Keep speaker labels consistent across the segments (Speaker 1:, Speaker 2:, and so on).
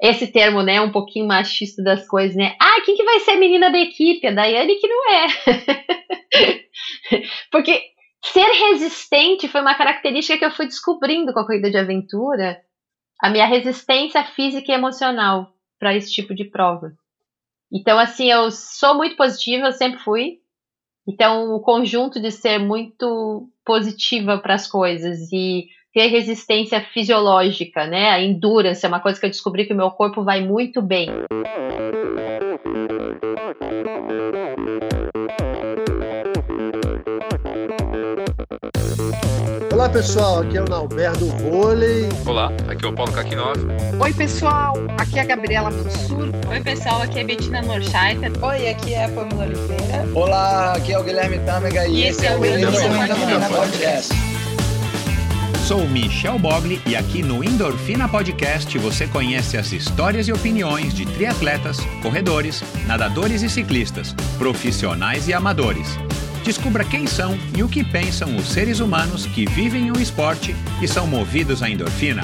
Speaker 1: esse termo, né, um pouquinho machista das coisas, né? Quem que vai ser a menina da equipe? A Daiane que não é. Porque ser resistente foi uma característica que eu fui descobrindo com a corrida de aventura, a minha resistência física e emocional para esse tipo de prova. Então, assim, eu sou muito positiva, eu sempre fui. Então, o conjunto de ser muito positiva para as coisas e ter resistência fisiológica, né? A endurance é uma coisa que eu descobri que o meu corpo vai muito bem.
Speaker 2: Olá pessoal, aqui é o Nauber do Vôlei.
Speaker 3: Olá, aqui é o Paulo Kakinov.
Speaker 4: Oi pessoal, aqui é a Gabriela Mansur.
Speaker 5: Oi pessoal, aqui é Bettina Norscheiter.
Speaker 6: Oi, aqui é a Pamela Oliveira.
Speaker 7: Olá, aqui é o Guilherme Tâmega e esse é o Endorfina Podcast.
Speaker 8: Sou Michel Bogli e aqui no Endorfina Podcast você conhece as histórias e opiniões de triatletas, corredores, nadadores e ciclistas, profissionais e amadores. Descubra quem são e o que pensam os seres humanos que vivem o esporte e são movidos à endorfina.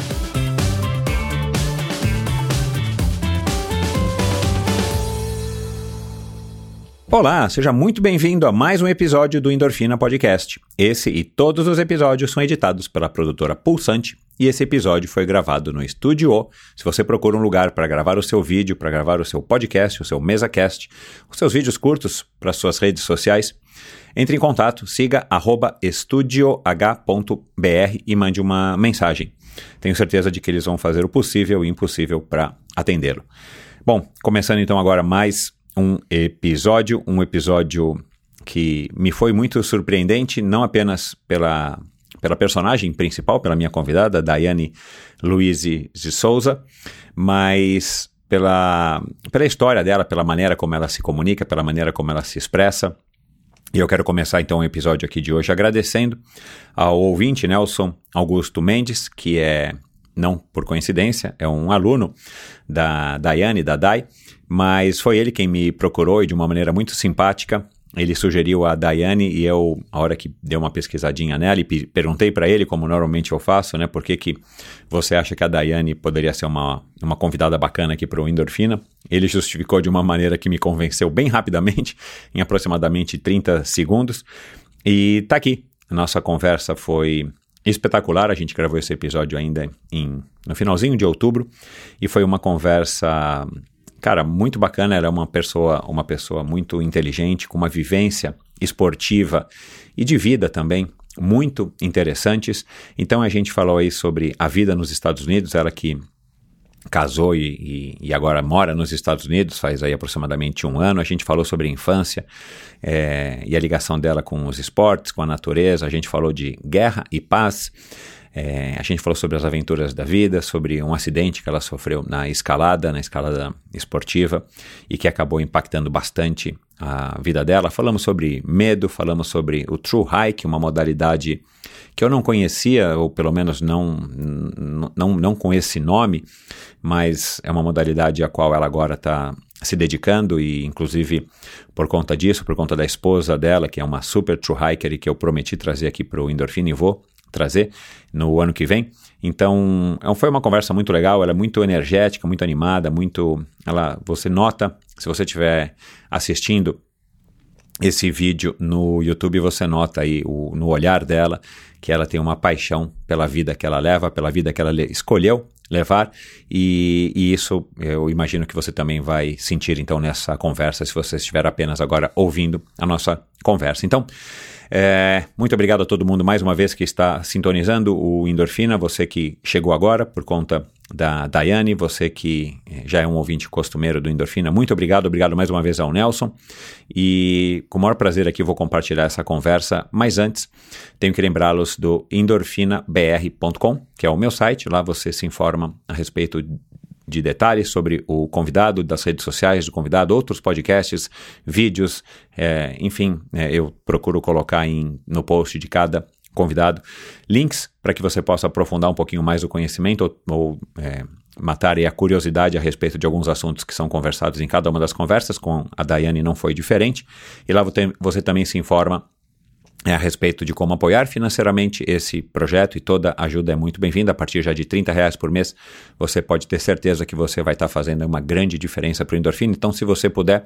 Speaker 8: Olá, seja muito bem-vindo a mais um episódio do Endorfina Podcast. Esse e todos os episódios são editados pela produtora Pulsante e esse episódio foi gravado no Estúdio O. Se você procura um lugar para gravar o seu vídeo, para gravar o seu podcast, o seu MesaCast, os seus vídeos curtos para suas redes sociais, entre em contato, siga @estudioh.br e mande uma mensagem. Tenho certeza de que eles vão fazer o possível e impossível para atendê-lo. Bom, começando então agora mais um episódio que me foi muito surpreendente, não apenas pela personagem principal, pela minha convidada, Daiane Louise de Souza, mas pela história dela, pela maneira como ela se comunica, pela maneira como ela se expressa. E eu quero começar então o episódio aqui de hoje agradecendo ao ouvinte Nelson Augusto Mendes, que é, não por coincidência, é um aluno da Daiane, da Dai, mas foi ele quem me procurou e de uma maneira muito simpática. Ele sugeriu a Daiane e eu, a hora que dei uma pesquisadinha nela e perguntei para ele, como normalmente eu faço, né, por que você acha que a Daiane poderia ser uma convidada bacana aqui para o Endorfina. Ele justificou de uma maneira que me convenceu bem rapidamente, em aproximadamente 30 segundos. E tá aqui, a nossa conversa foi espetacular, a gente gravou esse episódio ainda no finalzinho de outubro e foi uma conversa... Cara, muito bacana, era uma pessoa muito inteligente, com uma vivência esportiva e de vida também muito interessantes. Então a gente falou aí sobre a vida nos Estados Unidos, ela que casou e agora mora nos Estados Unidos, faz aí aproximadamente 1 ano. A gente falou sobre a infância e a ligação dela com os esportes, com a natureza. A gente falou de guerra e paz. A gente falou sobre as aventuras da vida, sobre um acidente que ela sofreu na escalada esportiva e que acabou impactando bastante a vida dela. Falamos sobre medo, falamos sobre o True Hike, uma modalidade que eu não conhecia, ou pelo menos não com esse nome, mas é uma modalidade a qual ela agora está se dedicando e inclusive por conta disso, por conta da esposa dela, que é uma super True Hiker e que eu prometi trazer aqui para o Endorfina e vou trazer no ano que vem. Então foi uma conversa muito legal, ela é muito energética, muito animada, você nota, se você estiver assistindo esse vídeo no YouTube, você nota aí no olhar dela que ela tem uma paixão pela vida que ela leva, pela vida que ela escolheu levar, e isso eu imagino que você também vai sentir então nessa conversa, se você estiver apenas agora ouvindo a nossa conversa. Então, muito obrigado a todo mundo mais uma vez que está sintonizando o Endorfina, você que chegou agora por conta da Daiane, você que já é um ouvinte costumeiro do Endorfina, muito obrigado mais uma vez ao Nelson, e com o maior prazer aqui vou compartilhar essa conversa, mas antes tenho que lembrá-los do endorfinabr.com, que é o meu site, lá você se informa a respeito de detalhes sobre o convidado, das redes sociais do convidado, outros podcasts, vídeos, enfim, eu procuro colocar no post de cada convidado links para que você possa aprofundar um pouquinho mais o conhecimento ou matar aí a curiosidade a respeito de alguns assuntos que são conversados em cada uma das conversas. Com a Daiane não foi diferente, e lá você também se informa a respeito de como apoiar financeiramente esse projeto, e toda ajuda é muito bem-vinda. A partir já de R$30 por mês, você pode ter certeza que você vai estar fazendo uma grande diferença para o Endorfina. Então, se você puder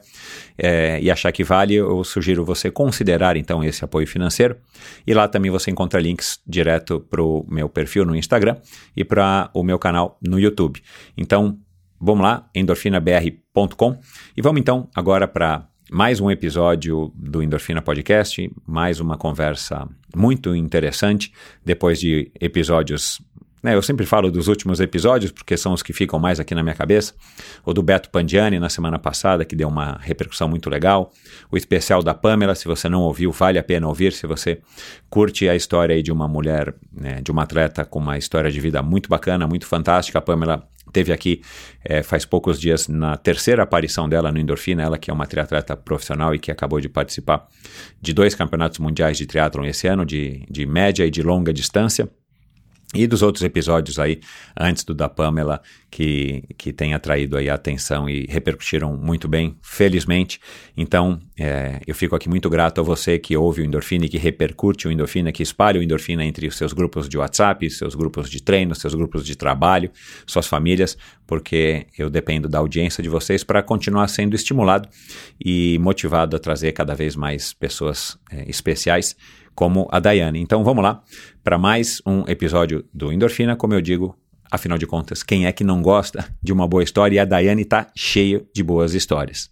Speaker 8: e achar que vale, eu sugiro você considerar então esse apoio financeiro. E lá também você encontra links direto para o meu perfil no Instagram e para o meu canal no YouTube. Então, vamos lá, endorfinabr.com, e vamos então agora para mais um episódio do Endorfina Podcast, mais uma conversa muito interessante, depois de episódios, eu sempre falo dos últimos episódios, porque são os que ficam mais aqui na minha cabeça, o do Beto Pandiani na semana passada, que deu uma repercussão muito legal, o especial da Pamela, se você não ouviu, vale a pena ouvir, se você curte a história aí de uma mulher, de uma atleta com uma história de vida muito bacana, muito fantástica. A Pamela teve aqui faz poucos dias na terceira aparição dela no Endorfina, ela que é uma triatleta profissional e que acabou de participar de 2 campeonatos mundiais de triatlon esse ano, de média e de longa distância, e dos outros episódios aí, antes do da Pamela, que tem atraído aí a atenção e repercutiram muito bem, felizmente. Então, eu fico aqui muito grato a você que ouve o Endorfina e que repercute o Endorfina, que espalha o Endorfina entre os seus grupos de WhatsApp, seus grupos de treino, seus grupos de trabalho, suas famílias, porque eu dependo da audiência de vocês para continuar sendo estimulado e motivado a trazer cada vez mais pessoas especiais, como a Daiane. Então vamos lá para mais um episódio do Endorfina. Como eu digo, afinal de contas, quem é que não gosta de uma boa história? E a Daiane está cheia de boas histórias.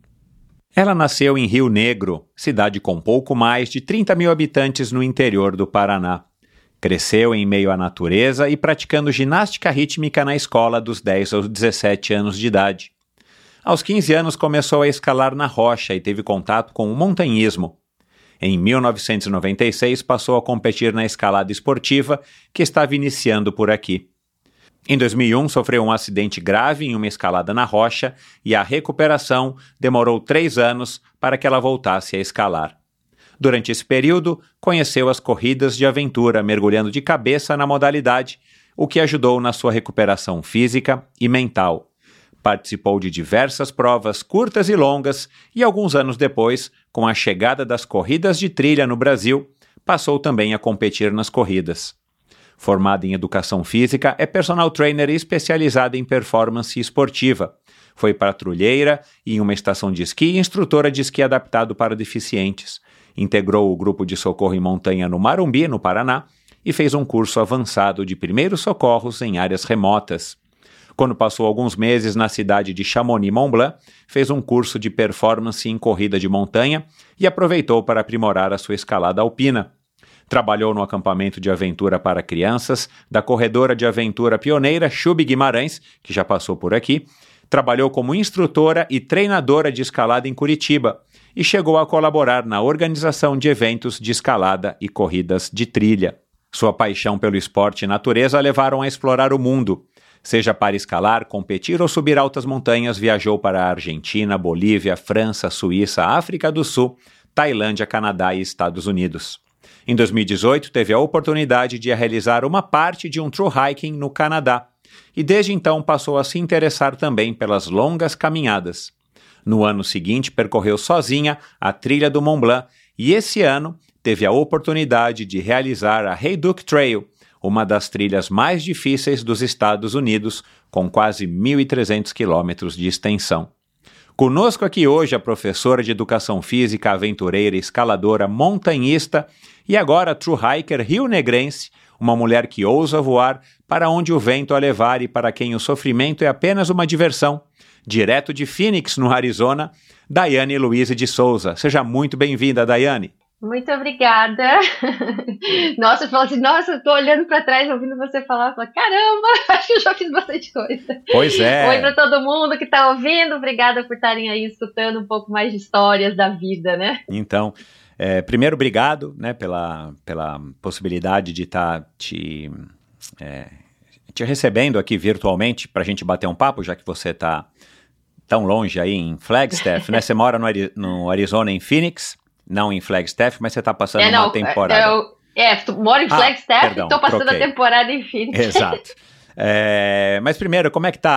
Speaker 8: Ela nasceu em Rio Negro, cidade com pouco mais de 30 mil habitantes no interior do Paraná. Cresceu em meio à natureza e praticando ginástica rítmica na escola dos 10 aos 17 anos de idade. Aos 15 anos começou a escalar na rocha e teve contato com o montanhismo. Em 1996, passou a competir na escalada esportiva, que estava iniciando por aqui. Em 2001, sofreu um acidente grave em uma escalada na rocha e a recuperação demorou 3 anos para que ela voltasse a escalar. Durante esse período, conheceu as corridas de aventura, mergulhando de cabeça na modalidade, o que ajudou na sua recuperação física e mental. Participou de diversas provas curtas e longas e, alguns anos depois, com a chegada das corridas de trilha no Brasil, passou também a competir nas corridas. Formada em educação física, é personal trainer especializada em performance esportiva. Foi patrulheira em uma estação de esqui e instrutora de esqui adaptado para deficientes. Integrou o grupo de socorro em montanha no Marumbi, no Paraná, e fez um curso avançado de primeiros socorros em áreas remotas. Quando passou alguns meses na cidade de Chamonix-Mont-Blanc, fez um curso de performance em corrida de montanha e aproveitou para aprimorar a sua escalada alpina. Trabalhou no acampamento de aventura para crianças da corredora de aventura pioneira Chub Guimarães, que já passou por aqui. Trabalhou como instrutora e treinadora de escalada em Curitiba e chegou a colaborar na organização de eventos de escalada e corridas de trilha. Sua paixão pelo esporte e natureza a levaram a explorar o mundo. Seja para escalar, competir ou subir altas montanhas, viajou para a Argentina, Bolívia, França, Suíça, África do Sul, Tailândia, Canadá e Estados Unidos. Em 2018, teve a oportunidade de realizar uma parte de um true hiking no Canadá e desde então passou a se interessar também pelas longas caminhadas. No ano seguinte, percorreu sozinha a trilha do Mont Blanc e esse ano teve a oportunidade de realizar a Haydock Trail, uma das trilhas mais difíceis dos Estados Unidos, com quase 1.300 quilômetros de extensão. Conosco aqui hoje a professora de Educação Física, aventureira, escaladora, montanhista e agora true hiker rio-negrense, uma mulher que ousa voar para onde o vento a levar e para quem o sofrimento é apenas uma diversão. Direto de Phoenix, no Arizona, Daiane Luiz de Souza. Seja muito bem-vinda, Daiane.
Speaker 1: Muito obrigada. Nossa, eu falo assim, eu tô olhando para trás, ouvindo você falar, caramba, acho que eu já fiz bastante coisa.
Speaker 8: Pois é.
Speaker 1: Oi para todo mundo que tá ouvindo, obrigada por estarem aí escutando um pouco mais de histórias da vida, né?
Speaker 8: Então, primeiro, obrigado, né, pela possibilidade de estar te recebendo aqui virtualmente para a gente bater um papo, já que você tá tão longe aí em Flagstaff, né? Você mora no Arizona, em Phoenix. Não em Flagstaff, mas você está passando uma temporada.
Speaker 1: Moro em Flagstaff e estou passando
Speaker 8: troquei.
Speaker 1: A temporada em Phoenix.
Speaker 8: Exato. Mas primeiro, como é que tá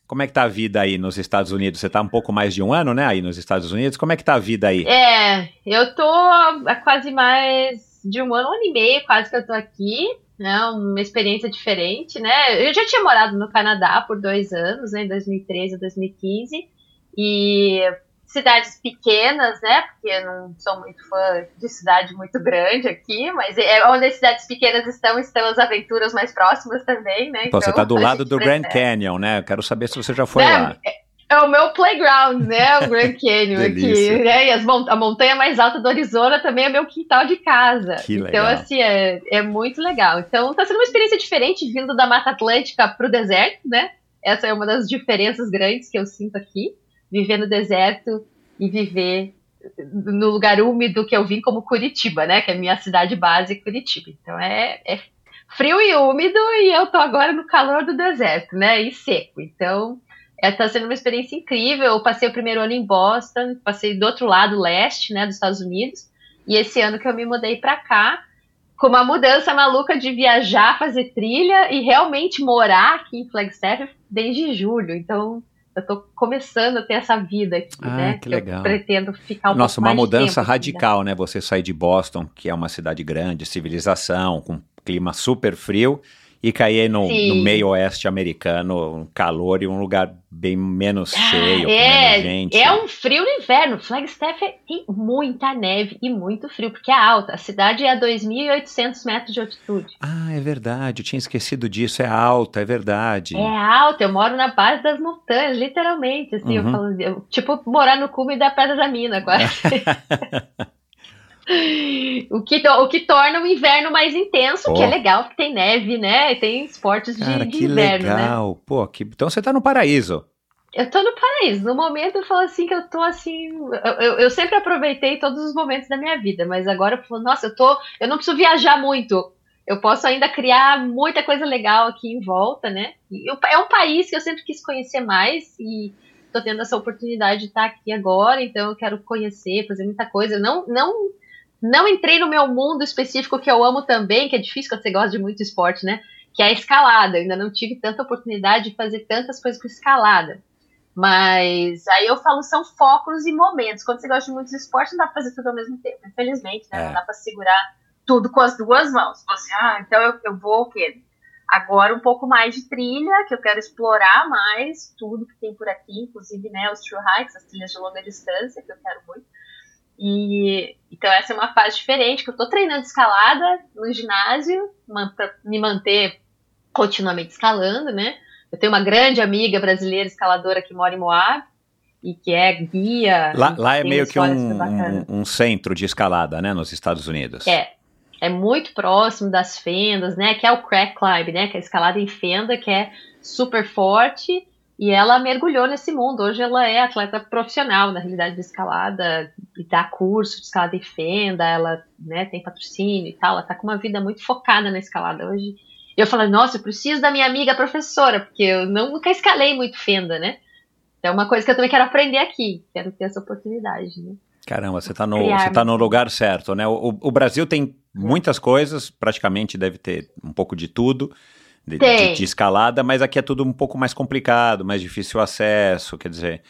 Speaker 8: Como é que tá a vida aí nos Estados Unidos? Você tá um pouco mais de um ano, né, aí nos Estados Unidos. Como é que tá a vida aí?
Speaker 1: Eu tô há quase mais de um ano e meio, quase que eu tô aqui, né, uma experiência diferente, né. Eu já tinha morado no Canadá por 2 anos, né, em 2013 a 2015, e cidades pequenas, né, porque eu não sou muito fã de cidade muito grande aqui, mas onde as cidades pequenas estão as aventuras mais próximas também, né.
Speaker 8: Pô, então, você tá do lado do Grand Canyon, né, eu quero saber se você já foi lá.
Speaker 1: É o meu playground, né, o Grand Canyon aqui, né, e a montanha mais alta do Arizona também é meu quintal de casa.
Speaker 8: Que legal.
Speaker 1: Então, assim, é muito legal. Então, tá sendo uma experiência diferente vindo da Mata Atlântica pro deserto, né, essa é uma das diferenças grandes que eu sinto aqui. Viver no deserto e viver no lugar úmido que eu vim como Curitiba, né? Que é a minha cidade base, Curitiba. Então é frio e úmido e eu tô agora no calor do deserto, né? E seco. Então tá sendo uma experiência incrível. Eu passei o primeiro ano em Boston, passei do outro lado, leste, né? Dos Estados Unidos. E esse ano que eu me mudei pra cá, com uma mudança maluca de viajar, fazer trilha e realmente morar aqui em Flagstaff desde julho. Então eu tô começando a ter essa vida aqui, né?
Speaker 8: Que legal.
Speaker 1: Eu pretendo ficar
Speaker 8: Nossa, uma mudança radical,
Speaker 1: aqui,
Speaker 8: né? Você sair de Boston, que é uma cidade grande, civilização, com clima super frio, e cair no meio oeste americano, um calor e um lugar bem menos cheio, com menos gente.
Speaker 1: É um frio no inverno. Flagstaff tem muita neve e muito frio, porque é alta. A cidade é a 2.800 metros de altitude.
Speaker 8: Ah, é verdade. Eu tinha esquecido disso. É alta, é verdade.
Speaker 1: É alta. Eu moro na base das montanhas, literalmente. Assim, eu falo, tipo, morar no cume da Pedra da Mina, quase. O que torna o inverno mais intenso, que é legal, porque tem neve, né? E tem esportes de inverno,
Speaker 8: que legal. Né? Pô, então você tá no paraíso.
Speaker 1: Eu tô no paraíso. No momento eu falo assim que eu tô assim... Eu sempre aproveitei todos os momentos da minha vida, mas agora eu falo, nossa, eu não preciso viajar muito. Eu posso ainda criar muita coisa legal aqui em volta, né? É um país que eu sempre quis conhecer mais e tô tendo essa oportunidade de estar aqui agora, então eu quero conhecer, fazer muita coisa. Eu não entrei no meu mundo específico que eu amo também, que é difícil quando você gosta de muito esporte, né? Que é a escalada. Eu ainda não tive tanta oportunidade de fazer tantas coisas com escalada. Mas aí eu falo, são focos e momentos. Quando você gosta de muitos esportes, não dá pra fazer tudo ao mesmo tempo. Infelizmente, né? Não dá pra segurar tudo com as duas mãos. Você, então eu vou o quê? Agora um pouco mais de trilha, que eu quero explorar mais tudo que tem por aqui, inclusive, né, os trail hikes, as trilhas de longa distância, que eu quero muito. E então essa é uma fase diferente, que eu tô treinando escalada no ginásio, pra me manter continuamente escalando, né? Eu tenho uma grande amiga brasileira escaladora que mora em Moab e que é guia.
Speaker 8: Lá é meio que um centro de escalada, né, nos Estados Unidos.
Speaker 1: É muito próximo das fendas, né, que é o crack climb, né, que é a escalada em fenda, que é super forte. E ela mergulhou nesse mundo. Hoje ela é atleta profissional, na realidade, de escalada, e dá curso de escalada em fenda, ela, né, tem patrocínio e tal, ela tá com uma vida muito focada na escalada hoje. Eu falo, nossa, eu preciso da minha amiga professora, porque eu nunca escalei muito fenda, né? É uma coisa que eu também quero aprender aqui, quero ter essa oportunidade, né?
Speaker 8: Caramba, você tá no lugar certo, né? O Brasil tem muitas coisas, praticamente deve ter um pouco de tudo, de escalada, mas aqui é tudo um pouco mais complicado, mais difícil o acesso, quer dizer...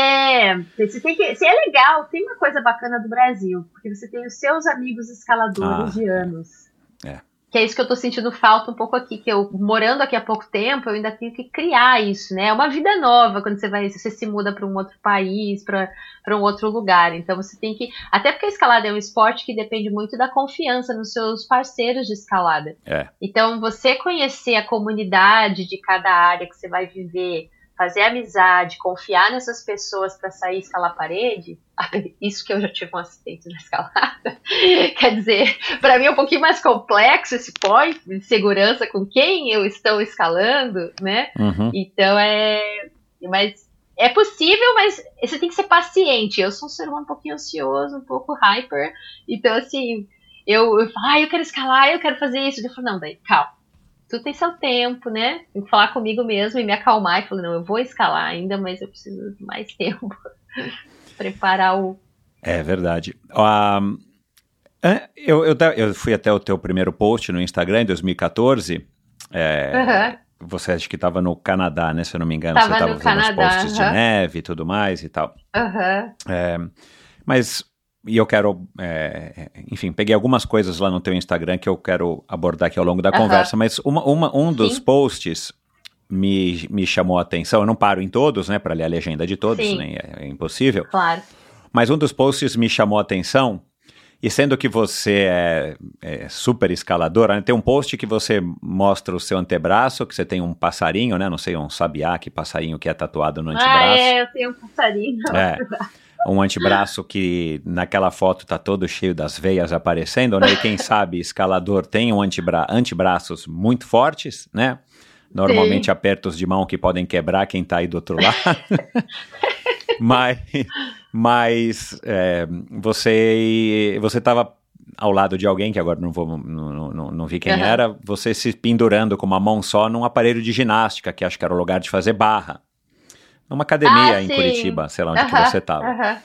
Speaker 1: Se é legal, tem uma coisa bacana do Brasil, porque você tem os seus amigos escaladores de anos. Que é isso que eu tô sentindo falta um pouco aqui, que eu, morando aqui há pouco tempo, eu ainda tenho que criar isso, né? É uma vida nova quando você se muda para um outro país, para um outro lugar. Então você tem que... Até porque a escalada é um esporte que depende muito da confiança nos seus parceiros de escalada. Então você conhecer a comunidade de cada área que você vai viver, fazer amizade, confiar nessas pessoas para sair e escalar a parede, isso que eu já tive um acidente na escalada, quer dizer, para mim é um pouquinho mais complexo esse point de segurança com quem eu estou escalando, né? Então mas é possível, mas você tem que ser paciente. Eu sou um ser humano um pouquinho ansioso, um pouco hyper, então assim, eu falo, eu quero escalar, eu quero fazer isso, eu falo, não, daí, calma. Tudo tem seu tempo, né? Tem que falar comigo mesmo e me acalmar e falar, não, eu vou escalar ainda, mas eu preciso de mais tempo. Preparar o...
Speaker 8: É verdade. Eu fui até o teu primeiro post no Instagram em 2014. você acha que estava no Canadá, né? Se eu não me engano,
Speaker 1: Tava
Speaker 8: você estava
Speaker 1: no
Speaker 8: fazendo os
Speaker 1: Canadá,
Speaker 8: posts de neve e tudo mais e tal. Mas, e eu quero, enfim, peguei algumas coisas lá no teu Instagram que eu quero abordar aqui ao longo da conversa, mas um dos posts me chamou a atenção. Eu não paro em todos, né, para ler a legenda de todos, né, é impossível.
Speaker 1: Claro.
Speaker 8: Mas um dos posts me chamou a atenção, e sendo que você é super escaladora, né, tem um post que você mostra o seu antebraço, que você tem um passarinho, né, não sei, um sabiá, que passarinho que é tatuado no antebraço.
Speaker 1: Eu tenho um passarinho.
Speaker 8: Um antebraço que naquela foto tá todo cheio das veias aparecendo, né? E quem sabe escalador tem antebraços muito fortes, né? Normalmente apertos de mão que podem quebrar quem tá aí do outro lado. Mas você estava ao lado de alguém, que agora não vi quem era, você se pendurando com uma mão só num aparelho de ginástica, que acho que era o lugar de fazer barra. Numa academia em Curitiba, sei lá onde que você estava.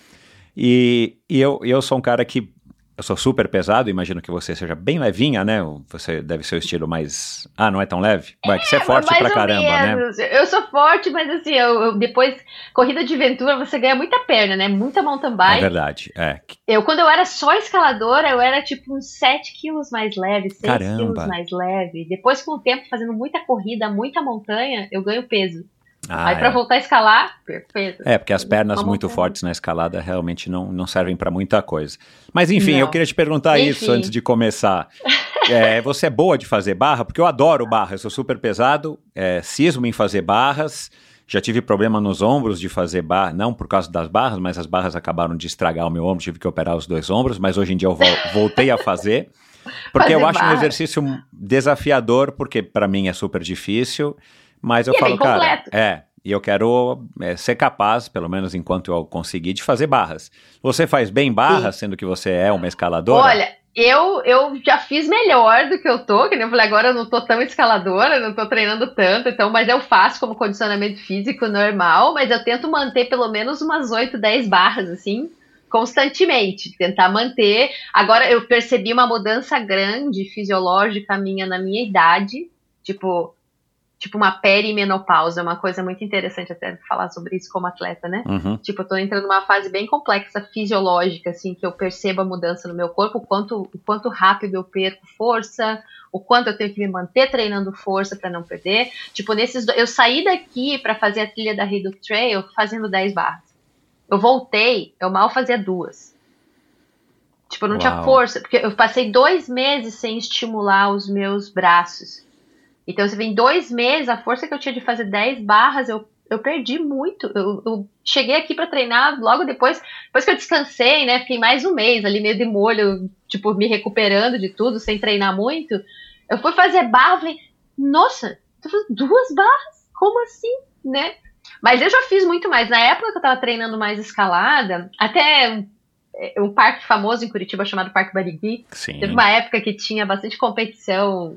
Speaker 8: E eu sou um cara que... Eu sou super pesado, imagino que você seja bem levinha, né? Você deve ser o estilo mais... Ah, não é tão leve? Vai, que você é forte pra caramba,
Speaker 1: menos, né? Eu sou forte, mas assim, depois... Corrida de aventura, você ganha muita perna, né? Muita mountain bike.
Speaker 8: É verdade,
Speaker 1: Quando eu era só escaladora, eu era tipo uns 7 quilos mais leve, 6
Speaker 8: Caramba.
Speaker 1: quilos mais leve. Depois, com o tempo, fazendo muita corrida, muita montanha, eu ganho peso. Aí pra voltar a escalar, perfeito.
Speaker 8: Porque as pernas muito fortes na escalada realmente não servem pra muita coisa. Mas enfim, eu queria te perguntar isso antes de começar. Você é boa de fazer barra? Porque eu adoro barra, eu sou super pesado, cismo em fazer barras, já tive problema nos ombros de fazer barra, não por causa das barras, mas as barras acabaram de estragar o meu ombro, tive que operar os 2 ombros, mas hoje em dia eu voltei a fazer, porque eu acho um exercício desafiador, porque pra mim é super difícil. Mas eu falo, cara, e eu quero ser capaz, pelo menos enquanto eu conseguir, de fazer barras. Você faz bem barras, sendo que você é uma escaladora?
Speaker 1: Olha, eu já fiz melhor do que eu tô, que nem eu falei, agora eu não tô tão escaladora, não tô treinando tanto, então, mas eu faço como condicionamento físico normal, mas eu tento manter pelo menos umas 8, 10 barras, assim, constantemente, tentar manter. Agora eu percebi uma mudança grande fisiológica minha na minha idade, tipo uma perimenopausa, uma coisa muito interessante até falar sobre isso como atleta, né? Tipo, eu tô entrando numa fase bem complexa fisiológica, assim, que eu percebo a mudança no meu corpo, o quanto rápido eu perco força, o quanto eu tenho que me manter treinando força pra não perder. Tipo, eu saí daqui pra fazer a trilha da Redux Trail fazendo 10 barras. Eu voltei, eu mal fazia 2. Tipo, eu não tinha força, porque eu passei 2 meses sem estimular os meus braços. Então, você vem 2 meses, a força que eu tinha de fazer 10 barras, eu perdi muito. Eu cheguei aqui pra treinar logo depois que eu descansei, né? Fiquei mais um mês ali, meio de molho, tipo, me recuperando de tudo, sem treinar muito. Eu fui fazer barra, falei, nossa, tô fazendo 2 barras? Como assim, né? Mas eu já fiz muito mais. Na época que eu tava treinando mais escalada, até um parque famoso em Curitiba chamado Parque Barigui.
Speaker 8: Sim.
Speaker 1: Teve uma época que tinha bastante competição,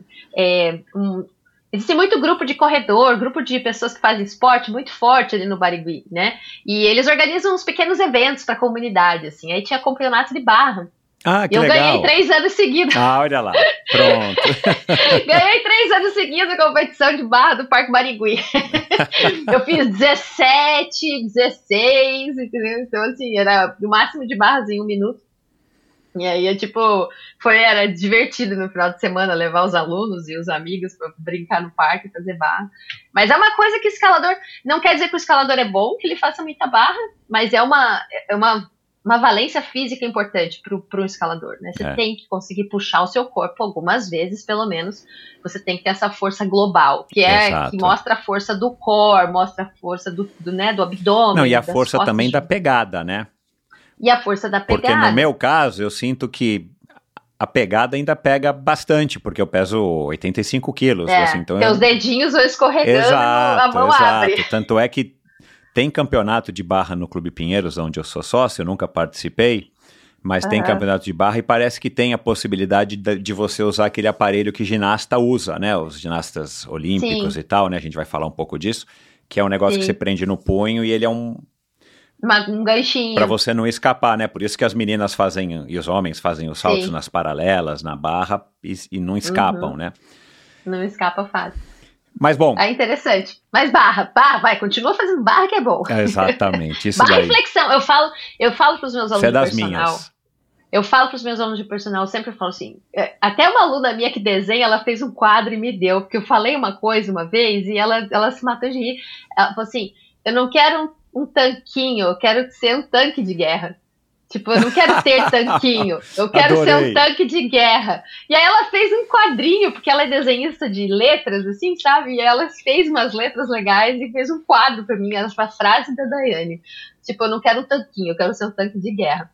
Speaker 1: existe muito grupo de corredor, grupo de pessoas que fazem esporte muito forte ali no Barigui, né? E eles organizam uns pequenos eventos pra comunidade, assim. Aí tinha campeonato de barra.
Speaker 8: Ah, que
Speaker 1: legal. E eu ganhei 3 anos seguidos.
Speaker 8: Ah, olha lá. Pronto.
Speaker 1: Ganhei 3 anos seguidos a competição de barra do Parque Barigui. Eu fiz 17, 16, entendeu? Então, assim, era o máximo de barras em 1 minuto. E aí, era divertido no final de semana levar os alunos e os amigos pra brincar no parque e fazer barra. Mas é uma coisa que o escalador... Não quer dizer que o escalador é bom, que ele faça muita barra, mas é uma valência física importante para um escalador, né? Você tem que conseguir puxar o seu corpo algumas vezes, pelo menos. Você tem que ter essa força global, que mostra a força do core, mostra a força do abdômen.
Speaker 8: Não, e a força também da pegada, né?
Speaker 1: E a força da pegada.
Speaker 8: Porque no meu caso, eu sinto que a pegada ainda pega bastante, porque eu peso 85 quilos. Assim, então
Speaker 1: os dedinhos vão escorregando, a mão abre.
Speaker 8: Tanto é que tem campeonato de barra no Clube Pinheiros, onde eu sou sócio, eu nunca participei, mas tem campeonato de barra e parece que tem a possibilidade de você usar aquele aparelho que ginasta usa, né? Os ginastas olímpicos e tal, né? A gente vai falar um pouco disso, que é um negócio que você prende no punho e ele é um
Speaker 1: ganchinho.
Speaker 8: Pra você não escapar, né? Por isso que as meninas fazem, e os homens fazem os saltos nas paralelas, na barra, e não escapam, né?
Speaker 1: Não escapa fácil.
Speaker 8: Mas bom.
Speaker 1: É interessante. Mas barra, vai, continua fazendo barra que é bom.
Speaker 8: Exatamente, isso
Speaker 1: barra
Speaker 8: daí.
Speaker 1: E flexão, eu falo para os meus alunos
Speaker 8: Você é
Speaker 1: de
Speaker 8: das
Speaker 1: personal.
Speaker 8: minhas.
Speaker 1: Eu falo para os meus alunos de personal, eu sempre falo assim, até uma aluna minha que desenha, ela fez um quadro e me deu, porque eu falei uma coisa uma vez e ela se matou de rir. Ela falou assim, eu não quero um tanquinho, eu quero ser um tanque de guerra. Tipo, eu não quero ter tanquinho, eu quero ser um tanque de guerra. E aí ela fez um quadrinho, porque ela é desenhista de letras, assim, sabe? E ela fez umas letras legais e fez um quadro pra mim, as frases da Daiane. Tipo, eu não quero um tanquinho, eu quero ser um tanque de guerra.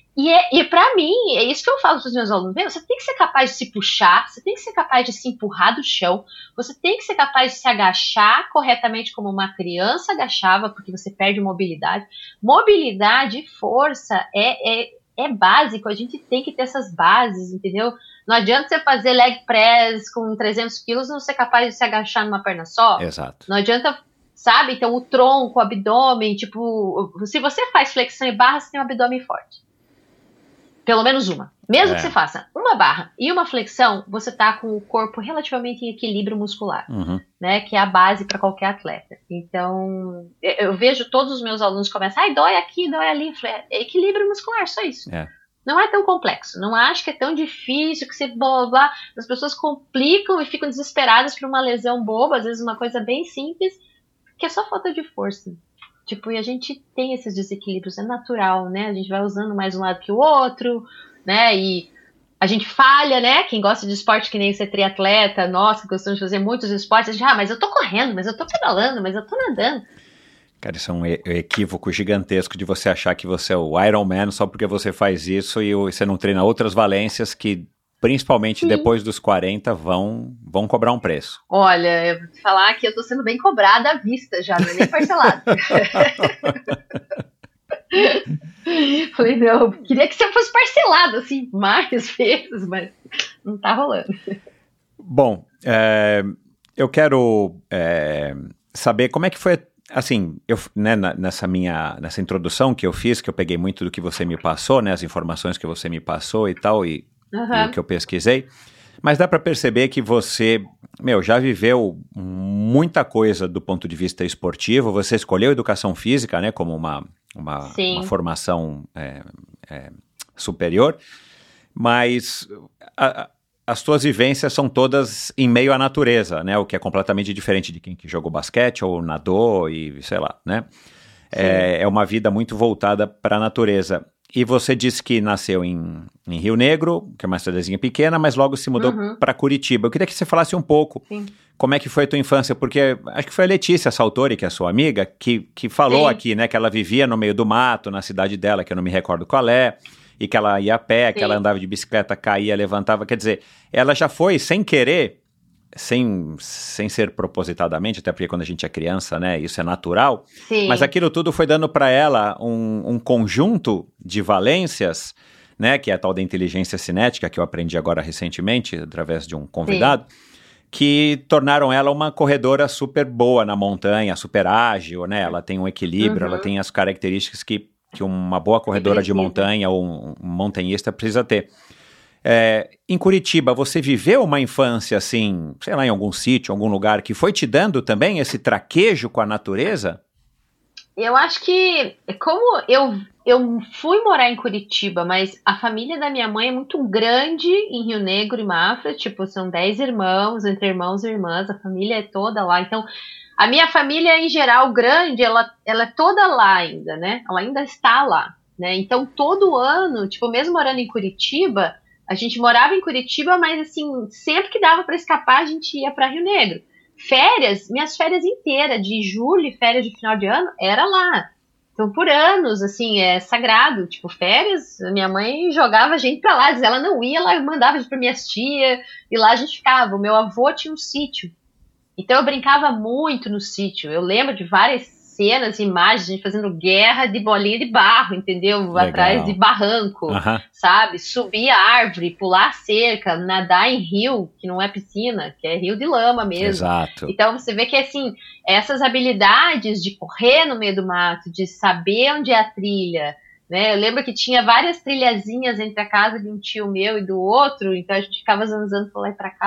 Speaker 1: E pra mim, é isso que eu falo pros meus alunos. Você tem que ser capaz de se puxar, você tem que ser capaz de se empurrar do chão, você tem que ser capaz de se agachar corretamente como uma criança agachava, porque você perde mobilidade. Mobilidade e força é básico, a gente tem que ter essas bases, entendeu? Não adianta você fazer leg press com 300 quilos e não ser capaz de se agachar numa perna só.
Speaker 8: Exato.
Speaker 1: Não adianta, sabe? Então o tronco, o abdômen, tipo, se você faz flexão e barra, você tem um abdômen forte. Pelo menos uma. Mesmo que você faça uma barra e uma flexão, você tá com o corpo relativamente em equilíbrio muscular, né? Que é a base para qualquer atleta. Então, eu vejo todos os meus alunos começam, dói aqui, dói ali. É equilíbrio muscular, só isso. Não é tão complexo. Não acho que é tão difícil, que você blá, blá. As pessoas complicam e ficam desesperadas por uma lesão boba, às vezes uma coisa bem simples, que é só falta de força. Tipo, e a gente tem esses desequilíbrios, é natural, né? A gente vai usando mais um lado que o outro, né? E a gente falha, né? Quem gosta de esporte que nem ser triatleta, nós que gostamos de fazer muitos esportes, a gente, mas eu tô correndo, mas eu tô pedalando, mas eu tô nadando.
Speaker 8: Cara, isso é um equívoco gigantesco de você achar que você é o Iron Man só porque você faz isso e você não treina outras valências que, principalmente depois dos 40, vão cobrar um preço.
Speaker 1: Olha, eu vou te falar que eu tô sendo bem cobrada à vista já, não é nem parcelado. Falei, não, queria que você fosse parcelado, assim, mais vezes, mas não tá rolando.
Speaker 8: Bom, eu quero saber como é que foi, assim, nessa introdução que eu fiz, que eu peguei muito do que você me passou, né, as informações que você me passou e tal, e o que eu pesquisei, mas dá para perceber que você, já viveu muita coisa do ponto de vista esportivo, você escolheu educação física, né, como uma formação superior, mas as tuas vivências são todas em meio à natureza, né, o que é completamente diferente de quem que jogou basquete ou nadou e sei lá, né, é uma vida muito voltada para a natureza. E você disse que nasceu em Rio Negro, que é uma cidadezinha pequena, mas logo se mudou para Curitiba. Eu queria que você falasse um pouco como é que foi a tua infância, porque acho que foi a Letícia Saltori, que é a sua amiga, que falou aqui, né, que ela vivia no meio do mato, na cidade dela, que eu não me recordo qual é, e que ela ia a pé, que ela andava de bicicleta, caía, levantava. Quer dizer, ela já foi sem querer, sem ser propositadamente, até porque quando a gente é criança, né, isso é natural, mas aquilo tudo foi dando para ela um conjunto de valências, né, que é a tal da inteligência cinética, que eu aprendi agora recentemente, através de um convidado, que tornaram ela uma corredora super boa na montanha, super ágil, né, ela tem um equilíbrio, ela tem as características que uma boa corredora de montanha ou um montanhista precisa ter. Em Curitiba, você viveu uma infância assim, sei lá, em algum sítio, algum lugar que foi te dando também esse traquejo com a natureza?
Speaker 1: Eu acho que, como eu fui morar em Curitiba, mas a família da minha mãe é muito grande em Rio Negro e Mafra, tipo, são 10 irmãos, entre irmãos e irmãs, a família é toda lá, então a minha família em geral grande, ela é toda lá ainda, né, ela ainda está lá, né, então todo ano, tipo, mesmo morando em Curitiba, a gente morava em Curitiba, mas assim, sempre que dava para escapar, a gente ia para Rio Negro. Minhas férias inteiras, de julho e férias de final de ano, era lá. Então, por anos, assim, é sagrado. Tipo, férias, minha mãe jogava a gente pra lá. Ela não ia, ela mandava a gente pra minhas tias, e lá a gente ficava. O meu avô tinha um sítio. Então, eu brincava muito no sítio. Eu lembro de várias cenas, imagens, a gente fazendo guerra de bolinha de barro, entendeu? Legal. Atrás de barranco, sabe? Subir a árvore, pular a cerca, nadar em rio, que não é piscina, que é rio de lama mesmo.
Speaker 8: Exato.
Speaker 1: Então você vê que, assim, essas habilidades de correr no meio do mato, de saber onde é a trilha, né? Eu lembro que tinha várias trilhazinhas entre a casa de um tio meu e do outro, então a gente ficava zanzando pra lá e pra cá.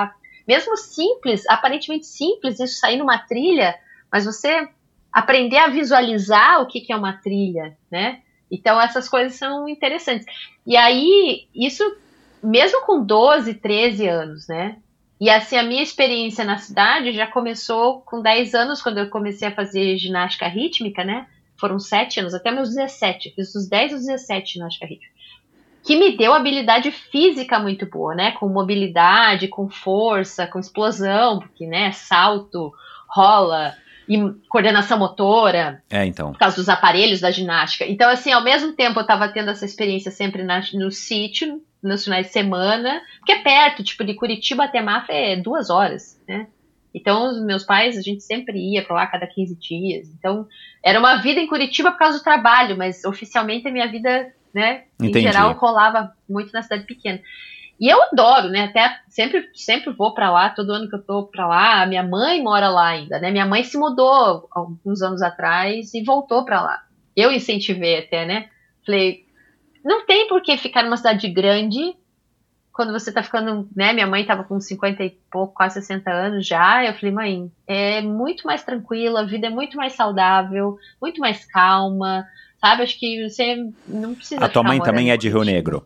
Speaker 1: mesmo simples, aparentemente simples, isso sair numa trilha, mas você aprender a visualizar o que é uma trilha, né? Então essas coisas são interessantes. E aí, isso mesmo com 12, 13 anos, né? E assim, a minha experiência na cidade já começou com 10 anos, quando eu comecei a fazer ginástica rítmica, né? Foram 7 anos, até meus 17. Fiz dos 10 aos 17 ginástica rítmica. Que me deu habilidade física muito boa, né? Com mobilidade, com força, com explosão, porque, né? Salto, rola, e coordenação motora.
Speaker 8: Então.
Speaker 1: Por causa dos aparelhos da ginástica. Então, assim, ao mesmo tempo eu estava tendo essa experiência sempre no sítio, nos finais de semana, porque é perto, tipo, de Curitiba até Mafra é 2 horas, né? Então, os meus pais, a gente sempre ia pra lá a cada 15 dias. Então, era uma vida em Curitiba por causa do trabalho, mas oficialmente a minha vida, né,
Speaker 8: Entendi.
Speaker 1: em geral, rolava muito na cidade pequena. E eu adoro, né, até sempre vou pra lá, todo ano que eu tô pra lá, a minha mãe mora lá ainda, né, minha mãe se mudou alguns anos atrás e voltou pra lá. Eu incentivei até, né, falei, não tem por que ficar numa cidade grande quando você tá ficando, né, minha mãe tava com 50 e pouco, quase 60 anos já, eu falei, mãe, é muito mais tranquila, a vida é muito mais saudável, muito mais calma, sabe, acho que você não precisa
Speaker 8: A tua
Speaker 1: ficar
Speaker 8: mãe também
Speaker 1: morando
Speaker 8: é de Rio Negro?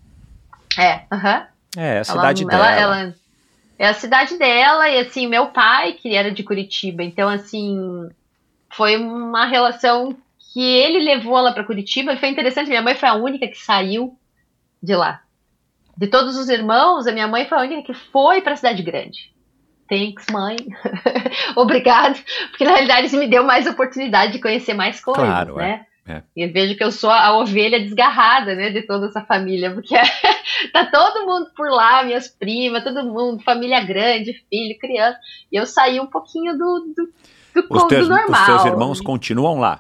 Speaker 1: Aham.
Speaker 8: É a cidade dela.
Speaker 1: Ela é a cidade dela, e assim, meu pai, que era de Curitiba, então assim, foi uma relação que ele levou ela pra Curitiba, e foi interessante, minha mãe foi a única que saiu de lá. De todos os irmãos, a minha mãe foi a única que foi pra cidade grande. Thanks, mãe. Obrigado, porque na realidade isso me deu mais oportunidade de conhecer mais coisas,
Speaker 8: Claro,
Speaker 1: né?
Speaker 8: É.
Speaker 1: E eu vejo que eu sou a ovelha desgarrada, né, de toda essa família, porque tá todo mundo por lá, minhas primas, todo mundo, família grande, filho, criança, e eu saí um pouquinho do normal.
Speaker 8: Os teus irmãos continuam lá?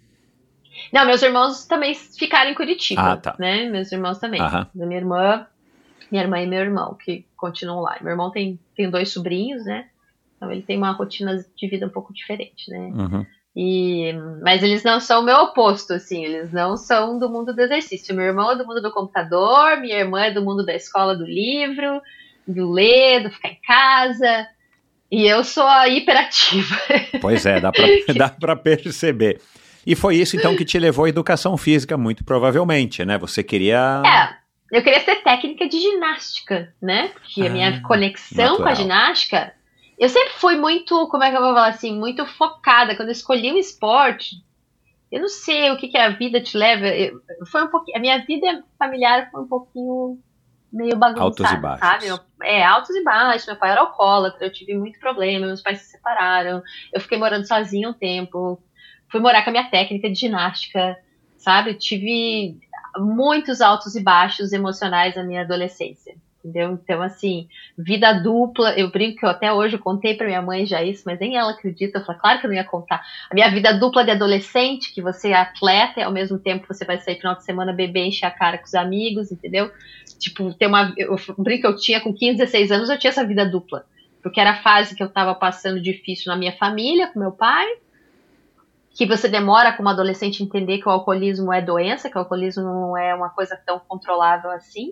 Speaker 1: Não, meus irmãos também ficaram em Curitiba,
Speaker 8: tá.
Speaker 1: né, meus irmãos também.
Speaker 8: Aham.
Speaker 1: Minha irmã e meu irmão, que continuam lá. Meu irmão tem 2 sobrinhos, né, então ele tem uma rotina de vida um pouco diferente, né.
Speaker 8: Uhum.
Speaker 1: Mas eles não são o meu oposto, assim, eles não são do mundo do exercício. Meu irmão é do mundo do computador, minha irmã é do mundo da escola do livro, do ler, do ficar em casa, e eu sou a hiperativa.
Speaker 8: Pois é, dá pra perceber. E foi isso, então, que te levou à educação física, muito provavelmente, né? Você queria...
Speaker 1: Eu queria ser técnica de ginástica, né? Porque a minha conexão
Speaker 8: natural.
Speaker 1: com a ginástica... Eu sempre fui muito, como é que eu vou falar assim, muito focada. Quando eu escolhi um esporte, eu não sei o que a vida te leva. A minha vida familiar foi um pouquinho meio bagunçada,
Speaker 8: altos e baixos.
Speaker 1: sabe? Altos e baixos. Meu pai era alcoólatra, eu tive muito problema, meus pais se separaram, eu fiquei morando sozinha um tempo, fui morar com a minha técnica de ginástica, sabe? Eu tive muitos altos e baixos emocionais na minha adolescência. Entendeu? Então, assim, vida dupla, eu brinco que eu até hoje contei pra minha mãe já isso, mas nem ela acredita, eu falei, claro que eu não ia contar. A minha vida dupla de adolescente, que você é atleta e ao mesmo tempo você vai sair final de semana beber, encher a cara com os amigos, entendeu? Tipo, eu brinco que eu tinha com 15, 16 anos, eu tinha essa vida dupla, porque era a fase que eu tava passando difícil na minha família, com meu pai, que você demora como adolescente a entender que o alcoolismo é doença, que o alcoolismo não é uma coisa tão controlável assim.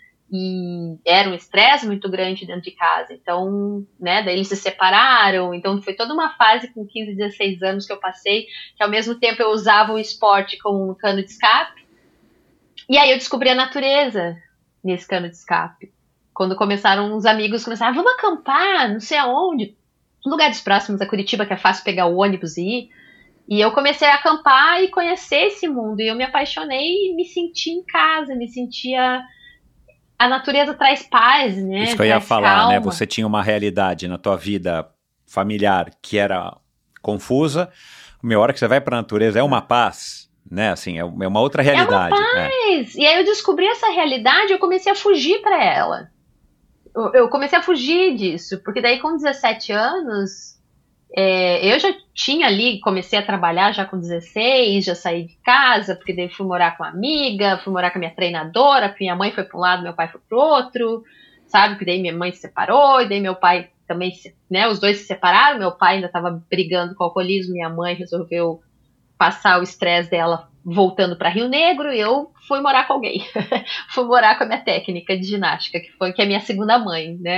Speaker 1: E era um estresse muito grande dentro de casa, então, né, daí eles se separaram, então foi toda uma fase com 15, 16 anos que eu passei, que ao mesmo tempo eu usava o esporte como um cano de escape, e aí eu descobri a natureza nesse cano de escape, quando começaram os amigos, vamos acampar, não sei aonde, lugares próximos a Curitiba, que é fácil pegar o ônibus e ir, e eu comecei a acampar e conhecer esse mundo, e eu me apaixonei e me senti em casa, me sentia... A natureza traz paz, né?
Speaker 8: Isso que eu ia falar,
Speaker 1: calma.
Speaker 8: né? Você tinha uma realidade na tua vida familiar que era confusa. A hora que você vai para a natureza é uma paz, né? Assim, é uma outra realidade.
Speaker 1: É uma paz! E aí eu descobri essa realidade e eu comecei a fugir para ela. Eu comecei a fugir disso, porque daí com 17 anos, eu já tinha ali, comecei a trabalhar já com 16, já saí de casa, porque daí fui morar com uma amiga, fui morar com a minha treinadora, porque minha mãe foi para um lado, meu pai foi para o outro, sabe? Porque daí minha mãe se separou, e daí meu pai também, né? Os dois se separaram, meu pai ainda estava brigando com o alcoolismo, minha mãe resolveu passar o estresse dela voltando para Rio Negro, e eu fui morar com alguém. Fui morar com a minha técnica de ginástica, que é a minha segunda mãe, né?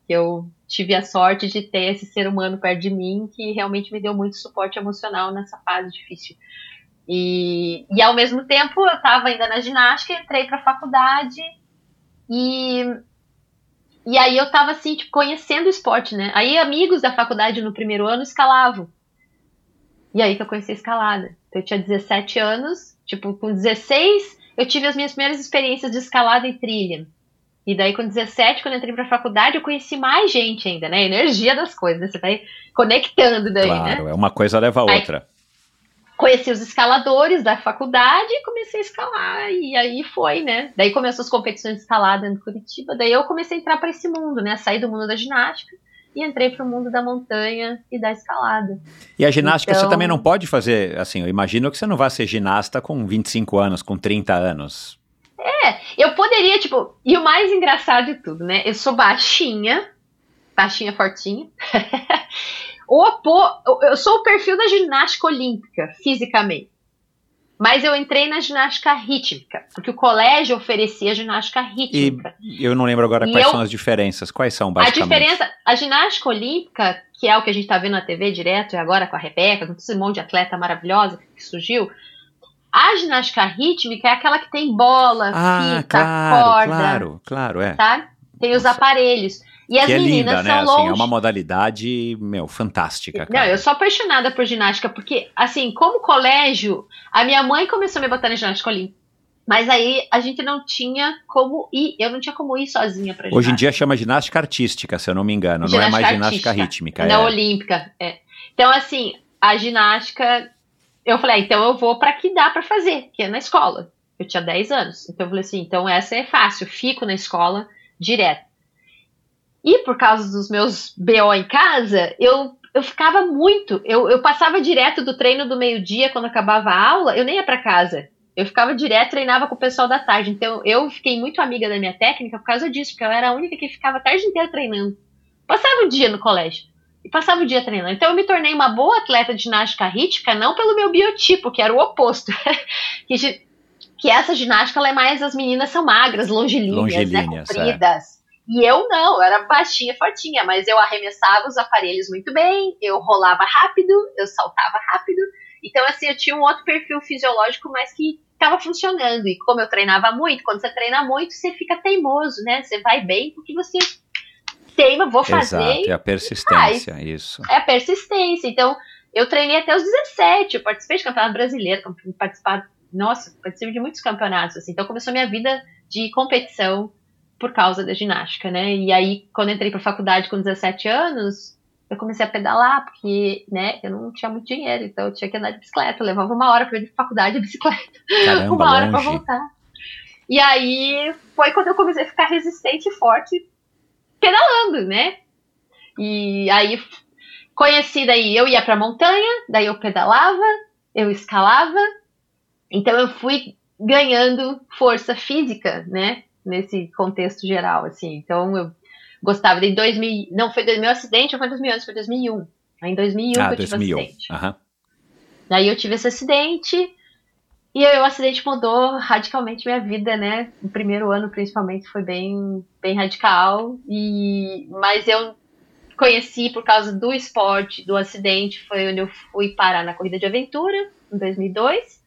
Speaker 1: Que eu tive a sorte de ter esse ser humano perto de mim que realmente me deu muito suporte emocional nessa fase difícil. E ao mesmo tempo eu estava ainda na ginástica, entrei para a faculdade e aí eu estava assim, tipo, conhecendo o esporte, né? Aí amigos da faculdade no primeiro ano escalavam. E aí que eu conheci a escalada. Então, eu tinha 17 anos, tipo, com 16 eu tive as minhas primeiras experiências de escalada e trilha. E daí com 17, quando eu entrei pra faculdade, eu conheci mais gente ainda, né? A energia das coisas, né? Você vai conectando daí, né?
Speaker 8: Claro, uma coisa leva a outra.
Speaker 1: Conheci os escaladores da faculdade e comecei a escalar. E aí foi, né? Daí começou as competições de escalada em Curitiba. Daí eu comecei a entrar para esse mundo, né? Saí do mundo da ginástica e entrei para o mundo da montanha e da escalada.
Speaker 8: E a ginástica você também não pode fazer, assim, eu imagino que você não vai ser ginasta com 25 anos, com 30 anos.
Speaker 1: Eu poderia, tipo... E o mais engraçado de tudo, né? Eu sou baixinha, fortinha. Eu sou o perfil da ginástica olímpica, fisicamente. Mas eu entrei na ginástica rítmica, porque o colégio oferecia ginástica rítmica.
Speaker 8: E eu não lembro agora quais são as diferenças. Quais são, basicamente?
Speaker 1: A ginástica olímpica, que é o que a gente tá vendo na TV direto, e agora com a Rebeca, com esse monte de atleta maravilhosa que surgiu, a ginástica rítmica é aquela que tem bola, fita, corda.
Speaker 8: Claro, é.
Speaker 1: Tá? Tem os aparelhos. E as meninas
Speaker 8: linda,
Speaker 1: são
Speaker 8: né?
Speaker 1: longe.
Speaker 8: Assim, é uma modalidade, fantástica, cara.
Speaker 1: Não, eu sou apaixonada por ginástica, porque, assim, como colégio, a minha mãe começou a me botar na ginástica olímpica. Mas aí a gente não tinha como ir, eu não tinha como ir sozinha pra ginástica.
Speaker 8: Hoje em dia chama ginástica artística, se eu não me engano, não é mais ginástica rítmica.
Speaker 1: Não, olímpica, Então, assim, a ginástica, eu falei, então eu vou pra que dá pra fazer, que é na escola. Eu tinha 10 anos, então eu falei assim, então essa é fácil, fico na escola direto. E por causa dos meus BO em casa, eu ficava muito, eu passava direto do treino do meio-dia, quando acabava a aula, eu nem ia pra casa. Eu ficava direto, treinava com o pessoal da tarde. Então, eu fiquei muito amiga da minha técnica por causa disso, porque eu era a única que ficava a tarde inteira treinando. Passava o dia no colégio e passava o dia treinando. Então, eu me tornei uma boa atleta de ginástica rítmica, não pelo meu biotipo, que era o oposto. que essa ginástica, ela é mais, as meninas são magras, longilíneas, né, compridas. E eu não, eu era baixinha, fortinha, mas eu arremessava os aparelhos muito bem, eu rolava rápido, eu saltava rápido. Então, assim, eu tinha um outro perfil fisiológico, mas que estava funcionando. E como eu treinava muito, quando você treina muito, você fica teimoso, né? Você vai bem porque você teima, vou fazer.
Speaker 8: Exato, é a persistência, isso.
Speaker 1: É a persistência. Então, eu treinei até os 17, eu participei de campeonato brasileiro, participei de muitos campeonatos, assim. Então, começou a minha vida de competição por causa da ginástica, né? E aí, quando eu entrei para a faculdade com 17 anos, eu comecei a pedalar, porque, né, eu não tinha muito dinheiro, então eu tinha que andar de bicicleta. Eu levava 1 hora para ir de faculdade de bicicleta.
Speaker 8: Caramba,
Speaker 1: 1 hora
Speaker 8: longe.
Speaker 1: para voltar. E aí, foi quando eu comecei a ficar resistente e forte pedalando, né? E aí, daí eu ia pra montanha, daí eu pedalava, eu escalava. Então, eu fui ganhando força física, né? Nesse contexto geral, assim. Então, eu gostava de 2000, não foi meu acidente, foi em 2000 anos, foi 2001. Aí em 2001 que eu tive
Speaker 8: 2001.
Speaker 1: acidente.
Speaker 8: Uhum.
Speaker 1: Aí eu tive esse acidente e aí o acidente mudou radicalmente minha vida, né? O primeiro ano, principalmente, foi bem, bem radical. Mas eu conheci por causa do esporte, do acidente, foi onde eu fui parar na corrida de aventura, em 2002.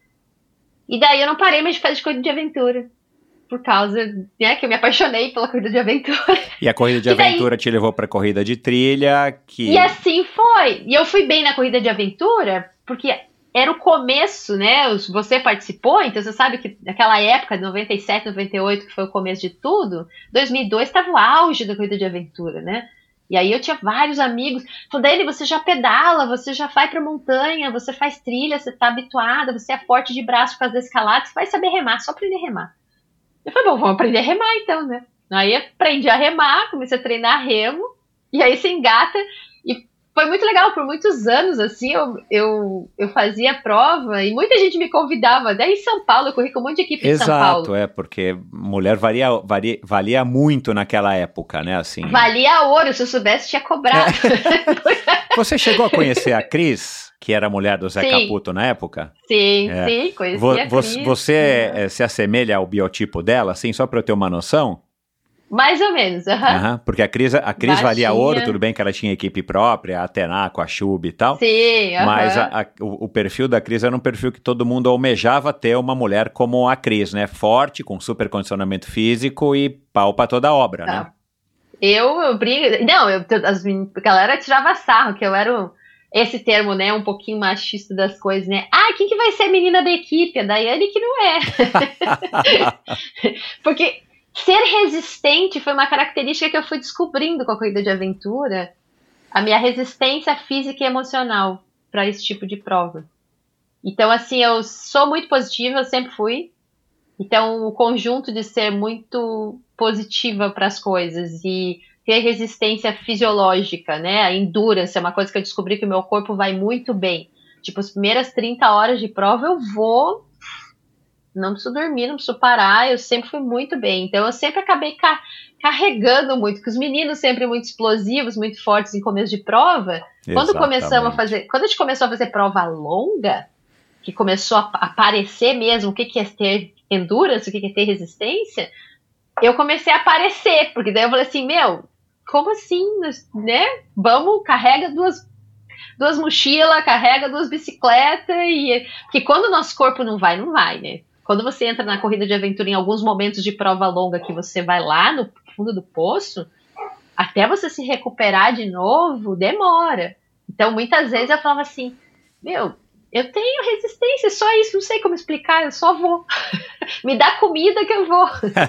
Speaker 1: E daí eu não parei mais de fazer corrida de aventura. Por causa, né, que eu me apaixonei pela corrida de aventura.
Speaker 8: E a corrida de aventura te levou pra corrida de trilha,
Speaker 1: E assim foi. E eu fui bem na corrida de aventura, porque era o começo, né? Você participou, então você sabe que naquela época, de 97, 98, que foi o começo de tudo, 2002 estava o auge da corrida de aventura, né? E aí eu tinha vários amigos. Falei, Dani, você já pedala, você já vai pra montanha, você faz trilha, você tá habituada, você é forte de braço por causa da escalada, você vai saber remar, só aprender a remar. Eu falei, bom, vamos aprender a remar então, né? Aí aprendi a remar, comecei a treinar remo, e aí você engata, e foi muito legal, por muitos anos, assim, eu fazia prova, e muita gente me convidava, daí em São Paulo, eu corri com um monte de equipe de São Paulo.
Speaker 8: Exato, porque mulher valia muito naquela época, né, assim.
Speaker 1: Valia ouro, se eu soubesse, tinha cobrado.
Speaker 8: Você chegou a conhecer a Cris, que era a mulher do Zé Caputo na época?
Speaker 1: Sim, conheci a Cris.
Speaker 8: Você se assemelha ao biotipo dela, assim, só para eu ter uma noção?
Speaker 1: Mais ou menos.
Speaker 8: Porque a Cris valia ouro, tudo bem que ela tinha equipe própria, a Atena com a Chub e tal.
Speaker 1: Sim,
Speaker 8: mas o perfil da Cris era um perfil que todo mundo almejava ter uma mulher como a Cris, né? Forte, com super condicionamento físico e pau pra toda obra, né?
Speaker 1: Eu brigo... Não, a galera tirava sarro, que eu era esse termo, né, um pouquinho machista das coisas, né? Quem que vai ser a menina da equipe? A Daiane que não é. Porque ser resistente foi uma característica que eu fui descobrindo com a corrida de aventura, a minha resistência física e emocional para esse tipo de prova. Então, assim, eu sou muito positiva, eu sempre fui. Então, o conjunto de ser muito positiva para as coisas e ter resistência fisiológica, né? A endurance é uma coisa que eu descobri que o meu corpo vai muito bem. Tipo, as primeiras 30 horas de prova eu vou... Não preciso dormir, não preciso parar, eu sempre fui muito bem. Então, eu sempre acabei carregando muito, porque os meninos sempre muito explosivos, muito fortes em começo de prova. Quando a gente começou a fazer prova longa, que começou a aparecer mesmo o que é ter endurance, o que é ter resistência, eu comecei a aparecer, porque daí eu falei assim, como assim, né? Vamos, carrega duas mochilas, carrega 2 bicicletas, porque quando o nosso corpo não vai, né? Quando você entra na corrida de aventura em alguns momentos de prova longa que você vai lá no fundo do poço, até você se recuperar de novo, demora. Então, muitas vezes eu falava assim, eu tenho resistência, só isso, não sei como explicar, eu só vou. Me dá comida que eu vou.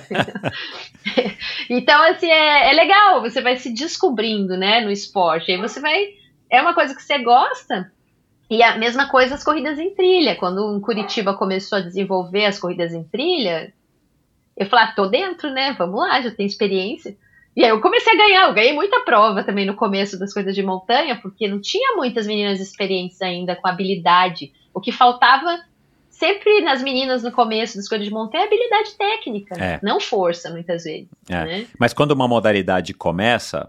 Speaker 1: Então, assim, é legal, você vai se descobrindo, né, no esporte. Aí você vai... É uma coisa que você gosta. E a mesma coisa as corridas em trilha. Quando em Curitiba começou a desenvolver as corridas em trilha, eu falei, tô dentro, né, vamos lá, já tenho experiência. E aí eu comecei a ganhar, eu ganhei muita prova também no começo das coisas de montanha, porque não tinha muitas meninas experientes ainda com habilidade. O que faltava sempre nas meninas no começo das coisas de montanha é habilidade técnica, não força, muitas vezes. Né?
Speaker 8: Mas quando uma modalidade começa,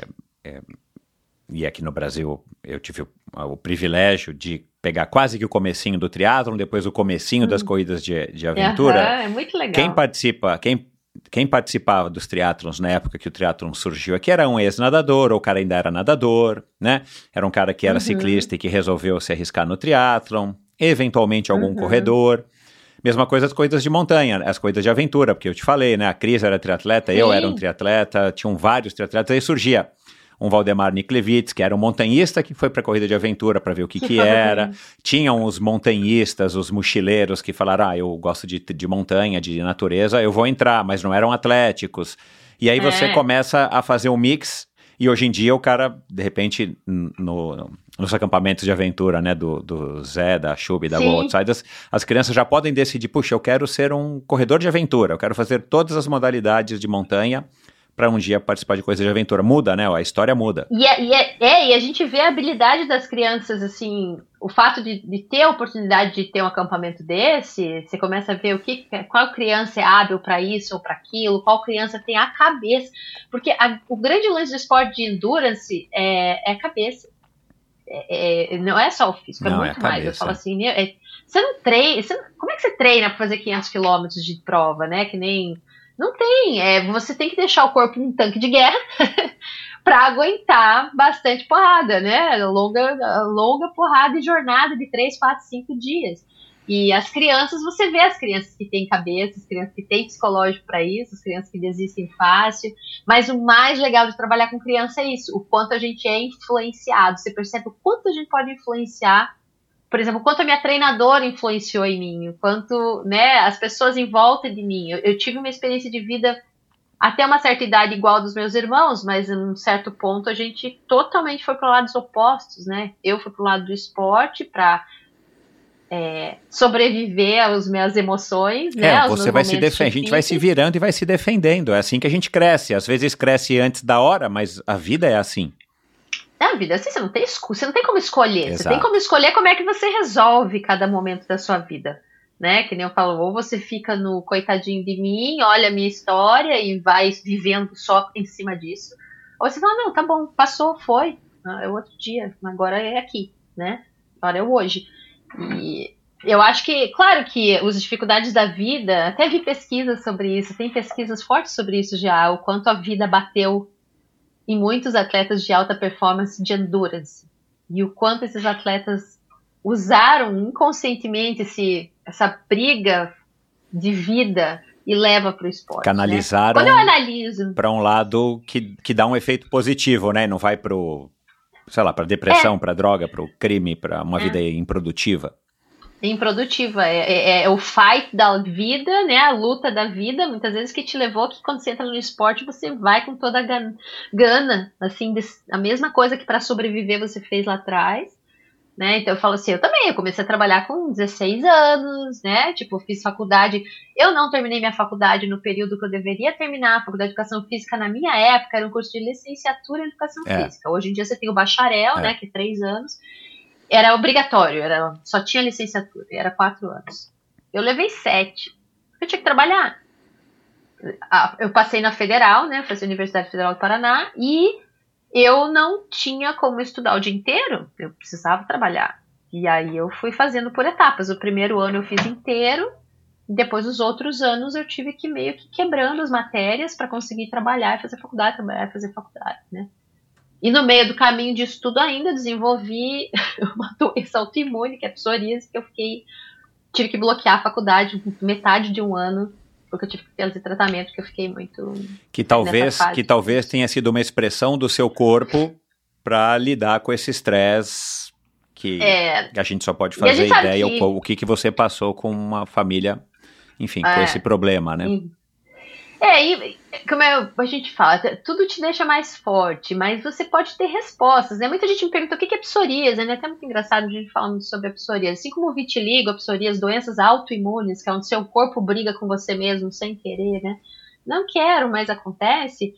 Speaker 8: e aqui no Brasil eu tive o privilégio de pegar quase que o comecinho do triatlon, depois o comecinho das corridas de aventura.
Speaker 1: É muito legal.
Speaker 8: Quem participava dos triatlons na época que o triatlon surgiu aqui era um ex-nadador, ou o cara ainda era nadador, né? Era um cara que era ciclista e que resolveu se arriscar no triatlon, eventualmente algum corredor. Mesma coisa as corridas de montanha, as corridas de aventura, porque eu te falei, né? A Cris era triatleta, eu era um triatleta, tinham vários triatletas, aí surgia um Valdemar Niklevitz, que era um montanhista que foi para a corrida de aventura para ver o que era. Tinham os montanhistas, os mochileiros que falaram, eu gosto de montanha, de natureza, eu vou entrar, mas não eram atléticos. E aí você começa a fazer um mix, e hoje em dia o cara, de repente, nos acampamentos de aventura, né, do Zé, da Chub, da Go Outsiders, as crianças já podem decidir, puxa, eu quero ser um corredor de aventura, eu quero fazer todas as modalidades de montanha, para um dia participar de coisa de aventura. Muda, né? A história muda.
Speaker 1: E a gente vê a habilidade das crianças, assim, o fato de ter a oportunidade de ter um acampamento desse, você começa a ver qual criança é hábil para isso ou para aquilo, qual criança tem a cabeça. Porque o grande lance do esporte de endurance é a cabeça. Não é só o físico,
Speaker 8: não,
Speaker 1: é muito mais. Eu falo assim, você não treina, como é que você treina para fazer 500 quilômetros de prova, né? Que nem... Não tem, você tem que deixar o corpo um tanque de guerra para aguentar bastante porrada, né? Longa porrada e jornada de 3, 4, 5 dias. E as crianças, você vê as crianças que têm cabeça, as crianças que têm psicológico para isso, as crianças que desistem fácil. Mas o mais legal de trabalhar com criança é isso, o quanto a gente é influenciado. Você percebe o quanto a gente pode influenciar. Por exemplo, o quanto a minha treinadora influenciou em mim, o quanto, né, as pessoas em volta de mim. Eu tive uma experiência de vida até uma certa idade igual dos meus irmãos, mas em um certo ponto a gente totalmente foi para lados opostos, né? Eu fui para o lado do esporte para sobreviver às minhas emoções, né?
Speaker 8: Você vai se defender, a gente vai se virando e vai se defendendo. É assim que a gente cresce. Às vezes cresce antes da hora, mas a vida é assim.
Speaker 1: Na vida, assim, você não tem como escolher.
Speaker 8: Exato.
Speaker 1: Você tem como escolher como é que você resolve cada momento da sua vida, né? Que nem eu falo, ou você fica no coitadinho de mim, olha a minha história e vai vivendo só em cima disso. Ou você fala, não, tá bom, passou, foi, é outro dia, agora é aqui, né? Agora é o hoje. eu acho que, claro que as dificuldades da vida, até vi pesquisas sobre isso, tem pesquisas fortes sobre isso já, o quanto a vida bateu em muitos atletas de alta performance de endurance, e o quanto esses atletas usaram inconscientemente essa briga de vida e leva para o esporte.
Speaker 8: Canalizaram,
Speaker 1: né? Quando eu analiso
Speaker 8: para um lado que dá um efeito positivo, né? Não vai para depressão, para droga, para o crime, para uma vida improdutiva.
Speaker 1: Improdutiva, é o fight da vida, né? A luta da vida, muitas vezes que te levou que quando você entra no esporte você vai com toda a gana, assim, a mesma coisa que para sobreviver você fez lá atrás, né? Então eu falo assim, eu comecei a trabalhar com 16 anos, né? Tipo, fiz faculdade, eu não terminei minha faculdade no período que eu deveria terminar, a faculdade de educação física na minha época era um curso de licenciatura em educação física, hoje em dia você tem o bacharel, né? Que é 3 anos, era obrigatório, só tinha licenciatura, era 4 anos. Eu levei 7, eu tinha que trabalhar. Eu passei na Federal, né? Fui à Universidade Federal do Paraná e eu não tinha como estudar o dia inteiro, eu precisava trabalhar. E aí eu fui fazendo por etapas. O primeiro ano eu fiz inteiro, e depois os outros anos eu tive que meio que quebrando as matérias para conseguir trabalhar e fazer faculdade, né? E no meio do caminho de estudo ainda desenvolvi uma doença autoimune, que é a psoríase, que eu tive que bloquear a faculdade metade de um ano, porque eu tive que fazer tratamento, que eu fiquei muito... Que
Speaker 8: talvez tenha sido uma expressão do seu corpo para lidar com esse estresse que a gente só pode fazer ideia o que você passou com uma família, enfim, com esse problema, né?
Speaker 1: E como a gente fala, tudo te deixa mais forte, mas você pode ter respostas, né? Muita gente me pergunta o que é psoríase, né? Até muito engraçado a gente falando sobre a psoríase. Assim como o vitiligo, a psoríase, doenças autoimunes, que é onde seu corpo briga com você mesmo sem querer, né? Não quero, mas acontece.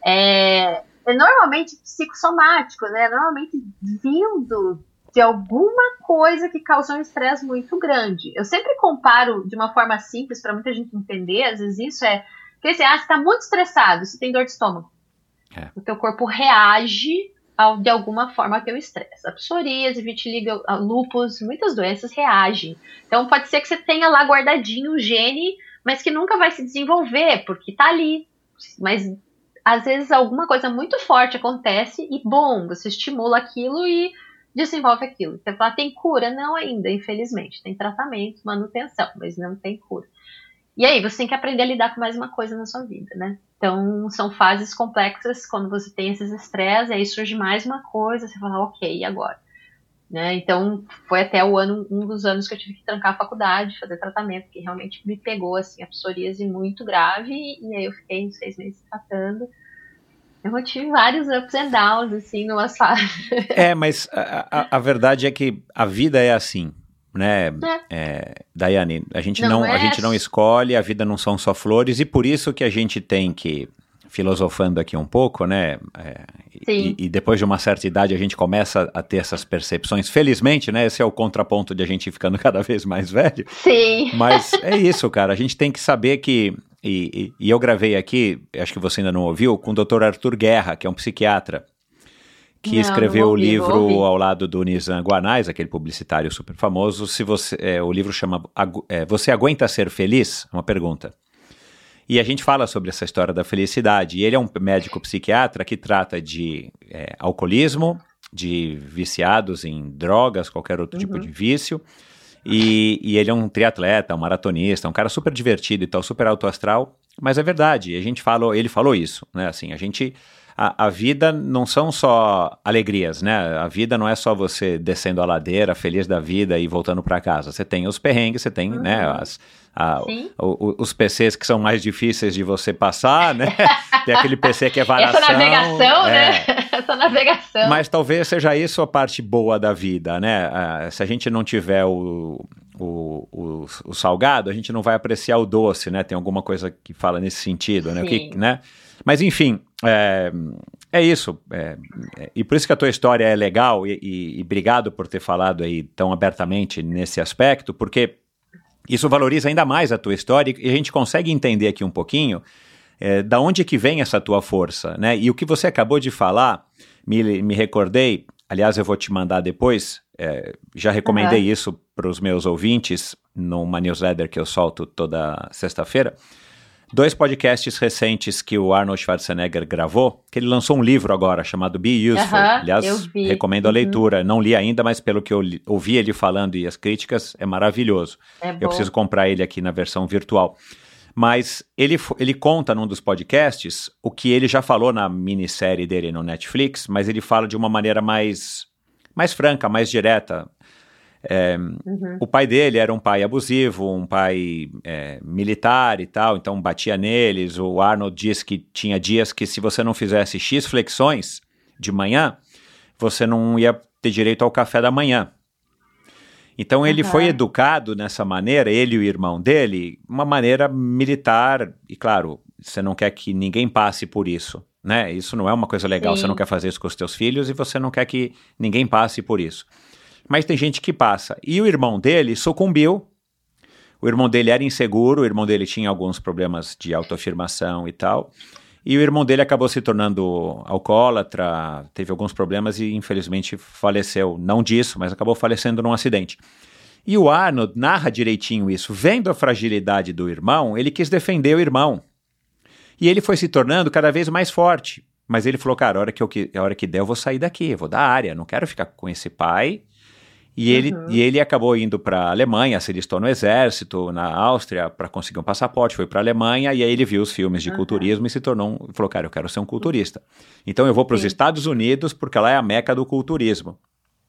Speaker 1: É normalmente psicossomático, né? Normalmente vindo de alguma coisa que causou um estresse muito grande. Eu sempre comparo de uma forma simples para muita gente entender, às vezes isso porque você está muito estressado, você tem dor de estômago. O teu corpo reage de alguma forma ao teu estresse. A psoríase, vitiligo, a lúpus, muitas doenças reagem. Então pode ser que você tenha lá guardadinho o gene, mas que nunca vai se desenvolver, porque está ali. Mas às vezes alguma coisa muito forte acontece e você estimula aquilo e desenvolve aquilo. Você fala, tem cura? Não ainda, infelizmente. Tem tratamento, manutenção, mas não tem cura. E aí, você tem que aprender a lidar com mais uma coisa na sua vida, né? Então, são fases complexas, quando você tem esses estresses, aí surge mais uma coisa, você fala, ok, e agora? Né? Então, foi até um dos anos que eu tive que trancar a faculdade, fazer tratamento, que realmente me pegou, assim, a psoríase muito grave, e aí eu fiquei uns 6 meses tratando. Eu tive vários ups and downs, assim, numas fases.
Speaker 8: Mas a verdade é que a vida é assim. Né, Daiane, a gente não escolhe, a vida não são só flores, e por isso que a gente tem que, filosofando aqui um pouco, né, e depois de uma certa idade a gente começa a ter essas percepções, felizmente, né, esse é o contraponto de a gente ir ficando cada vez mais velho.
Speaker 1: Sim.
Speaker 8: Mas é isso, cara, a gente tem que saber que, e eu gravei aqui, acho que você ainda não ouviu, com o Dr. Arthur Guerra, que é um psiquiatra, que escreveu o livro ao lado do Nizam Guanais, aquele publicitário super famoso. O livro chama Você Aguenta Ser Feliz? Uma pergunta. E a gente fala sobre essa história da felicidade. E ele é um médico psiquiatra que trata de alcoolismo, de viciados em drogas, qualquer outro tipo de vício. E ele é um triatleta, um maratonista, um cara super divertido e tal, super alto astral. Mas é verdade, ele falou isso, né? Assim, a vida não são só alegrias, né? A vida não é só você descendo a ladeira, feliz da vida e voltando para casa. Você tem os perrengues, você tem, né, os PCs que são mais difíceis de você passar, né? Tem aquele PC que é variação.
Speaker 1: Essa navegação, né? Essa navegação.
Speaker 8: Mas talvez seja isso a parte boa da vida, né? Se a gente não tiver o salgado, a gente não vai apreciar o doce, né? Tem alguma coisa que fala nesse sentido, né? Né? Mas enfim, é isso. E por isso que a tua história é legal e obrigado por ter falado aí tão abertamente nesse aspecto, porque isso valoriza ainda mais a tua história e a gente consegue entender aqui um pouquinho da onde que vem essa tua força, né? E o que você acabou de falar, me recordei, aliás eu vou te mandar depois, já recomendei isso para os meus ouvintes, numa newsletter que eu solto toda sexta-feira, 2 podcasts recentes que o Arnold Schwarzenegger gravou, que ele lançou um livro agora chamado Be Useful. Aliás, recomendo a leitura. Não li ainda, mas pelo que eu ouvi ele falando e as críticas, é maravilhoso. Eu preciso comprar ele aqui na versão virtual. Mas ele conta num dos podcasts o que ele já falou na minissérie dele no Netflix, mas ele fala de uma maneira mais franca, mais direta. O pai dele era um pai abusivo, um pai militar e tal, então batia neles. O Arnold disse que tinha dias que se você não fizesse X flexões de manhã, você não ia ter direito ao café da manhã. Então ele foi educado nessa maneira, ele e o irmão dele, uma maneira militar, e claro, você não quer que ninguém passe por isso, né? Isso não é uma coisa legal, Você não quer fazer isso com os teus filhos e você não quer que ninguém passe por isso. Mas tem gente que passa. E o irmão dele sucumbiu. O irmão dele era inseguro, o irmão dele tinha alguns problemas de autoafirmação e tal. E o irmão dele acabou se tornando alcoólatra, teve alguns problemas e infelizmente faleceu. Não disso, mas acabou falecendo num acidente. E o Arnold narra direitinho isso. Vendo a fragilidade do irmão, ele quis defender o irmão. E ele foi se tornando cada vez mais forte. Mas ele falou, cara, a hora que der eu vou sair daqui, eu vou da área, não quero ficar com esse pai. E ele acabou indo para a Alemanha, se alistou no exército, na Áustria, para conseguir um passaporte, foi para a Alemanha, e aí ele viu os filmes de culturismo e se tornou, falou, cara, eu quero ser um culturista. Então eu vou para os Estados Unidos, porque lá é a meca do culturismo.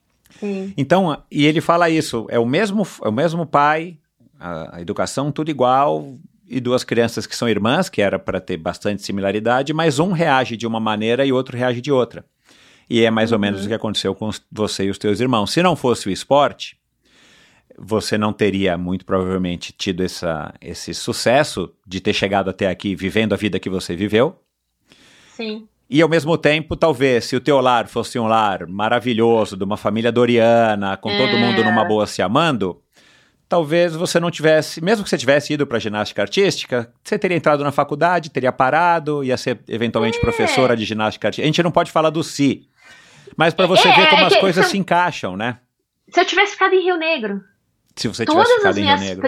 Speaker 8: Então, e ele fala isso, é o mesmo pai, a educação tudo igual, e 2 crianças que são irmãs, que era para ter bastante similaridade, mas um reage de uma maneira e o outro reage de outra. E é mais ou menos o que aconteceu com você e os teus irmãos. Se não fosse o esporte, você não teria, muito provavelmente, tido esse sucesso de ter chegado até aqui vivendo a vida que você viveu.
Speaker 1: Sim.
Speaker 8: E, ao mesmo tempo, talvez, se o teu lar fosse um lar maravilhoso, de uma família doriana, com todo mundo numa boa se amando, talvez você não tivesse, mesmo que você tivesse ido para ginástica artística, você teria entrado na faculdade, teria parado, ia ser, eventualmente, professora de ginástica artística. A gente não pode falar do si. Mas para você ver como as coisas se encaixam, né?
Speaker 1: Se eu tivesse ficado em Rio Negro.
Speaker 8: Se você tivesse ficado em Rio Negro.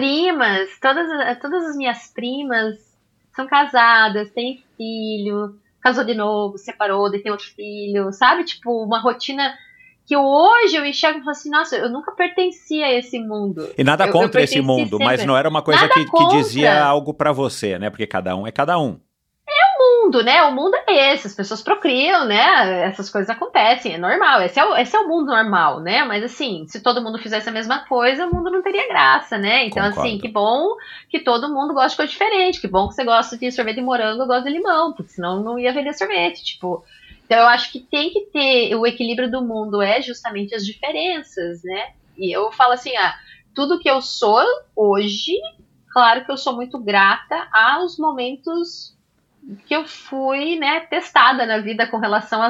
Speaker 1: Todas as minhas primas são casadas, têm filho, casou de novo, separou, daí tem outro filho, sabe? Tipo, uma rotina que hoje eu enxergo e falo assim, nossa, eu nunca pertencia a esse mundo.
Speaker 8: E nada contra esse mundo, sempre. Mas não era uma coisa que dizia algo pra você, né? Porque cada um é cada um.
Speaker 1: Mundo, né? O mundo é esse, as pessoas procriam, né? Essas coisas acontecem, é normal. Esse é o mundo normal, né? Mas assim, se todo mundo fizesse a mesma coisa, o mundo não teria graça, né? Então, Concordo. Assim, que bom que todo mundo gosta de coisa diferente, que bom que você gosta de sorvete de morango, eu gosto de limão, porque senão não ia vender sorvete, tipo. Então, eu acho que tem que ter o equilíbrio do mundo, é justamente as diferenças, né? E eu falo assim, tudo que eu sou hoje, claro que eu sou muito grata aos momentos que eu fui, né, testada na vida com relação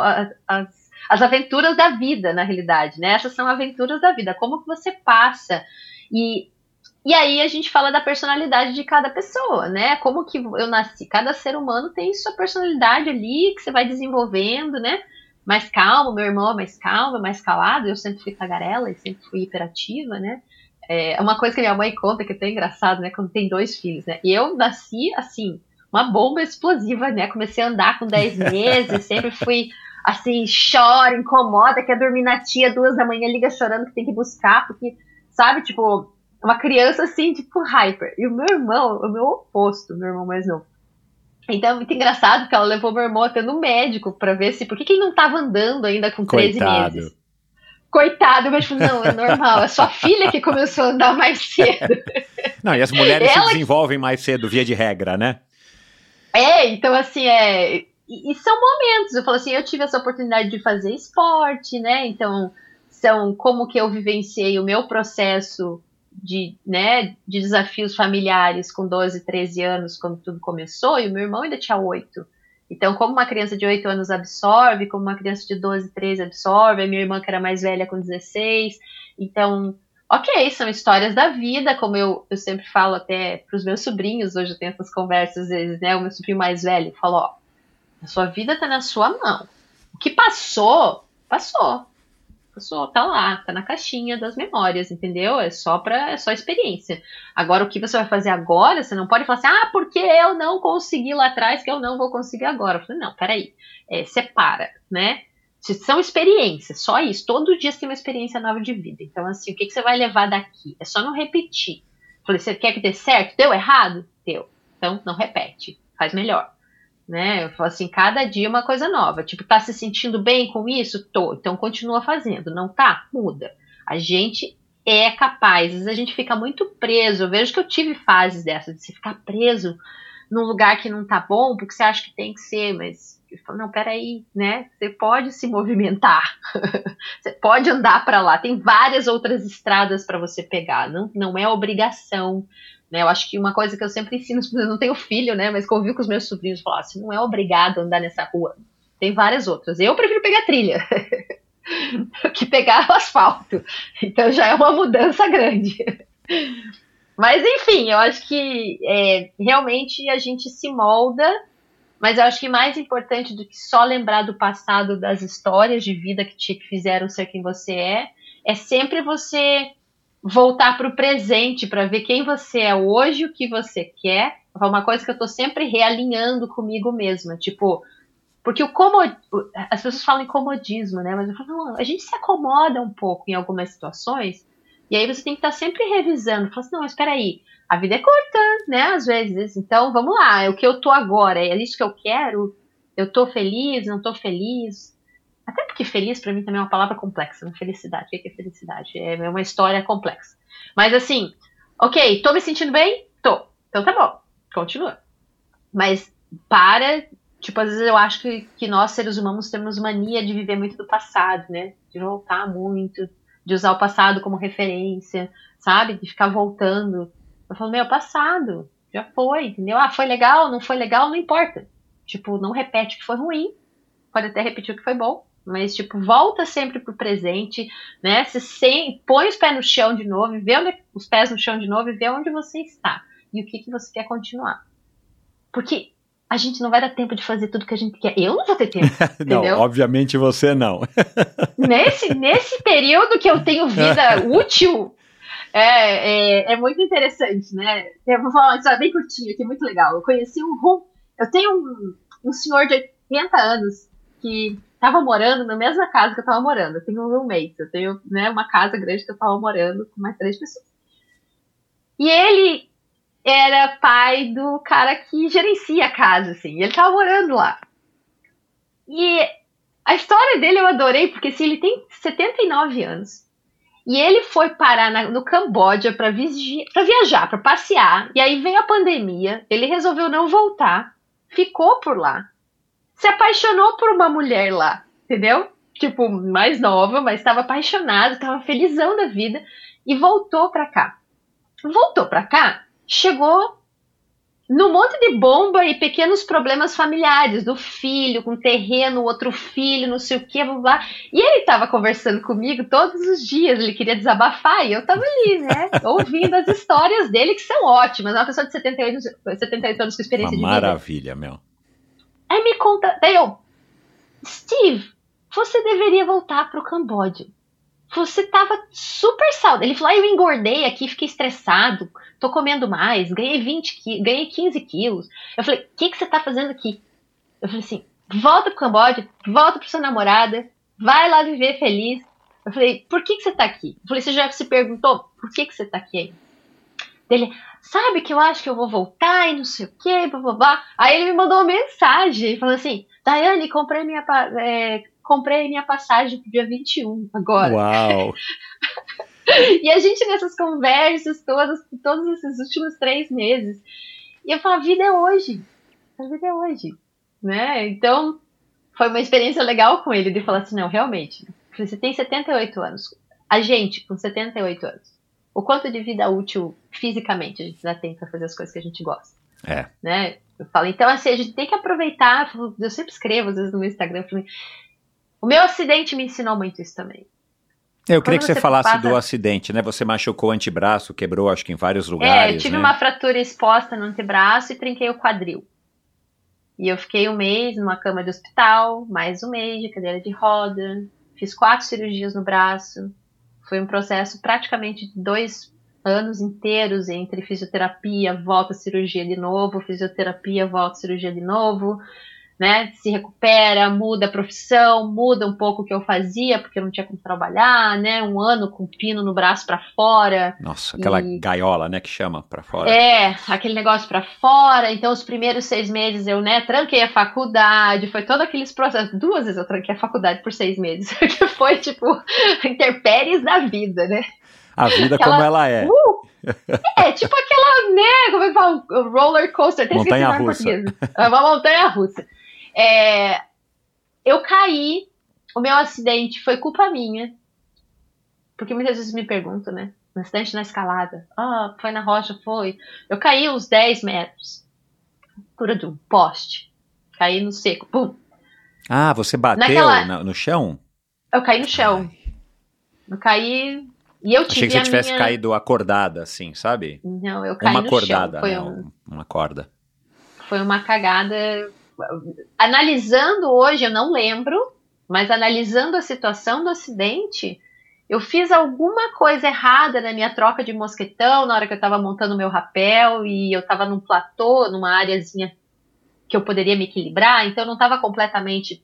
Speaker 1: às aventuras da vida, na realidade, né? Essas são aventuras da vida, como que você passa. E aí a gente fala da personalidade de cada pessoa, né? Como que eu nasci. Cada ser humano tem sua personalidade ali, que você vai desenvolvendo, né? Mais calmo, meu irmão é mais calmo, é mais calado, eu sempre fui tagarela e sempre fui hiperativa, né? É uma coisa que minha mãe conta, que é tão engraçado, né? Quando tem 2 filhos, né? E eu nasci, assim, uma bomba explosiva, né? Comecei a andar com 10 meses, sempre fui, assim, chora, incomoda, quer dormir na tia, 2 da manhã, liga chorando que tem que buscar, porque, sabe, tipo, uma criança, assim, tipo, hyper. E o meu irmão, o meu oposto, meu irmão mais novo. Então é muito engraçado, porque ela levou meu irmão até no médico pra ver se, por que ele não tava andando ainda com 13 meses. Coitado, mas não, é normal, é sua filha que começou a andar mais cedo.
Speaker 8: Não, e as mulheres se desenvolvem mais cedo, via de regra, né?
Speaker 1: Então assim, e são momentos, eu falo assim, eu tive essa oportunidade de fazer esporte, né, então são como que eu vivenciei o meu processo de desafios familiares com 12, 13 anos, quando tudo começou, e o meu irmão ainda tinha 8, então como uma criança de 8 anos absorve, como uma criança de 12, 13 absorve, a minha irmã que era mais velha com 16, então... Ok, são histórias da vida, como eu sempre falo até para os meus sobrinhos, hoje eu tenho essas conversas às vezes, né, o meu sobrinho mais velho falou, a sua vida está na sua mão, o que passou, passou, Pessoal, tá lá, tá na caixinha das memórias, entendeu? É só experiência. Agora, o que você vai fazer agora, você não pode falar assim, porque eu não consegui lá atrás, que eu não vou conseguir agora. Eu falei, não, peraí, separa, né? São experiências, só isso. Todo dia você tem uma experiência nova de vida. Então, assim, o que você vai levar daqui? É só não repetir. Eu falei, você quer que dê certo? Deu errado? Deu. Então, não repete, faz melhor. Né? Eu falo assim, cada dia uma coisa nova. Tipo, tá se sentindo bem com isso? Tô. Então continua fazendo. Não tá? Muda. A gente é capaz. Às vezes a gente fica muito preso. Eu vejo que eu tive fases dessas, de se ficar preso num lugar que não tá bom, porque você acha que tem que ser, mas eu falo, não, peraí, né? Você pode se movimentar. Você pode andar para lá. Tem várias outras estradas para você pegar. Não é obrigação. Eu acho que uma coisa que eu sempre ensino, eu não tenho filho, né, mas convivo com os meus sobrinhos, falar assim, não é obrigado a andar nessa rua, tem várias outras. Eu prefiro pegar trilha que pegar o asfalto, então já é uma mudança grande. Mas enfim, eu acho que realmente a gente se molda, mas eu acho que mais importante do que só lembrar do passado, das histórias de vida que te fizeram ser quem você é sempre você voltar para o presente, para ver quem você é hoje, o que você quer. É uma coisa que eu estou sempre realinhando comigo mesma. Tipo, porque as pessoas falam em comodismo, né? Mas eu falo, não, a gente se acomoda um pouco em algumas situações, e aí você tem que estar sempre revisando. Fala assim, não, espera aí, a vida é curta, né? Às vezes, então vamos lá, é o que eu tô agora, é isso que eu quero? Eu tô feliz, não tô feliz? Até porque feliz, pra mim, também é uma palavra complexa, né? Felicidade. O que é felicidade? É uma história complexa. Mas assim, ok, tô me sentindo bem? Tô. Então tá bom, continua. Mas tipo, às vezes eu acho que nós, seres humanos, temos mania de viver muito do passado, né? De voltar muito, de usar o passado como referência, sabe? De ficar voltando. Eu falo, passado, já foi, entendeu? Foi legal, não importa. Tipo, não repete o que foi ruim, pode até repetir o que foi bom. Mas, tipo, volta sempre pro presente, né? Põe os pés no chão de novo, os pés no chão de novo e vê onde você está. E o que você quer continuar. Porque a gente não vai dar tempo de fazer tudo que a gente quer. Eu não vou ter tempo,
Speaker 8: não,
Speaker 1: entendeu?
Speaker 8: Obviamente você não.
Speaker 1: Nesse período que eu tenho vida útil, é muito interessante, né? Eu vou falar uma história bem curtinha aqui, muito legal. Eu conheci eu tenho um senhor de 80 anos que tava morando na mesma casa que eu tava morando. Eu tenho um roommate, eu tenho, né, uma casa grande que eu tava morando com mais 3 pessoas. E ele era pai do cara que gerencia a casa, assim. E ele tava morando lá. E a história dele eu adorei, porque assim, ele tem 79 anos. E ele foi parar no Camboja pra viajar, pra passear. E aí veio a pandemia, ele resolveu não voltar, ficou por lá. Se apaixonou por uma mulher lá, entendeu? Tipo, mais nova, mas estava apaixonado, estava felizão da vida e voltou pra cá. Chegou num monte de bomba e pequenos problemas familiares, do filho, com terreno, outro filho, não sei o que, blá, blá. E ele estava conversando comigo todos os dias, ele queria desabafar, e eu estava ali, né, ouvindo as histórias dele, que são ótimas. Uma pessoa de 78 anos com experiência de vida.
Speaker 8: Maravilha, meu.
Speaker 1: Aí me conta, Steve, você deveria voltar pro Camboja. Você tava super saudável. Ele falou, eu engordei aqui, fiquei estressado, tô comendo mais, ganhei 15 quilos. Eu falei, o que você tá fazendo aqui? Eu falei assim, volta pro Camboja, volta pro sua namorada, vai lá viver feliz. Eu falei, por que você tá aqui? Eu falei, você já se perguntou por que você tá aqui aí? Ele, sabe que eu acho que eu vou voltar e não sei o que, blá, blá, blá. Aí ele me mandou uma mensagem, falando assim, Daiane, comprei minha passagem pro dia 21 agora.
Speaker 8: Uau!
Speaker 1: E a gente nessas conversas todos esses últimos 3 meses. E eu falo, a vida é hoje, né? Então, foi uma experiência legal com ele, de falar assim, não, realmente, você tem 78 anos. A gente, com 78 anos, o quanto de vida útil fisicamente a gente ainda tem para fazer as coisas que a gente gosta. Né? Eu falo, então assim, a gente tem que aproveitar. Eu sempre escrevo, às vezes, no meu Instagram. O meu acidente me ensinou muito isso também.
Speaker 8: Eu queria que você falasse do acidente, né? Você machucou o antebraço, quebrou, acho que em vários lugares.
Speaker 1: Eu tive uma fratura exposta no antebraço e trinquei o quadril. E eu fiquei 1 mês numa cama de hospital, mais 1 mês de cadeira de roda. fiz 4 cirurgias no braço. Foi um processo praticamente de 2 anos inteiros entre fisioterapia, volta à cirurgia de novo, fisioterapia, volta à cirurgia de novo, né? Se recupera, muda a profissão, muda um pouco o que eu fazia, porque eu não tinha como trabalhar, né? 1 ano com pino no braço para fora.
Speaker 8: Nossa, aquela gaiola, né, que chama para fora.
Speaker 1: Aquele negócio para fora. Então, os primeiros 6 meses eu, né, tranquei a faculdade, foi todos aqueles processos. 2 vezes eu tranquei a faculdade por 6 meses, que foi, tipo, intempéries da vida, né?
Speaker 8: A vida como ela é.
Speaker 1: Tipo aquela, né, como é que fala? Roller coaster.
Speaker 8: Montanha-russa.
Speaker 1: Uma montanha-russa. Eu caí, o meu acidente foi culpa minha, porque muitas vezes me perguntam, né, um acidente na escalada, foi na rocha, foi, eu caí uns 10 metros, altura de um poste, caí no seco, pum.
Speaker 8: Você bateu no chão?
Speaker 1: Eu caí no chão. Eu caí, e eu tive
Speaker 8: Achei que você tivesse caído acordada, assim, sabe?
Speaker 1: Não, eu caí
Speaker 8: uma
Speaker 1: no
Speaker 8: acordada,
Speaker 1: chão.
Speaker 8: né? Uma corda.
Speaker 1: Foi uma cagada. Analisando hoje, eu não lembro, mas analisando a situação do acidente, eu fiz alguma coisa errada na minha troca de mosquetão, na hora que eu estava montando o meu rapel, e eu estava num platô, numa areazinha que eu poderia me equilibrar, então eu não estava completamente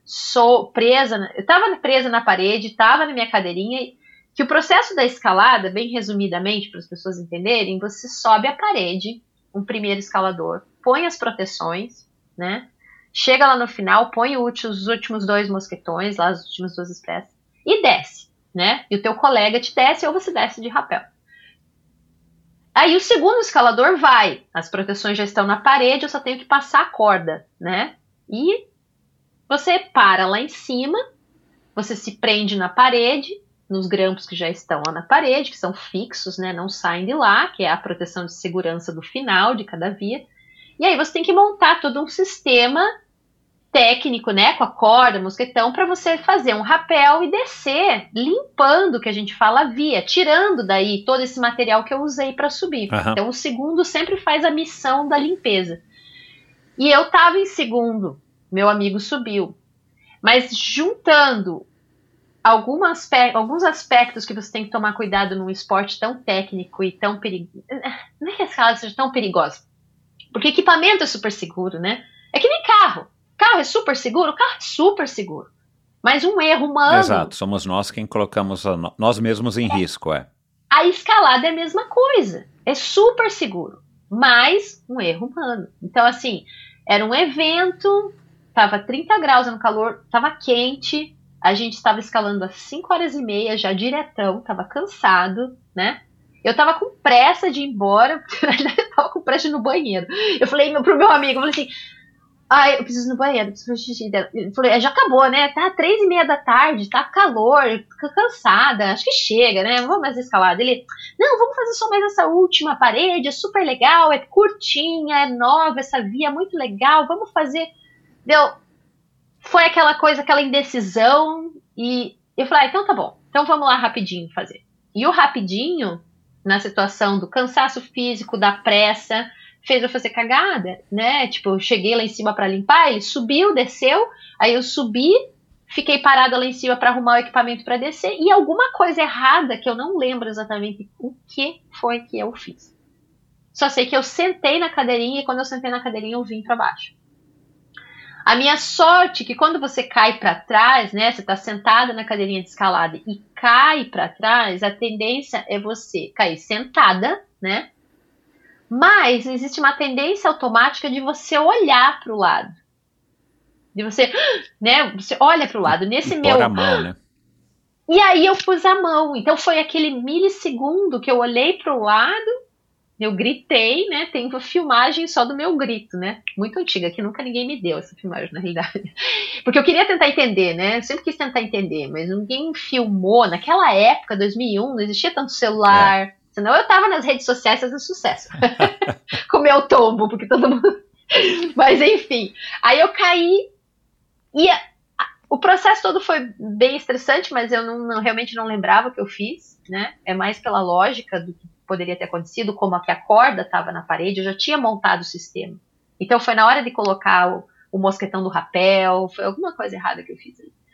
Speaker 1: presa, eu estava presa na parede, estava na minha cadeirinha, que o processo da escalada, bem resumidamente, para as pessoas entenderem, você sobe a parede, um primeiro escalador, põe as proteções, né? Chega lá no final, põe os últimos 2 mosquetões, lá as últimas 2 expressas, e desce, né? E o teu colega te desce ou você desce de rapel. Aí o segundo escalador vai, as proteções já estão na parede, eu só tenho que passar a corda, né? E você para lá em cima, você se prende na parede, nos grampos que já estão lá na parede, que são fixos, né? Não saem de lá, que é a proteção de segurança do final de cada via. E aí você tem que montar todo um sistema técnico, né, com a corda, mosquetão, para você fazer um rapel e descer, limpando, que a gente fala, a via, tirando daí todo esse material que eu usei para subir.
Speaker 8: Uhum.
Speaker 1: Então o segundo sempre faz a missão da limpeza. E eu estava em segundo, meu amigo subiu. Mas juntando alguns aspectos que você tem que tomar cuidado num esporte tão técnico e tão perigoso, não é que a escalada seja tão perigosa, porque equipamento é super seguro, né? É que nem carro. Carro é super seguro? O carro é super seguro. Mas um erro humano...
Speaker 8: Exato, somos nós quem colocamos nós mesmos em risco,
Speaker 1: A escalada é a mesma coisa. É super seguro. Mas um erro humano. Então, assim, era um evento, tava 30 graus no calor, tava quente, a gente estava escalando às 5h30, já diretão, tava cansado, né? Eu tava com pressa de ir embora, eu tava com pressa de ir no banheiro. Eu falei pro meu amigo, eu falei assim, eu preciso ir no banheiro, preciso fazer xixi. Eu falei, já acabou, né? Tá 3h30 da tarde, tá calor, tô cansada, acho que chega, né? Vamos mais escalada. Ele, não, vamos fazer só mais essa última parede, é super legal, é curtinha, é nova, essa via é muito legal, vamos fazer. Foi aquela coisa, aquela indecisão, e eu falei, então tá bom, então vamos lá rapidinho fazer. E o rapidinho, na situação do cansaço físico, da pressa, fez eu fazer cagada, né? Tipo, eu cheguei lá em cima pra limpar, ele subiu, desceu, aí eu subi, fiquei parada lá em cima pra arrumar o equipamento pra descer, e alguma coisa errada, que eu não lembro exatamente o que foi que eu fiz. Só sei que eu sentei na cadeirinha, e quando eu sentei na cadeirinha, eu vim pra baixo. A minha sorte é que quando você cai pra trás, né? Você tá sentada na cadeirinha de escalada e cai pra trás, a tendência é você cair sentada, né? Mas existe uma tendência automática de você olhar para o lado. De você, né? Você olha para o lado. Nesse meu.
Speaker 8: Pôr a mão, né?
Speaker 1: E aí eu pus a mão. Então foi aquele milissegundo que eu olhei para o lado, eu gritei, né? Tem uma filmagem só do meu grito, né? Muito antiga, que nunca ninguém me deu essa filmagem, na realidade. Porque eu queria tentar entender, né? Eu sempre quis tentar entender, mas ninguém filmou. Naquela época, 2001, não existia tanto celular. Senão eu tava nas redes sociais fazendo sucesso. Com meu tombo, porque todo mundo... Mas enfim, aí eu caí e o processo todo foi bem estressante, mas eu realmente não lembrava o que eu fiz, né? É mais pela lógica do que poderia ter acontecido, como a corda estava na parede, eu já tinha montado o sistema. Então foi na hora de colocar o mosquetão do rapel, foi alguma coisa errada que eu fiz ali.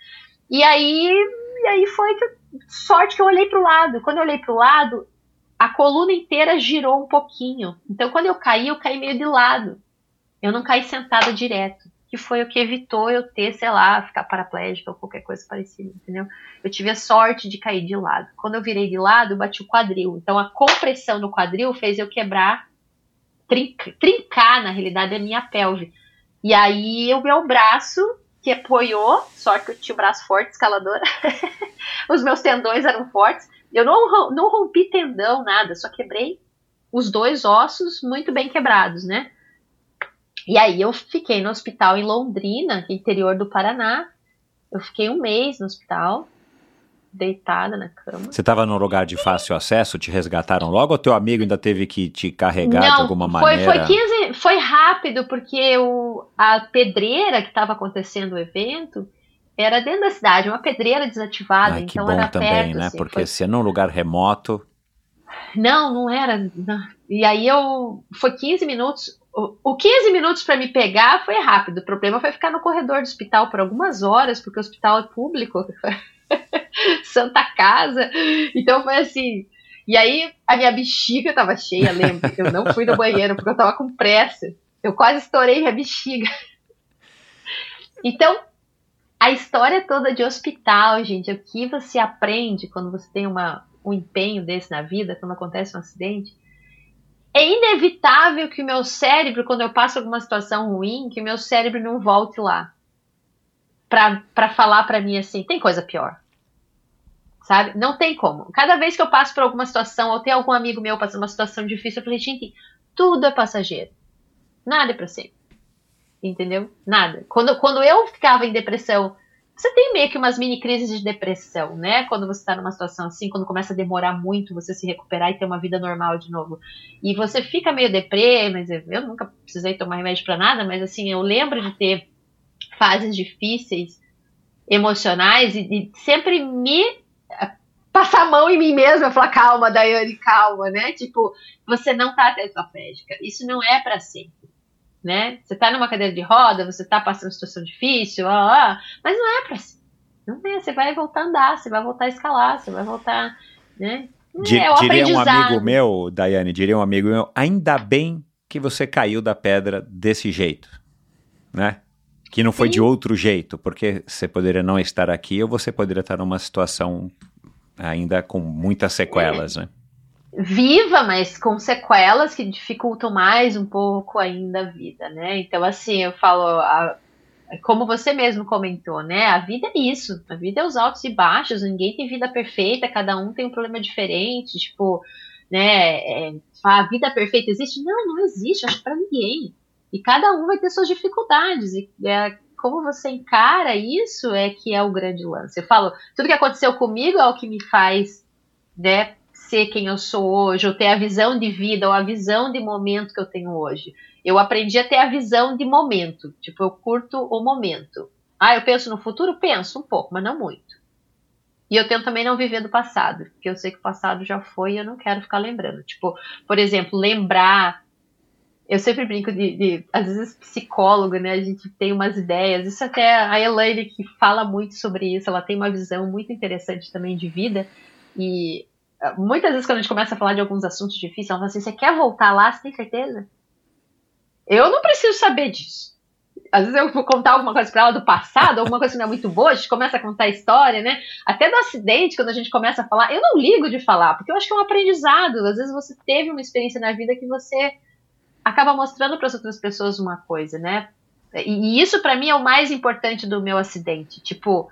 Speaker 1: E aí foi sorte que eu olhei pro lado. Quando eu olhei pro lado, a coluna inteira girou um pouquinho. Então, quando eu caí meio de lado. Eu não caí sentada direto. Que foi o que evitou eu ter, sei lá, ficar paraplégica ou qualquer coisa parecida, entendeu? Eu tive a sorte de cair de lado. Quando eu virei de lado, eu bati o quadril. Então, a compressão no quadril fez eu quebrar, trincar, na realidade, a minha pelve. E aí, o meu braço, que apoiou, sorte que eu tinha o braço forte, escaladora. Os meus tendões eram fortes. Eu não rompi tendão, nada, só quebrei os 2 ossos muito bem quebrados, né? E aí eu fiquei no hospital em Londrina, interior do Paraná. Eu fiquei 1 mês no hospital, deitada na cama.
Speaker 8: Você estava num lugar de fácil acesso? Te resgataram logo ou teu amigo ainda teve que te carregar de alguma maneira?
Speaker 1: Foi rápido, porque a pedreira que estava acontecendo o evento era dentro da cidade, uma pedreira desativada.
Speaker 8: Que
Speaker 1: então
Speaker 8: bom
Speaker 1: era
Speaker 8: também,
Speaker 1: perto,
Speaker 8: né?
Speaker 1: assim,
Speaker 8: Porque se é num lugar remoto...
Speaker 1: Não era. Não. E aí foi 15 minutos. O 15 minutos para me pegar foi rápido. O problema foi ficar no corredor do hospital por algumas horas, porque o hospital é público. Santa Casa. Então foi assim. E aí a minha bexiga tava cheia, lembro. Eu não fui no banheiro porque eu tava com pressa. Eu quase estourei minha bexiga. Então, a história toda de hospital, gente, o que você aprende quando você tem um empenho desse na vida, quando acontece um acidente, é inevitável que o meu cérebro, quando eu passo alguma situação ruim, que o meu cérebro não volte lá pra falar pra mim assim, tem coisa pior, sabe? Não tem como. Cada vez que eu passo por alguma situação, ou tem algum amigo meu passando uma situação difícil, eu falei, gente, tudo é passageiro, nada é pra sempre, entendeu? Nada. Quando eu ficava em depressão, você tem meio que umas mini crises de depressão, né? Quando você tá numa situação assim, quando começa a demorar muito você se recuperar e ter uma vida normal de novo. E você fica meio deprê, mas eu nunca precisei tomar remédio pra nada, mas assim, eu lembro de ter fases difíceis, emocionais, e sempre passar a mão em mim mesma e falar, calma, Daiane, calma, né? Tipo, você não tá tetraplégica, isso não é pra sempre. Né? Você tá numa cadeira de roda, você tá passando situação difícil, mas não é pra si. Não é, você vai voltar a andar, você vai voltar a escalar, você vai voltar, né?
Speaker 8: Diria um amigo meu, Daiane, ainda bem que você caiu da pedra desse jeito, né? Que não foi de outro jeito, porque você poderia não estar aqui ou você poderia estar numa situação ainda com muitas sequelas, né?
Speaker 1: Viva, mas com sequelas que dificultam mais um pouco ainda a vida, né? Então, assim, eu falo, como você mesmo comentou, né? A vida é isso, a vida é os altos e baixos, ninguém tem vida perfeita, cada um tem um problema diferente, tipo, né? A vida perfeita existe? Não existe, acho que pra ninguém. E cada um vai ter suas dificuldades, e como você encara isso é que é o grande lance. Eu falo, tudo que aconteceu comigo é o que me faz, né, ser quem eu sou hoje, ou ter a visão de vida, ou a visão de momento que eu tenho hoje. Eu aprendi a ter a visão de momento. Tipo, eu curto o momento. Eu penso no futuro? Penso um pouco, mas não muito. E eu tento também não viver do passado, porque eu sei que o passado já foi e eu não quero ficar lembrando. Tipo, por exemplo, lembrar... Eu sempre brinco às vezes, psicólogo, né? A gente tem umas ideias. Isso até a Elaine, que fala muito sobre isso, ela tem uma visão muito interessante também de vida. E... muitas vezes quando a gente começa a falar de alguns assuntos difíceis, ela fala assim, você quer voltar lá, você tem certeza? Eu não preciso saber disso. Às vezes eu vou contar alguma coisa pra ela do passado, alguma coisa que não é muito boa, a gente começa a contar a história, né? Até do acidente, quando a gente começa a falar, eu não ligo de falar, porque eu acho que é um aprendizado. Às vezes você teve uma experiência na vida que você acaba mostrando para as outras pessoas uma coisa, né? E isso pra mim é o mais importante do meu acidente. Tipo,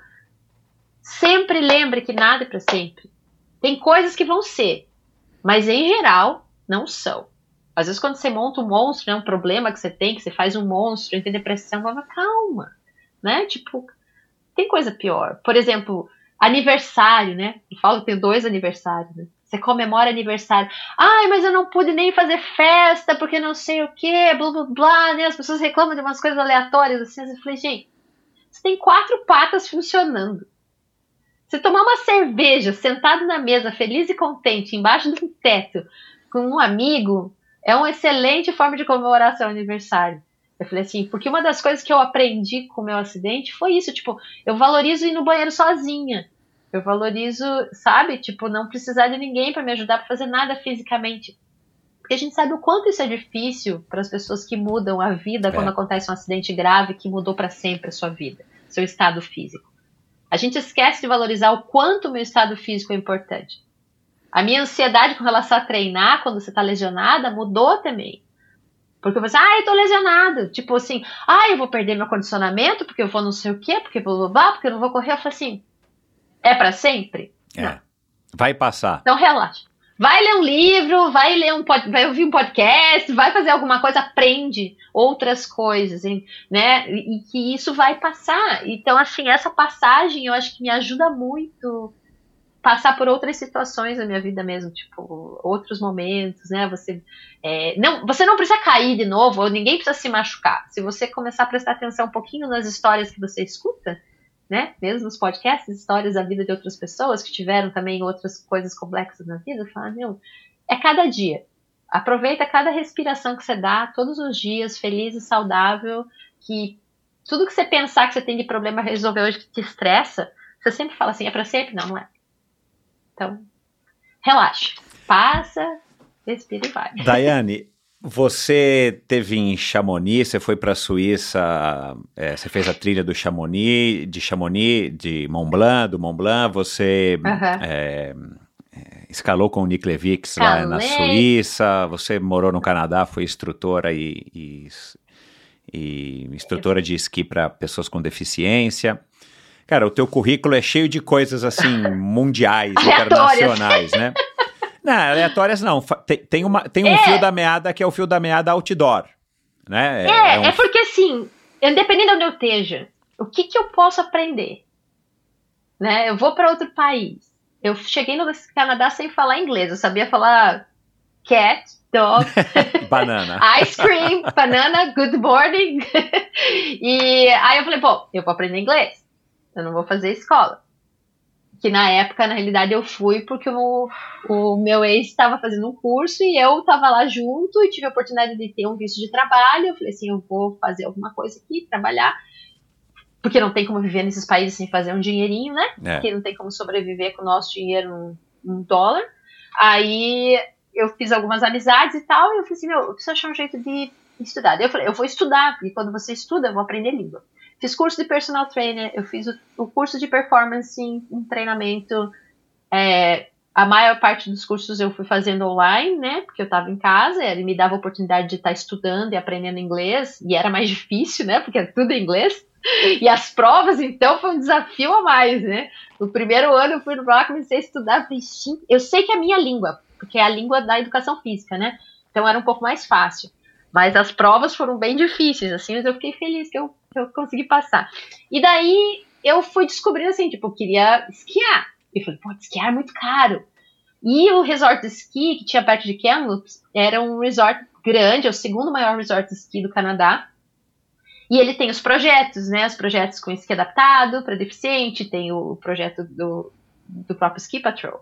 Speaker 1: sempre lembre que nada é pra sempre. Tem coisas que vão ser, mas em geral não são. Às vezes quando você monta um monstro, né, um problema que você faz um monstro, tem depressão, calma, né? Tipo, tem coisa pior. Por exemplo, aniversário, né? Eu falo que tem 2 aniversários, né? Você comemora aniversário. Mas eu não pude nem fazer festa porque não sei o que, blá blá blá, né? As pessoas reclamam de umas coisas aleatórias assim. Eu falei, gente, você tem 4 patas funcionando. Você tomar uma cerveja, sentado na mesa, feliz e contente, embaixo do teto, com um amigo, é uma excelente forma de comemorar seu aniversário. Eu falei assim, porque uma das coisas que eu aprendi com o meu acidente foi isso, tipo, eu valorizo ir no banheiro sozinha. Eu valorizo, sabe, tipo, não precisar de ninguém para me ajudar para fazer nada fisicamente. Porque a gente sabe o quanto isso é difícil para as pessoas que mudam a vida quando acontece um acidente grave que mudou para sempre a sua vida, seu estado físico. A gente esquece de valorizar o quanto o meu estado físico é importante. A minha ansiedade com relação a treinar quando você está lesionada mudou também. Porque você, eu tô lesionado. Tipo assim, eu vou perder meu condicionamento porque eu vou não sei o quê, porque blá blá blá, porque eu não vou correr. Eu falei assim, é pra sempre? Não.
Speaker 8: Vai passar.
Speaker 1: Então relaxa. Vai ler um livro, vai ouvir um podcast, vai fazer alguma coisa, aprende outras coisas, né? E que isso vai passar. Então, assim, essa passagem eu acho que me ajuda muito passar por outras situações na minha vida mesmo, tipo, outros momentos, né? Você não precisa cair de novo, ou ninguém precisa se machucar. Se você começar a prestar atenção um pouquinho nas histórias que você escuta, né? Mesmo nos podcasts, histórias da vida de outras pessoas que tiveram também outras coisas complexas na vida, fala, é cada dia. Aproveita cada respiração que você dá, todos os dias, feliz e saudável, que tudo que você pensar que você tem de problema a resolver hoje que te estressa, você sempre fala assim, é pra sempre? Não, não é. Então, relaxa, passa, respira e vai.
Speaker 8: Daiane, você teve em Chamonix, você foi para a Suíça, você fez a trilha do Chamonix, de Mont Blanc, do Mont Blanc, você escalou com o Nick Levix lá na Suíça, você morou no Canadá, foi instrutora e instrutora de esqui para pessoas com deficiência. Cara, o teu currículo é cheio de coisas, assim, mundiais, internacionais, né? Não, aleatórias não. Tem um fio da meada que é o fio da meada outdoor, né?
Speaker 1: É porque, assim, independente de onde eu esteja, o que eu posso aprender? Né? Eu vou para outro país. Eu cheguei no Canadá sem falar inglês. Eu sabia falar cat, dog,
Speaker 8: banana,
Speaker 1: ice cream, banana, good morning. E aí eu falei, eu vou aprender inglês. Eu não vou fazer escola. Que na época, na realidade, eu fui porque o meu ex estava fazendo um curso e eu estava lá junto e tive a oportunidade de ter um visto de trabalho. Eu falei assim, eu vou fazer alguma coisa aqui, trabalhar. Porque não tem como viver nesses países sem fazer um dinheirinho, né? Porque não tem como sobreviver com o nosso dinheiro um dólar. Aí eu fiz algumas amizades e tal e eu falei assim, eu preciso achar um jeito de estudar. Daí eu falei, eu vou estudar, porque quando você estuda, eu vou aprender língua. Fiz curso de personal trainer, eu fiz o curso de performance em treinamento. A maior parte dos cursos eu fui fazendo online, né? Porque eu estava em casa, ele me dava a oportunidade de estar estudando e aprendendo inglês, e era mais difícil, né? Porque é tudo em inglês. E as provas, então, foi um desafio a mais, né? No primeiro ano eu fui lá, comecei a estudar, eu sei que é a minha língua, porque é a língua da educação física, né? Então era um pouco mais fácil. Mas as provas foram bem difíceis, assim, mas eu fiquei feliz que eu consegui passar. E daí eu fui descobrindo, assim, tipo, eu queria esquiar. E falei, esquiar é muito caro. E o resort de esqui que tinha perto de Kamloops era um resort grande, é o segundo maior resort de esqui do Canadá. E ele tem os projetos, né? Os projetos com esqui adaptado para deficiente, tem o projeto do próprio Ski Patrol.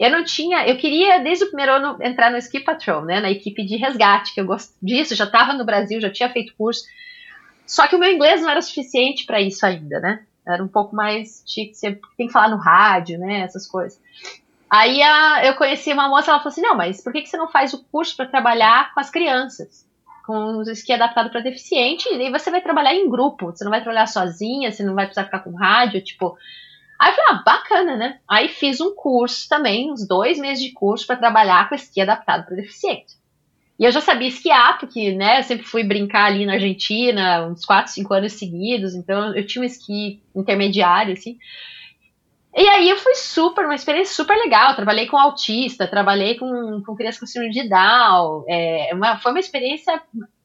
Speaker 1: Eu queria, desde o primeiro ano, entrar no Ski Patrol, né? Na equipe de resgate, que eu gosto disso, já estava no Brasil, já tinha feito curso. Só que o meu inglês não era suficiente para isso ainda, né? Era um pouco mais chique, você tem que falar no rádio, né? Essas coisas. Aí eu conheci uma moça, ela falou assim, não, mas por que você não faz o curso para trabalhar com as crianças? Com os esqui adaptado para deficiente, e aí você vai trabalhar em grupo, você não vai trabalhar sozinha, você não vai precisar ficar com rádio, tipo... Aí eu falei, bacana, né? Aí fiz um curso também, uns 2 meses de curso para trabalhar com esqui adaptado para deficiente. E eu já sabia esquiar, porque, né, eu sempre fui brincar ali na Argentina, uns 4, 5 anos seguidos, então eu tinha um esqui intermediário, assim. E aí eu fui uma experiência super legal, eu trabalhei com autista, trabalhei com criança com síndrome de Down, foi uma experiência,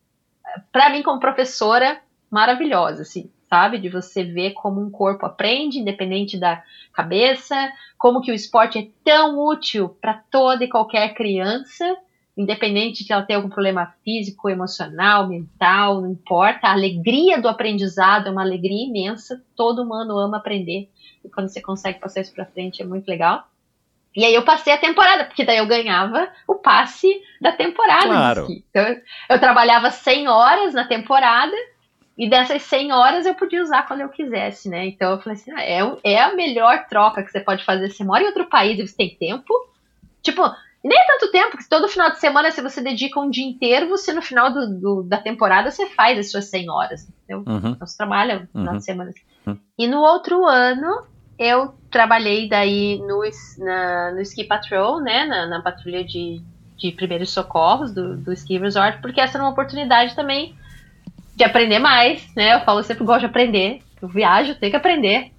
Speaker 1: para mim como professora, maravilhosa, assim, sabe? De você ver como um corpo aprende, independente da cabeça, como que o esporte é tão útil para toda e qualquer criança, independente de ela ter algum problema físico, emocional, mental, não importa, a alegria do aprendizado é uma alegria imensa, todo humano ama aprender, e quando você consegue passar isso para frente é muito legal. E aí eu passei a temporada, porque daí eu ganhava o passe da temporada
Speaker 8: Claro.
Speaker 1: de esqui. Então eu trabalhava 100 horas na temporada, e dessas 100 horas eu podia usar quando eu quisesse, né? Então eu falei assim, é a melhor troca que você pode fazer. Você mora em outro país e você tem tempo. Tipo, nem é tanto tempo, porque todo final de semana, se você dedica um dia inteiro, você no final da temporada, você faz as suas 100 horas. Entendeu? Então você trabalha no final de semana. E no outro ano, eu trabalhei daí no Ski Patrol, né? Na patrulha de primeiros socorros do Ski Resort, porque essa era uma oportunidade também de aprender mais, né? Eu falo, eu sempre gosto de aprender. Eu viajo, tenho que aprender.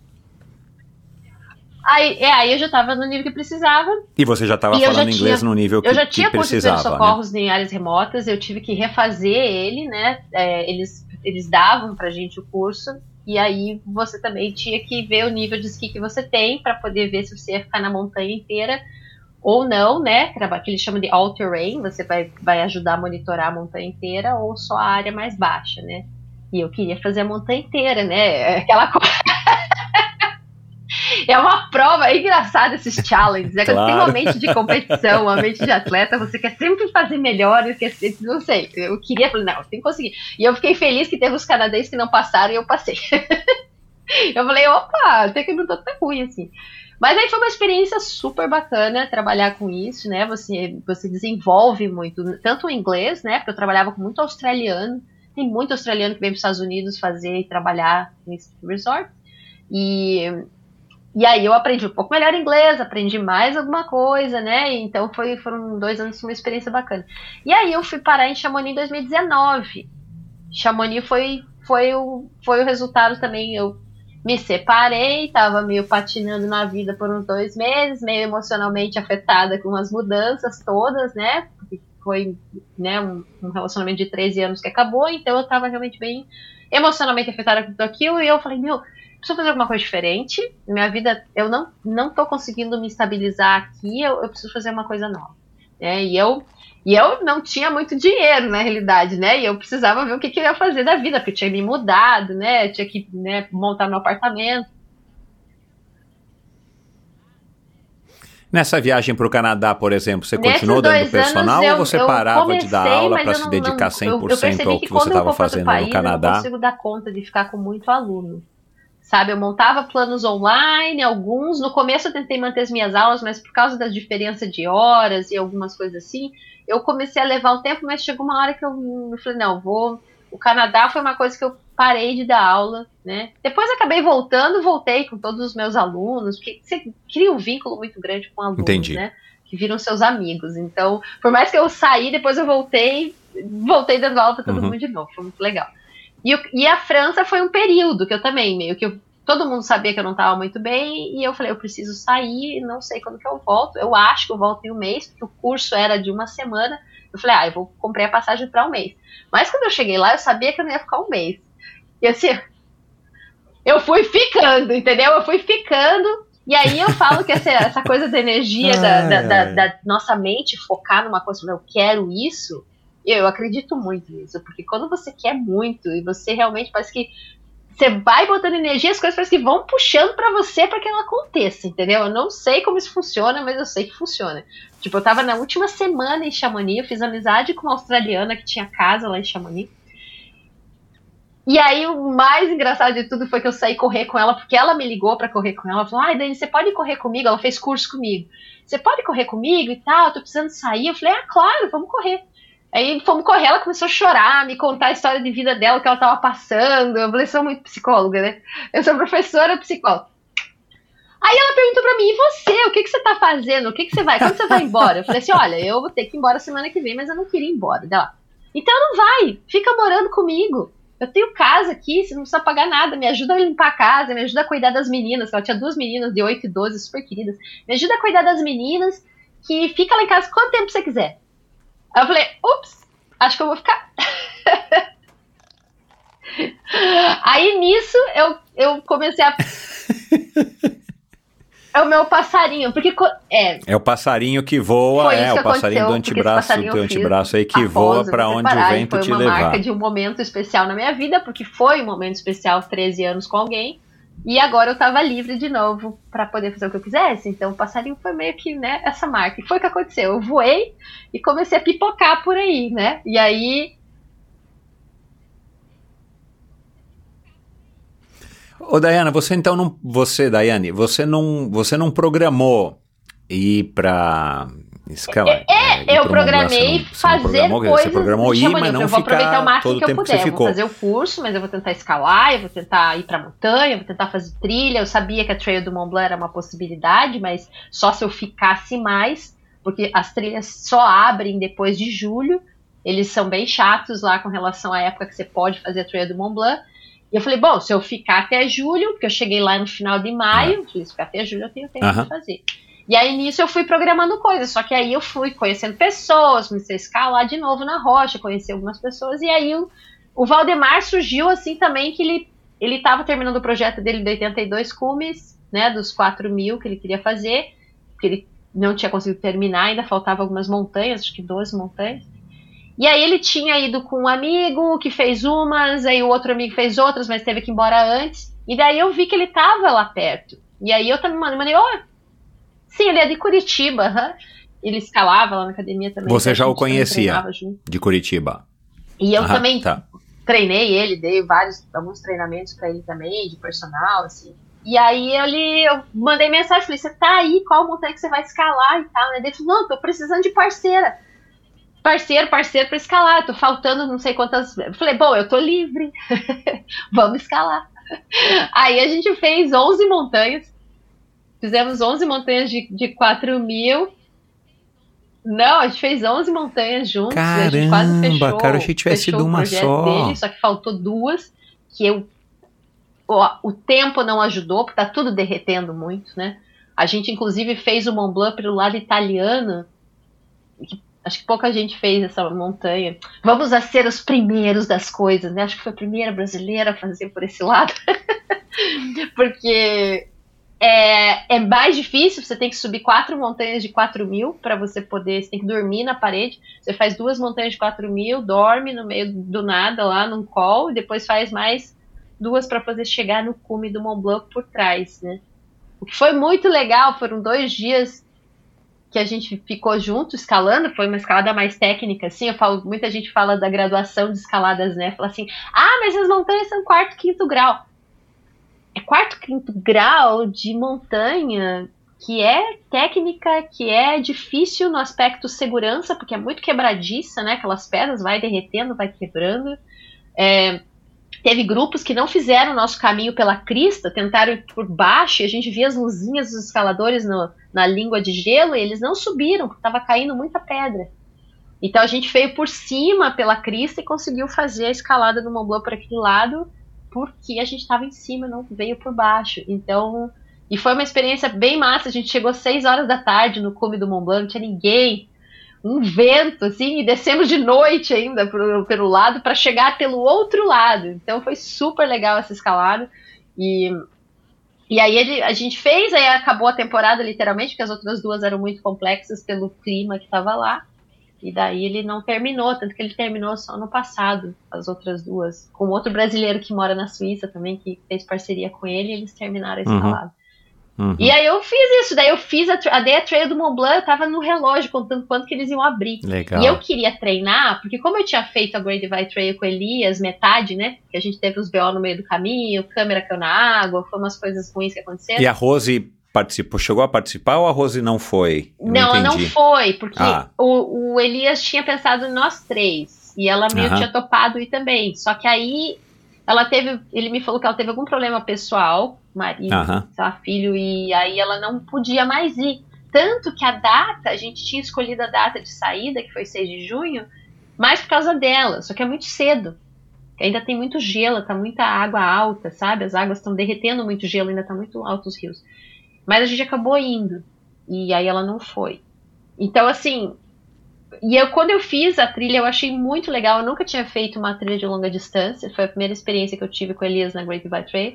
Speaker 1: Aí eu já estava no nível que precisava.
Speaker 8: E você já estava falando inglês no nível que precisava,
Speaker 1: eu já tinha curso de primeiros socorros,
Speaker 8: né?
Speaker 1: Em áreas remotas, eu tive que refazer ele, né? Eles davam pra gente o curso, e aí você também tinha que ver o nível de esqui que você tem para poder ver se você ia ficar na montanha inteira ou não, né? Que eles chamam de all-terrain, você vai ajudar a monitorar a montanha inteira ou só a área mais baixa, né? E eu queria fazer a montanha inteira, né? Aquela coisa. É uma prova, é engraçado esses challenges. É que
Speaker 8: Claro.
Speaker 1: tem uma mente de competição, uma mente de atleta, você quer sempre fazer melhor, não sei. Eu queria, falei, não, eu tenho que conseguir. E eu fiquei feliz que teve os canadenses que não passaram e eu passei. Eu falei, opa, até que não tô tão ruim assim. Mas aí foi uma experiência super bacana trabalhar com isso, né? Você desenvolve muito, tanto o inglês, né? Porque eu trabalhava com muito australiano. Tem muito australiano que vem para os Estados Unidos fazer e trabalhar nesse resort. E aí eu aprendi um pouco melhor inglês, aprendi mais alguma coisa, né? Então foram 2 anos de uma experiência bacana. E aí eu fui parar em Chamonix em 2019. Chamonix foi o resultado também. Eu me separei, tava meio patinando na vida por uns 2 meses, meio emocionalmente afetada com as mudanças todas, né? Porque foi, né, um relacionamento de 13 anos que acabou, então eu tava realmente bem emocionalmente afetada com tudo aquilo, e eu falei, preciso fazer alguma coisa diferente. Minha vida, eu não tô conseguindo me estabilizar aqui, eu preciso fazer uma coisa nova. E eu não tinha muito dinheiro, na realidade, né? E eu precisava ver o que eu ia fazer da vida, porque eu tinha me mudado, né? Eu tinha que, né, montar meu apartamento.
Speaker 8: Nessa viagem para o Canadá, por exemplo, você continuou dando personal ou você parava de dar aula para se dedicar 100% ao que você estava fazendo no Canadá?
Speaker 1: Eu não consigo dar conta de ficar com muito aluno. Sabe, eu montava planos online, alguns. No começo eu tentei manter as minhas aulas, mas por causa da diferença de horas e algumas coisas assim, eu comecei a levar o tempo, mas chegou uma hora que eu falei, não, o Canadá foi uma coisa que eu parei de dar aula, né? Depois acabei voltei com todos os meus alunos, porque você cria um vínculo muito grande com alunos,
Speaker 8: Entendi.
Speaker 1: Né? Que viram seus amigos. Então, por mais que eu saí, depois eu voltei dando aula para todo mundo de novo. Foi muito legal. E a França foi um período que eu também, todo mundo sabia que eu não estava muito bem, e eu falei, eu preciso sair, não sei quando que eu volto. Eu acho que eu volto em um mês, porque o curso era de 1 semana. Eu falei, comprei a passagem para 1 mês. Mas quando eu cheguei lá, eu sabia que eu não ia ficar 1 mês. E assim, eu fui ficando, entendeu? Eu fui ficando, e aí eu falo que essa coisa da energia da nossa mente focar numa coisa, eu quero isso, eu acredito muito nisso, porque quando você quer muito, e você realmente parece que você vai botando energia, as coisas parece que vão puxando pra você pra que ela aconteça, entendeu? Eu não sei como isso funciona, mas eu sei que funciona. Tipo, eu tava na última semana em Chamonix, eu fiz amizade com uma australiana que tinha casa lá em Chamonix. E aí o mais engraçado de tudo foi que eu saí correr com ela, porque ela me ligou pra correr com ela. Ela falou, Dani, você pode correr comigo? Ela fez curso comigo. Você pode correr comigo e tal? Eu tô precisando sair. Eu falei, claro, vamos correr. Aí fomos correr, ela começou a chorar, me contar a história de vida dela, que ela tava passando. Eu falei, sou muito psicóloga, né? Eu sou professora psicóloga. Aí ela perguntou pra mim, e você? O que você tá fazendo? Quando você vai embora? Eu falei assim, olha, eu vou ter que ir embora semana que vem, mas eu não queria ir embora. Dela, então não vai, fica morando comigo. Eu tenho casa aqui, você não precisa pagar nada, me ajuda a limpar a casa, me ajuda a cuidar das meninas, ela tinha 2 meninas de 8 e 12, super queridas, me ajuda a cuidar das meninas, que fica lá em casa quanto tempo você quiser. Aí eu falei, ups, acho que eu vou ficar. Aí nisso eu comecei a... É o meu passarinho, porque...
Speaker 8: É o passarinho que voa, o passarinho do antebraço, teu antebraço aí que voa pra onde o vento te levar.
Speaker 1: Foi uma marca de um momento especial na minha vida, porque foi um momento especial, 13 anos com alguém, E agora eu tava livre de novo para poder fazer o que eu quisesse. Então o passarinho foi meio que, né, essa marca. E foi o que aconteceu. Eu voei e comecei a pipocar por aí, né? E aí...
Speaker 8: Ô, Daiane, você não programou ir pra escala?
Speaker 1: Eu programei fazer coisas.
Speaker 8: Você programou ir, mas não
Speaker 1: eu vou aproveitar o
Speaker 8: ficar
Speaker 1: máximo
Speaker 8: todo o
Speaker 1: que eu
Speaker 8: tempo que
Speaker 1: puder.
Speaker 8: você
Speaker 1: Eu
Speaker 8: ficou.
Speaker 1: vou fazer o curso, mas eu vou tentar escalar, eu vou tentar ir pra montanha, eu vou tentar fazer trilha. Eu sabia que a Trail do Mont Blanc era uma possibilidade, mas só se eu ficasse mais, porque as trilhas só abrem depois de julho. Eles são bem chatos lá com relação à época que você pode fazer a Trail do Mont Blanc. E eu falei, bom, se eu ficar até julho, porque eu cheguei lá no final de maio, se ficar até julho eu tenho tempo de fazer. E aí nisso eu fui programando coisas, só que aí eu fui conhecendo pessoas, comecei a escalar de novo na rocha, conheci algumas pessoas, e aí o Valdemar surgiu assim também, que ele estava terminando o projeto dele de 82 cumes, né, dos 4.000 que ele queria fazer, que ele não tinha conseguido terminar, ainda faltava algumas montanhas, acho que 12 montanhas. E aí ele tinha ido com um amigo que fez umas, aí o outro amigo fez outras, mas teve que ir embora antes. E daí eu vi que ele tava lá perto. E aí eu também mandei, sim, ele é de Curitiba, ele escalava lá na academia também.
Speaker 8: Você já o conhecia, de Curitiba?
Speaker 1: E eu também treinei ele, dei alguns treinamentos pra ele também, de personal, assim. E aí eu mandei mensagem, falei, você tá aí, qual montanha que você vai escalar e tal, né? Ele falou, não, tô precisando de parceiro pra escalar, tô faltando não sei quantas... Eu falei, bom, eu tô livre, vamos escalar. Aí a gente fez 11 montanhas, fizemos 11 montanhas de 4.000. Não, a gente fez 11 montanhas juntos.
Speaker 8: Caramba,
Speaker 1: a gente quase fechou,
Speaker 8: cara, eu achei que tivesse sido uma só.
Speaker 1: Dele, só que faltou 2, que o tempo não ajudou, porque tá tudo derretendo muito, né? A gente, inclusive, fez o Mont Blanc pelo lado italiano, acho que pouca gente fez essa montanha. Vamos ser os primeiros das coisas, né? Acho que foi a primeira brasileira a fazer por esse lado. Porque é mais difícil, você tem que subir 4 montanhas de 4.000 para você poder, você tem que dormir na parede. Você faz 2 montanhas de 4.000, dorme no meio do nada lá num col, e depois faz mais 2 para poder chegar no cume do Mont Blanc por trás, né? O que foi muito legal, foram 2 dias que a gente ficou junto escalando, foi uma escalada mais técnica, assim, muita gente fala da graduação de escaladas, né, fala assim, mas as montanhas são 4º, 5º grau. É 4º, 5º grau de montanha que é técnica, que é difícil no aspecto segurança, porque é muito quebradiça, né, aquelas pedras, vai derretendo, vai quebrando. Teve grupos que não fizeram o nosso caminho pela crista, tentaram ir por baixo, e a gente via as luzinhas dos escaladores na língua de gelo, e eles não subiram, porque estava caindo muita pedra. Então a gente veio por cima pela crista e conseguiu fazer a escalada do Mont Blanc por aquele lado, porque a gente estava em cima, não veio por baixo. Então, e foi uma experiência bem massa. A gente chegou às 6 horas da tarde no cume do Mont Blanc, não tinha ninguém, um vento, assim, e descemos de noite ainda pelo lado para chegar pelo outro lado. Então foi super legal essa escalada. E aí a gente fez, aí acabou a temporada literalmente, porque as outras 2 eram muito complexas pelo clima que estava lá. E daí ele não terminou, tanto que ele terminou só no passado, as outras 2. Com outro brasileiro que mora na Suíça também, que fez parceria com ele, e eles terminaram a escalada. E aí eu fiz isso, daí eu fiz a Trail do Mont Blanc, eu tava no relógio contando quanto que eles iam abrir.
Speaker 8: Legal.
Speaker 1: E eu queria treinar, porque como eu tinha feito a Great Divide Trail com Elias, metade, né, que a gente teve os BO no meio do caminho, câmera caiu na água, foi umas coisas ruins que aconteceram.
Speaker 8: E a Rose chegou a participar ou a Rose não foi?
Speaker 1: Não, ela não foi, porque o Elias tinha pensado em nós 3, e ela meio tinha topado ir também, só que aí ele me falou que ela teve algum problema pessoal, marido, filho, e aí ela não podia mais ir. Tanto que a gente tinha escolhido a data de saída, que foi 6 de junho, mais por causa dela, só que é muito cedo. Ainda tem muito gelo, tá muita água alta, sabe? As águas estão derretendo muito gelo, ainda tá muito alto os rios. Mas a gente acabou indo, e aí ela não foi. Então, assim, quando eu fiz a trilha, eu achei muito legal. Eu nunca tinha feito uma trilha de longa distância. Foi a primeira experiência que eu tive com Elias na Great Divide Trail.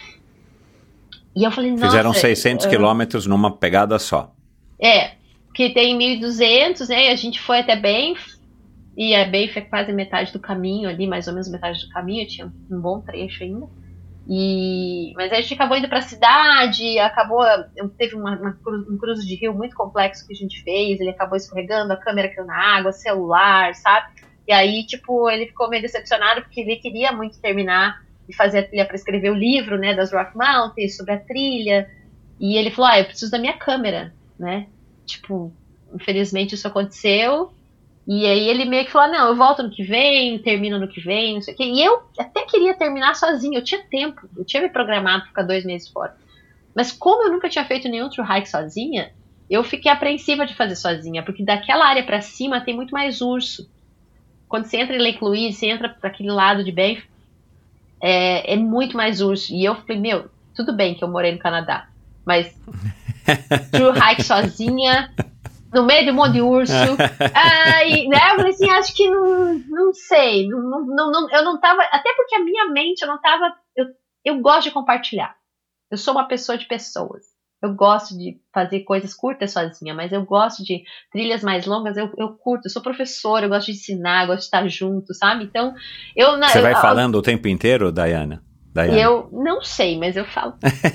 Speaker 1: E eu falei, nossa...
Speaker 8: Fizeram 600 quilômetros numa pegada só.
Speaker 1: Que tem 1.200, né? E a gente foi até Banff. E a Banff é quase metade do caminho ali, mais ou menos metade do caminho. Tinha um bom trecho ainda. Mas aí a gente acabou indo pra cidade, teve um cruze de rio muito complexo que a gente fez, ele acabou escorregando, a câmera caiu na água, celular, sabe? E aí, tipo, ele ficou meio decepcionado porque ele queria muito terminar e fazer a trilha pra escrever o livro, né, das Rock Mountains, sobre a trilha. E ele falou, eu preciso da minha câmera, né? Tipo, infelizmente isso aconteceu. E aí ele meio que falou, não, eu volto no que vem, termino no que vem, não sei o quê. E eu até queria terminar sozinha, eu tinha tempo, eu tinha me programado pra ficar 2 meses fora. Mas como eu nunca tinha feito nenhum true hike sozinha, eu fiquei apreensiva de fazer sozinha, porque daquela área pra cima tem muito mais urso. Quando você entra em Lake Louise, você entra pra aquele lado de Banff, é muito mais urso. E eu falei, tudo bem que eu morei no Canadá, mas true hike sozinha... no meio de um monte de urso. Né, eu falei assim, acho que não sei. Eu não tava. Até porque a minha mente, eu não tava. Eu gosto de compartilhar. Eu sou uma pessoa de pessoas. Eu gosto de fazer coisas curtas sozinha, mas eu gosto de trilhas mais longas, eu curto. Eu sou professora, eu gosto de ensinar, eu gosto de estar junto, sabe? Então, Você
Speaker 8: vai falando o tempo inteiro, Daiane?
Speaker 1: Eu não sei, mas eu falo.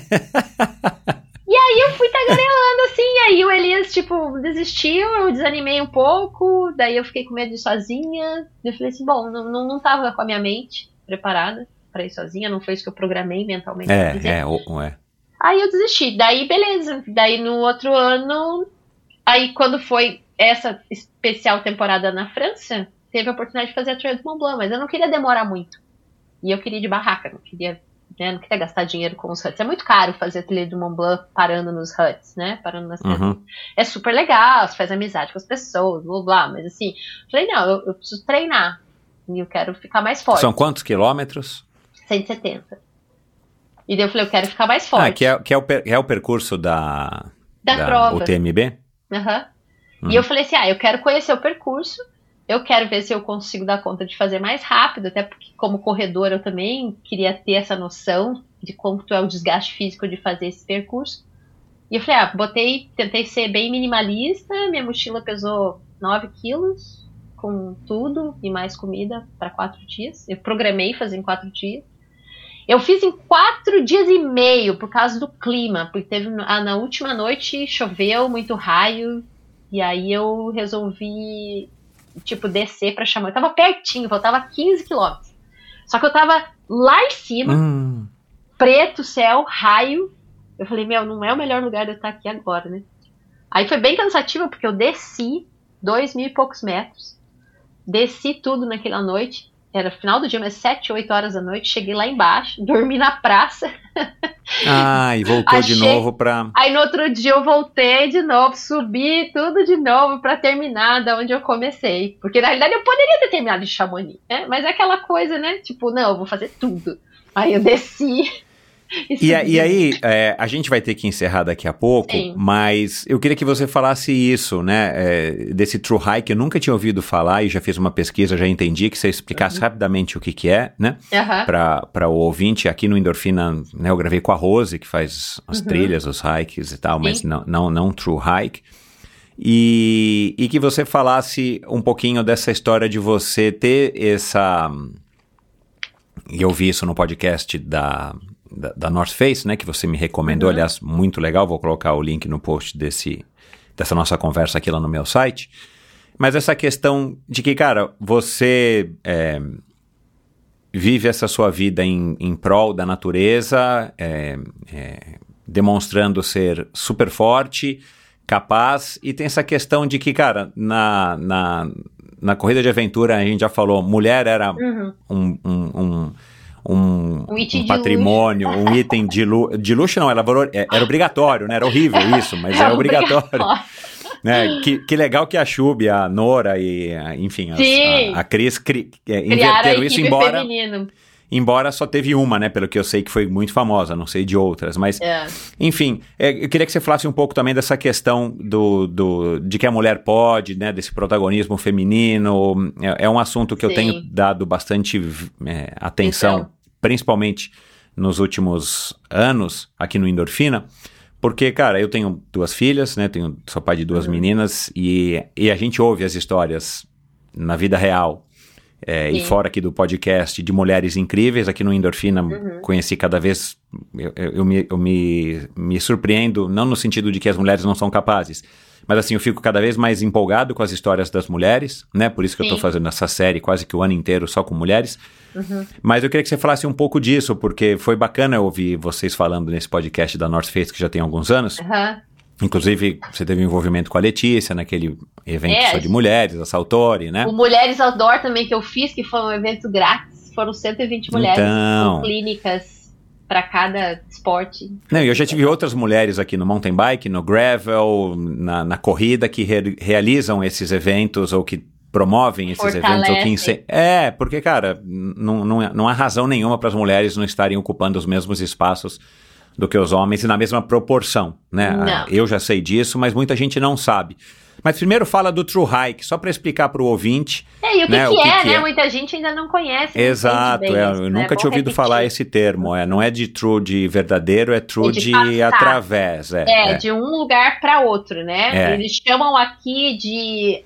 Speaker 1: E aí eu fui tagarelando assim, e aí o Elias, tipo, desistiu, eu desanimei um pouco, daí eu fiquei com medo de ir sozinha. Eu falei assim, bom, não tava com a minha mente preparada pra ir sozinha, não foi isso que eu programei mentalmente. Aí eu desisti, daí beleza, daí no outro ano, aí quando foi essa especial temporada na França, teve a oportunidade de fazer a Trail do Mont Blanc, mas eu não queria demorar muito. E eu queria ir de barraca, não queria gastar dinheiro com os huts. É muito caro fazer a trilha do Mont Blanc parando nos huts, né? Parando nas casas. É super legal, você faz amizade com as pessoas, blá, blá. Mas assim, falei, não, eu preciso treinar. E eu quero ficar mais forte.
Speaker 8: São quantos quilômetros?
Speaker 1: 170. E daí eu falei, eu quero ficar mais forte.
Speaker 8: Que é o percurso da
Speaker 1: prova.
Speaker 8: UTMB?
Speaker 1: E eu falei assim, eu quero conhecer o percurso. Eu quero ver se eu consigo dar conta de fazer mais rápido, até porque como corredora eu também queria ter essa noção de quanto é o desgaste físico de fazer esse percurso. E eu falei, tentei ser bem minimalista, minha mochila pesou 9 quilos, com tudo e mais comida para 4 dias. Eu programei fazer em 4 dias. Eu fiz em 4 dias e meio por causa do clima, porque na última noite choveu, muito raio, e aí eu resolvi... descer pra Chamonix. Eu tava pertinho, faltava 15 quilômetros. Só que eu tava lá em cima, preto, céu, raio. Eu falei, não é o melhor lugar de eu estar aqui agora, né? Aí foi bem cansativo, porque eu desci 2.000 e poucos metros. Desci tudo naquela noite. Era final do dia, mas 7, 8 horas da noite. Cheguei lá embaixo, dormi na praça.
Speaker 8: E voltou de novo pra...
Speaker 1: Aí no outro dia eu voltei de novo, subi tudo de novo pra terminar da onde eu comecei. Porque na realidade eu poderia ter terminado de Chamonix, né? Mas é aquela coisa, né? Tipo, não, eu vou fazer tudo. Aí eu desci...
Speaker 8: E aí, a gente vai ter que encerrar daqui a pouco, mas eu queria que você falasse isso, né, desse true hike. Eu nunca tinha ouvido falar e já fiz uma pesquisa, já entendi, que você explicasse rapidamente o que é, né, para o ouvinte. Aqui no Endorfina, né, eu gravei com a Rose, que faz as trilhas, os hikes e tal, mas não true hike. E que você falasse um pouquinho dessa história de você ter essa... E eu vi isso no podcast da North Face, né, que você me recomendou, aliás, muito legal, vou colocar o link no post dessa nossa conversa aqui lá no meu site, mas essa questão de que, cara, você vive essa sua vida em prol da natureza, demonstrando ser super forte, capaz, e tem essa questão de que, cara, na corrida de aventura, a gente já falou, mulher era um patrimônio, um item de luxo não, era obrigatório, né? Era horrível isso, mas era obrigatório. Né? Que legal que a Chubi, a Nora e, enfim, a Cris inverteram isso, embora só teve uma, né? Pelo que eu sei que foi muito famosa, não sei de outras, mas enfim, eu queria que você falasse um pouco também dessa questão de que a mulher pode, né? Desse protagonismo feminino, é um assunto que eu tenho dado bastante atenção, principalmente nos últimos anos aqui no Endorfina, porque, cara, eu tenho 2 filhas, né? Sou pai de 2 meninas e a gente ouve as histórias na vida real e fora aqui do podcast, de mulheres incríveis. Aqui no Endorfina, conheci cada vez... Eu me surpreendo, não no sentido de que as mulheres não são capazes, mas assim, eu fico cada vez mais empolgado com as histórias das mulheres, né? Por isso que eu tô fazendo essa série quase que o ano inteiro só com mulheres. Mas eu queria que você falasse um pouco disso, porque foi bacana ouvir vocês falando nesse podcast da North Face, que já tem alguns anos. Inclusive, você teve um envolvimento com a Letícia naquele evento só de mulheres, a Saltori, né?
Speaker 1: O Mulheres Outdoor também que eu fiz, que foi um evento grátis. Foram 120 mulheres com clínicas para cada esporte.
Speaker 8: Não, eu já tive outras mulheres aqui no mountain bike, no gravel, na corrida, que realizam esses eventos ou que promovem esses eventos. Ou que porque, cara, não há razão nenhuma para as mulheres não estarem ocupando os mesmos espaços do que os homens e na mesma proporção, né?
Speaker 1: Não.
Speaker 8: Eu já sei disso, mas muita gente não sabe. Mas primeiro fala do True Hike, só para explicar para o ouvinte.
Speaker 1: E o que, né? Né? Muita gente ainda não conhece.
Speaker 8: Exato, eu nunca tinha ouvido falar esse termo. Não é de true de verdadeiro, é true de através.
Speaker 1: De um lugar para outro, né? Eles chamam aqui de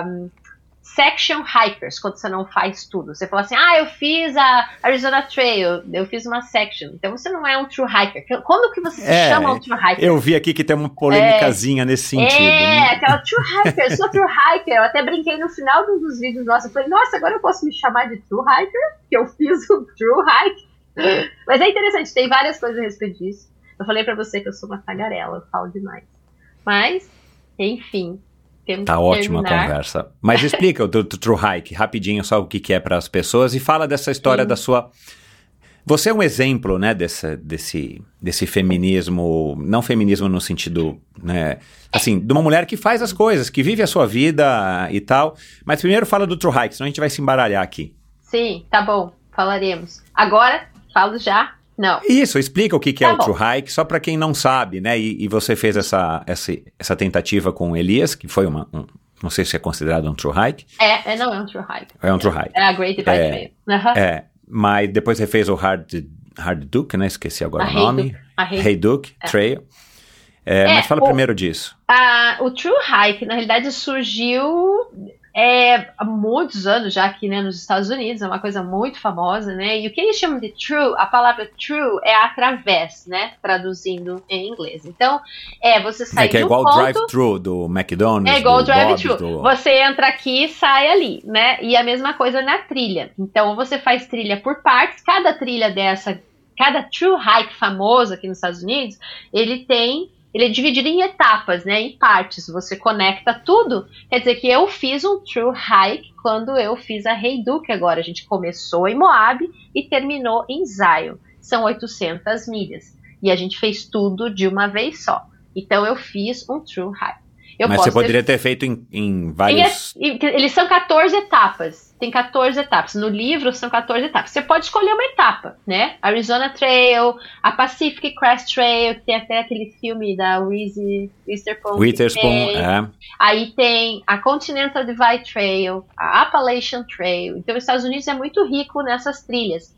Speaker 1: section hikers, quando você não faz tudo. Você fala assim, eu fiz a Arizona Trail, eu fiz uma section. Então você não é um true hiker. Quando que você se chama um true hiker?
Speaker 8: Eu vi aqui que tem uma polêmicazinha nesse sentido. Né?
Speaker 1: Aquela true hiker, sou true hiker. Eu até brinquei no final dos vídeos nossos. Eu falei, nossa, agora eu posso me chamar de true hiker? Porque eu fiz um true hike. Mas é interessante, tem várias coisas a respeito disso. Eu falei pra você que eu sou uma tagarela, eu falo demais. Mas, enfim...
Speaker 8: Tá ótima a conversa. Mas explica o True Hike, rapidinho, só o que é para as pessoas e fala dessa história da sua... Você é um exemplo, né, desse feminismo, não feminismo no sentido, né, assim, de uma mulher que faz as coisas, que vive a sua vida e tal. Mas primeiro fala do True Hike, senão a gente vai se embaralhar aqui.
Speaker 1: Sim, tá bom, falaremos. Agora, falo já. Não.
Speaker 8: Isso, explica o que é o True Hike, só para quem não sabe, né? E você fez essa tentativa com Elias, que foi não sei se é considerado um True Hike.
Speaker 1: Não é um True Hike.
Speaker 8: É um True Hike.
Speaker 1: É a Great Bike Trail.
Speaker 8: Mas depois você fez o Hard Duke, né? Esqueci agora o nome. Hey Duke Trail. Mas fala primeiro disso.
Speaker 1: O True Hike, na realidade, surgiu... há muitos anos já aqui, né, nos Estados Unidos, é uma coisa muito famosa, né, e o que eles chamam de true, a palavra true é através, né, traduzindo em inglês. Então, você sai
Speaker 8: que é igual o drive-thru do McDonald's.
Speaker 1: É igual o drive-thru. Você entra aqui e sai ali, né, e a mesma coisa na trilha. Então, você faz trilha por partes, cada trilha dessa, cada true hike famoso aqui nos Estados Unidos, ele é dividido em etapas, né, em partes. Você conecta tudo. Quer dizer que eu fiz um true hike quando eu fiz a Hey Duke agora. A gente começou em Moab e terminou em Zion. São 800 milhas. E a gente fez tudo de uma vez só. Então eu fiz um true hike.
Speaker 8: Mas você poderia ter feito em vários...
Speaker 1: Eles são 14 etapas. Tem 14 etapas. No livro são 14 etapas. Você pode escolher uma etapa, né? Arizona Trail, a Pacific Crest Trail, que tem até aquele filme da Reese Witherspoon. Aí tem a Continental Divide Trail, a Appalachian Trail. Então os Estados Unidos é muito rico nessas trilhas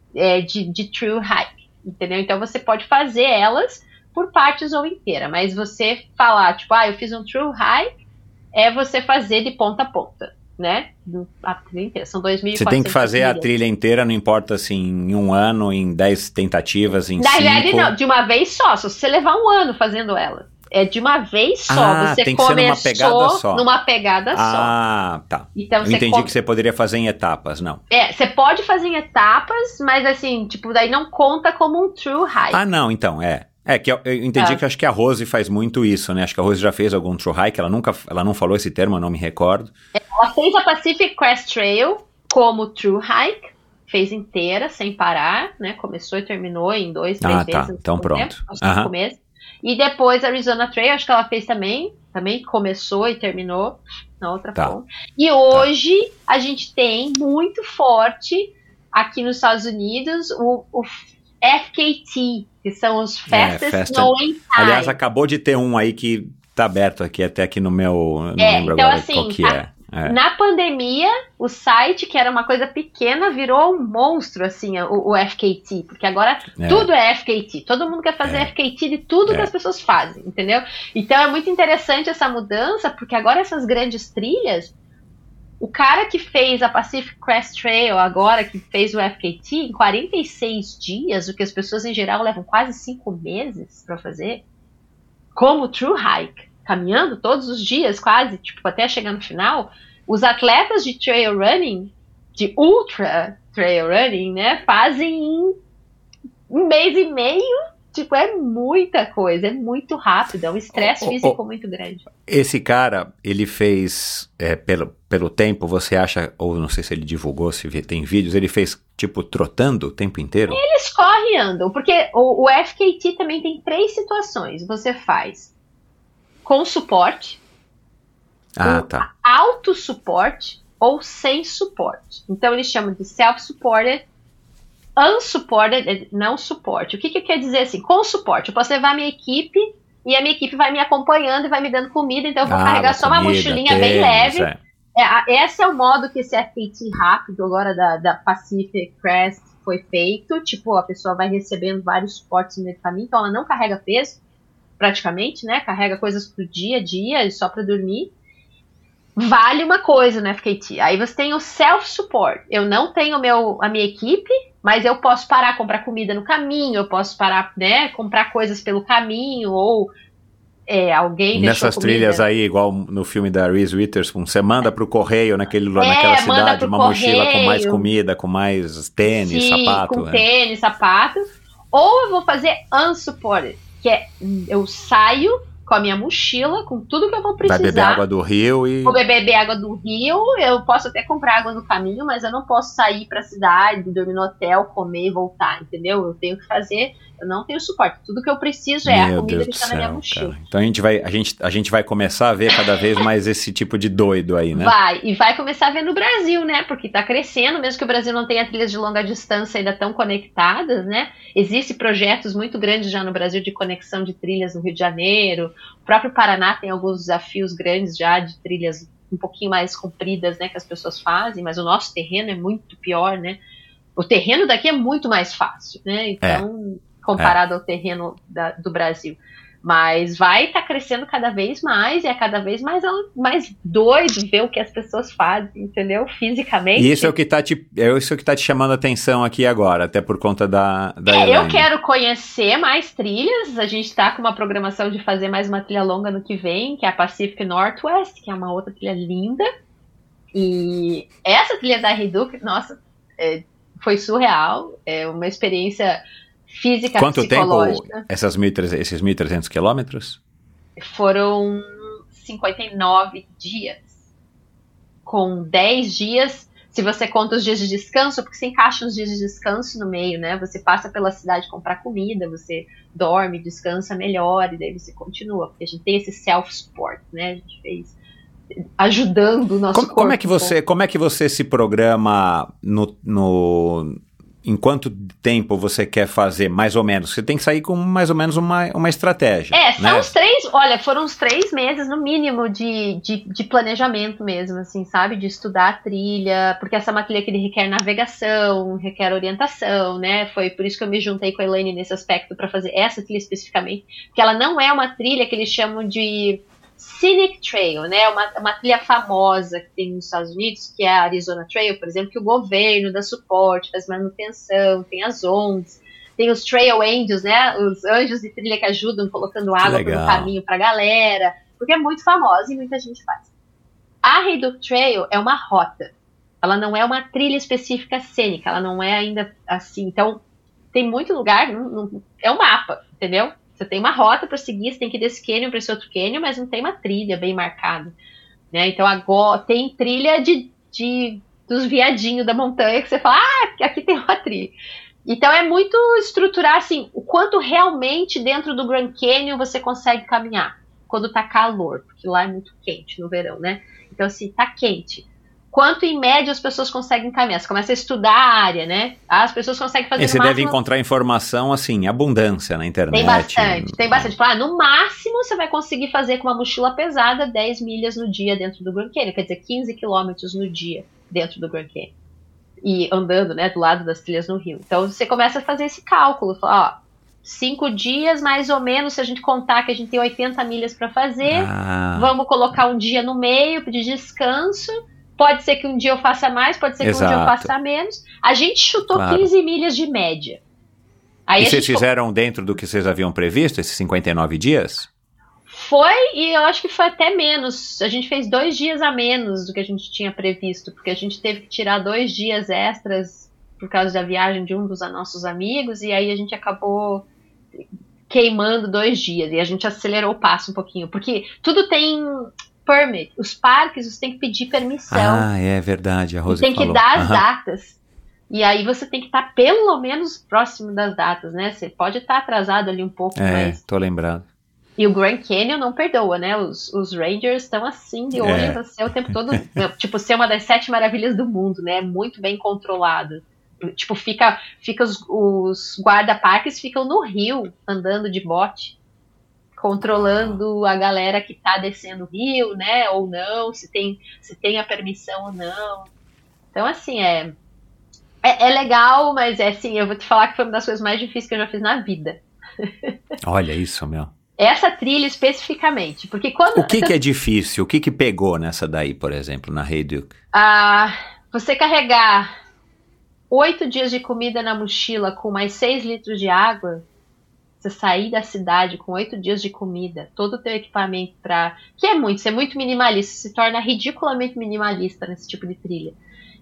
Speaker 1: de true hike, entendeu? Então você pode fazer elas por partes ou inteira, mas você falar, tipo, eu fiz um true hike, é você fazer de ponta a ponta, né? A trilha inteira, são 2.400
Speaker 8: Você tem que fazer milhas. A trilha inteira, não importa se em um ano, em 10 tentativas, em 5...
Speaker 1: Na verdade, não, de uma vez só, se você levar um ano fazendo ela. É de uma vez só, você
Speaker 8: tem que
Speaker 1: começou numa pegada só.
Speaker 8: Tá.
Speaker 1: Então,
Speaker 8: eu entendi que você poderia fazer em etapas, não.
Speaker 1: Você pode fazer em etapas, mas assim, tipo, daí não conta como um true hike.
Speaker 8: Não, então, que eu entendi que acho que a Rose faz muito isso, né? Acho que a Rose já fez algum true hike, ela não falou esse termo, eu não me recordo.
Speaker 1: Ela fez a Pacific Crest Trail como true hike, fez inteira, sem parar, né? Começou e terminou em 2, 3 vezes.
Speaker 8: Então pronto.
Speaker 1: No começo. E depois a Arizona Trail, acho que ela fez também começou e terminou na outra ponta. E hoje a gente tem muito forte aqui nos Estados Unidos o FKT, que são os Fastest Snowing Time.
Speaker 8: Aliás, acabou de ter um aí que tá aberto aqui, até aqui no meu... Não lembro
Speaker 1: então,
Speaker 8: agora
Speaker 1: assim,
Speaker 8: qual que é.
Speaker 1: Na pandemia, o site, que era uma coisa pequena, virou um monstro, assim, o FKT. Porque agora tudo é FKT. Todo mundo quer fazer FKT de tudo que as pessoas fazem, entendeu? Então é muito interessante essa mudança, porque agora essas grandes trilhas, O cara que fez a Pacific Crest Trail agora, que fez o FKT, em 46 dias, o que as pessoas em geral levam quase 5 meses para fazer, como true hike, caminhando todos os dias quase, tipo, até chegar no final, os atletas de trail running, de ultra trail running, né, fazem em 1 mês e meio. Tipo, é muita coisa, é muito rápido, é um estresse físico muito grande.
Speaker 8: Esse cara, ele fez, pelo tempo, você acha, ou não sei se ele divulgou, se tem vídeos, ele fez, tipo, trotando o tempo inteiro?
Speaker 1: Eles correm e andam, porque o FKT também tem 3 situações. Você faz com suporte,
Speaker 8: Tá.
Speaker 1: auto-suporte ou sem suporte. Então, eles chamam de self-supported, unsupported, não suporte. O que quer dizer assim? Com suporte, eu posso levar a minha equipe e a minha equipe vai me acompanhando e vai me dando comida, então eu vou carregar só uma mochilinha bem leve. Esse é o modo que esse FKT rápido agora da Pacific Crest foi feito. Tipo, a pessoa vai recebendo vários suportes no meio do caminho, então ela não carrega peso, praticamente, né? Carrega coisas pro dia a dia, só para dormir. Vale uma coisa no FKT. Aí você tem o self-support. Eu não tenho a minha equipe, mas eu posso parar, comprar comida no caminho, eu posso parar, né, comprar coisas pelo caminho, ou alguém
Speaker 8: nessas trilhas aí, igual no filme da Reese Witherspoon, você manda pro correio naquela cidade uma mochila com mais comida, com mais tênis, sapato.
Speaker 1: Com tênis, sapato. Ou eu vou fazer unsupported, que é eu saio com a minha mochila, com tudo que eu vou precisar.
Speaker 8: Vai beber água do rio e...
Speaker 1: Vou beber água do rio, eu posso até comprar água no caminho, mas eu não posso sair pra cidade, dormir no hotel, comer e voltar, entendeu? Eu tenho que fazer, eu não tenho suporte. Tudo que eu preciso é a comida que tá na minha mochila.
Speaker 8: Cara. Então a gente vai começar a ver cada vez mais esse tipo de doido aí, né?
Speaker 1: Vai começar a ver no Brasil, né? Porque tá crescendo, mesmo que o Brasil não tenha trilhas de longa distância ainda tão conectadas, né? Existem projetos muito grandes já no Brasil de conexão de trilhas no Rio de Janeiro. O próprio Paraná tem alguns desafios grandes já de trilhas um pouquinho mais compridas, né, que as pessoas fazem, mas o nosso terreno é muito pior, né? O terreno daqui é muito mais fácil, né? Então, comparado ao terreno do Brasil. Mas vai estar crescendo cada vez mais e é cada vez mais doido ver o que as pessoas fazem, entendeu? Fisicamente.
Speaker 8: E isso é o que tá te chamando a atenção aqui agora, até por conta da
Speaker 1: eu quero conhecer mais trilhas. A gente está com uma programação de fazer mais uma trilha longa no que vem, que é a Pacific Northwest, que é uma outra trilha linda. E essa trilha da Reduc, nossa, foi surreal. É uma experiência física,
Speaker 8: quanto
Speaker 1: psicológica.
Speaker 8: Tempo esses 1.300 quilômetros?
Speaker 1: Foram 59 dias. Com 10 dias, se você conta os dias de descanso, porque você encaixa os dias de descanso no meio, né? Você passa pela cidade comprar comida, você dorme, descansa melhor, e daí você continua, porque a gente tem esse self-support, né? A gente fez ajudando o nosso corpo.
Speaker 8: Como é que você se programa em quanto tempo você quer fazer, mais ou menos? Você tem que sair com mais ou menos uma estratégia.
Speaker 1: Foram uns 3 meses no mínimo de planejamento mesmo, assim, sabe? De estudar a trilha, porque essa é uma trilha que requer navegação, requer orientação, né? Foi por isso que eu me juntei com a Elaine nesse aspecto para fazer essa trilha especificamente, porque ela não é uma trilha que eles chamam de Scenic Trail, né? Uma trilha famosa que tem nos Estados Unidos, que é a Arizona Trail, por exemplo, que o governo dá suporte, faz manutenção, tem as ONGs, tem os Trail Angels, né? Os anjos de trilha que ajudam colocando água pelo caminho pra galera, porque é muito famosa e muita gente faz. A Reduc Trail é uma rota, ela não é uma trilha específica cênica, ela não é ainda assim, então tem muito lugar, é um mapa, entendeu? Você tem uma rota para seguir, você tem que ir desse canyon para esse outro canyon, mas não tem uma trilha bem marcada, né? Então agora tem trilha dos viadinhos da montanha que você fala, aqui tem uma trilha. Então é muito estruturar assim, o quanto realmente dentro do Grand Canyon você consegue caminhar quando tá calor, porque lá é muito quente no verão, né? Então assim, tá quente. Quanto em média as pessoas conseguem caminhar? Você começa a estudar a área, né? As pessoas conseguem fazer.
Speaker 8: E você deve encontrar informação, assim, abundância na internet.
Speaker 1: Tem bastante. No máximo você vai conseguir fazer com uma mochila pesada 10 milhas no dia dentro do Grand Canyon, quer dizer, 15 quilômetros no dia dentro do Grand Canyon. E andando, né, do lado das trilhas no rio. Então você começa a fazer esse cálculo, 5 dias mais ou menos, se a gente contar que a gente tem 80 milhas para fazer, vamos colocar um dia no meio de descanso. Pode ser que um dia eu faça mais, pode ser que um dia eu faça menos. A gente chutou 15 milhas de média. Aí
Speaker 8: e vocês fizeram dentro do que vocês haviam previsto, esses 59 dias?
Speaker 1: Foi, e eu acho que foi até menos. A gente fez 2 dias a menos do que a gente tinha previsto, porque a gente teve que tirar 2 dias extras por causa da viagem de um dos nossos amigos, e aí a gente acabou queimando 2 dias, e a gente acelerou o passo um pouquinho, porque tudo tem permit. Os parques, você tem que pedir permissão.
Speaker 8: Ah, é verdade, a Rose
Speaker 1: tem
Speaker 8: falou.
Speaker 1: Que dar as datas. E aí você tem que estar pelo menos próximo das datas, né? Você pode estar atrasado ali um pouco, mas...
Speaker 8: tô lembrado.
Speaker 1: E o Grand Canyon não perdoa, né? Os Rangers estão assim, de olho em você o tempo todo. Tipo, ser uma das 7 maravilhas do mundo, né? Muito bem controlado. Tipo, fica os guarda-parques ficam no rio, andando de bote, controlando a galera que tá descendo o rio, né? Ou não, se tem a permissão ou não. Então, assim, é legal, mas assim, eu vou te falar que foi uma das coisas mais difíceis que eu já fiz na vida.
Speaker 8: Olha isso, meu.
Speaker 1: Essa trilha especificamente, porque quando...
Speaker 8: O que é difícil? O que pegou nessa daí, por exemplo, na Hayduke?
Speaker 1: Você carregar 8 dias de comida na mochila com mais 6 litros de água, você sair da cidade com 8 dias de comida, todo o teu equipamento que é muito minimalista, se torna ridiculamente minimalista nesse tipo de trilha.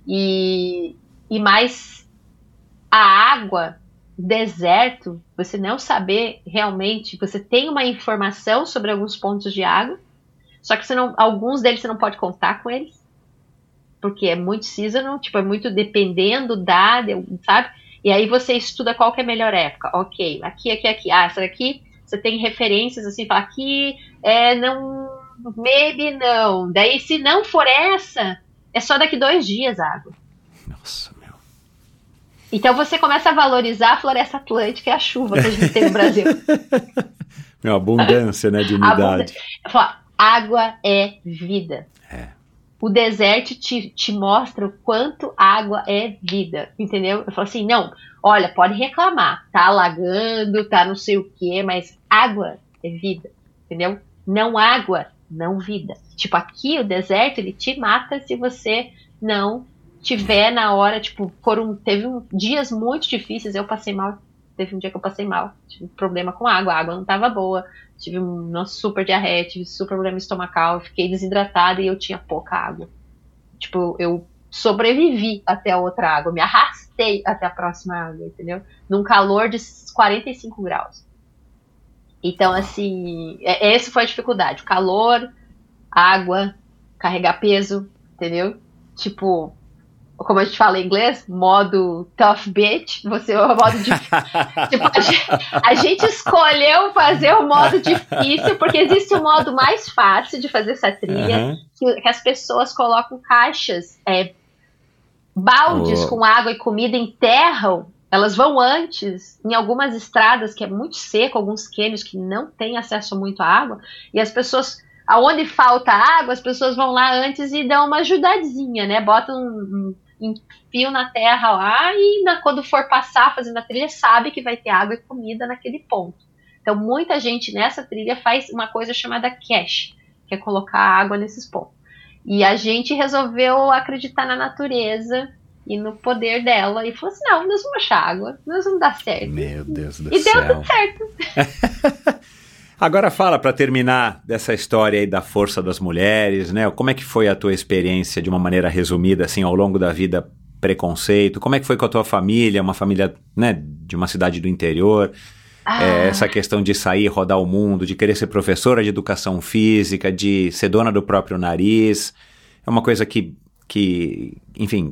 Speaker 1: E mais a água, deserto, você não saber realmente, você tem uma informação sobre alguns pontos de água, só que alguns deles você não pode contar com eles, porque é muito seasonal, tipo, é muito dependendo sabe? E aí você estuda qual que é a melhor época. Ok, aqui. Essa daqui, você tem referências assim, fala, aqui maybe não. Daí, se não for essa, é só daqui 2 dias a água.
Speaker 8: Nossa, meu.
Speaker 1: Então você começa a valorizar a floresta atlântica e a chuva que a gente tem no Brasil.
Speaker 8: Meu, abundância, né, de umidade.
Speaker 1: Água é vida. O deserto te mostra o quanto água é vida, entendeu? Eu falo assim, não, olha, pode reclamar, tá alagando, tá não sei o quê, mas água é vida, entendeu? Não água, não vida. Tipo, aqui o deserto, ele te mata se você não tiver na hora, tipo, teve dias muito difíceis, eu passei mal, teve um dia que eu passei mal, tive um problema com água, a água não tava boa, tive uma super diarreia, tive super problema estomacal, fiquei desidratada e eu tinha pouca água. Tipo, eu sobrevivi até a outra água, me arrastei até a próxima água, entendeu? Num calor de 45 graus. Então, assim, essa foi a dificuldade. Calor, água, carregar peso, entendeu? Tipo, como a gente fala em inglês, modo tough bitch, você é o modo difícil. Tipo, a gente escolheu fazer o modo difícil, porque existe o modo mais fácil de fazer essa trilha, que as pessoas colocam caixas, baldes com água e comida, enterram, elas vão antes, em algumas estradas que é muito seco, alguns cânions que não têm acesso muito à água, e as pessoas... Aonde falta água, as pessoas vão lá antes e dão uma ajudadinha, né? Botam um fio na terra lá e quando for passar fazendo a trilha, sabe que vai ter água e comida naquele ponto. Então, muita gente nessa trilha faz uma coisa chamada cache, que é colocar água nesses pontos. E a gente resolveu acreditar na natureza e no poder dela e falou assim, não, nós vamos achar água, nós vamos dar certo.
Speaker 8: Meu Deus do
Speaker 1: céu.
Speaker 8: E
Speaker 1: deu tudo certo.
Speaker 8: Agora fala, para terminar, dessa história aí da força das mulheres, né? Como é que foi a tua experiência, de uma maneira resumida, assim, ao longo da vida, preconceito? Como é que foi com a tua família, uma família, né, de uma cidade do interior? Essa questão de sair, rodar o mundo, de querer ser professora de educação física, de ser dona do próprio nariz. É uma coisa que enfim...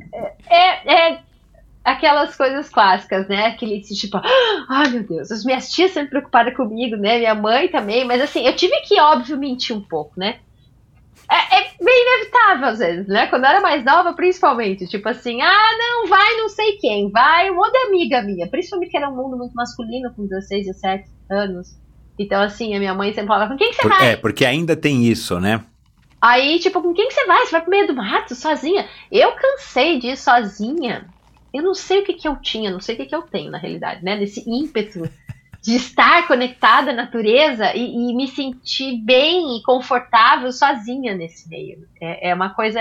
Speaker 1: Aquelas coisas clássicas, né? Aquele tipo, ai meu Deus, as minhas tias sempre preocupadas comigo, né? Minha mãe também, mas assim, eu tive que, óbvio, mentir um pouco, né? É bem inevitável às vezes, né? Quando eu era mais nova, principalmente, tipo assim, não, vai não sei quem, vai uma outra amiga minha, principalmente que era um mundo muito masculino, com 16, 17 anos. Então, assim, a minha mãe sempre falava, com quem que você vai?
Speaker 8: Porque ainda tem isso, né?
Speaker 1: Aí, tipo, com quem que você vai? Você vai pro meio do mato, sozinha? Eu cansei de ir sozinha. Eu não sei o que eu tinha, não sei o que eu tenho, na realidade, né? Desse ímpeto de estar conectada à natureza e me sentir bem e confortável sozinha nesse meio. É uma coisa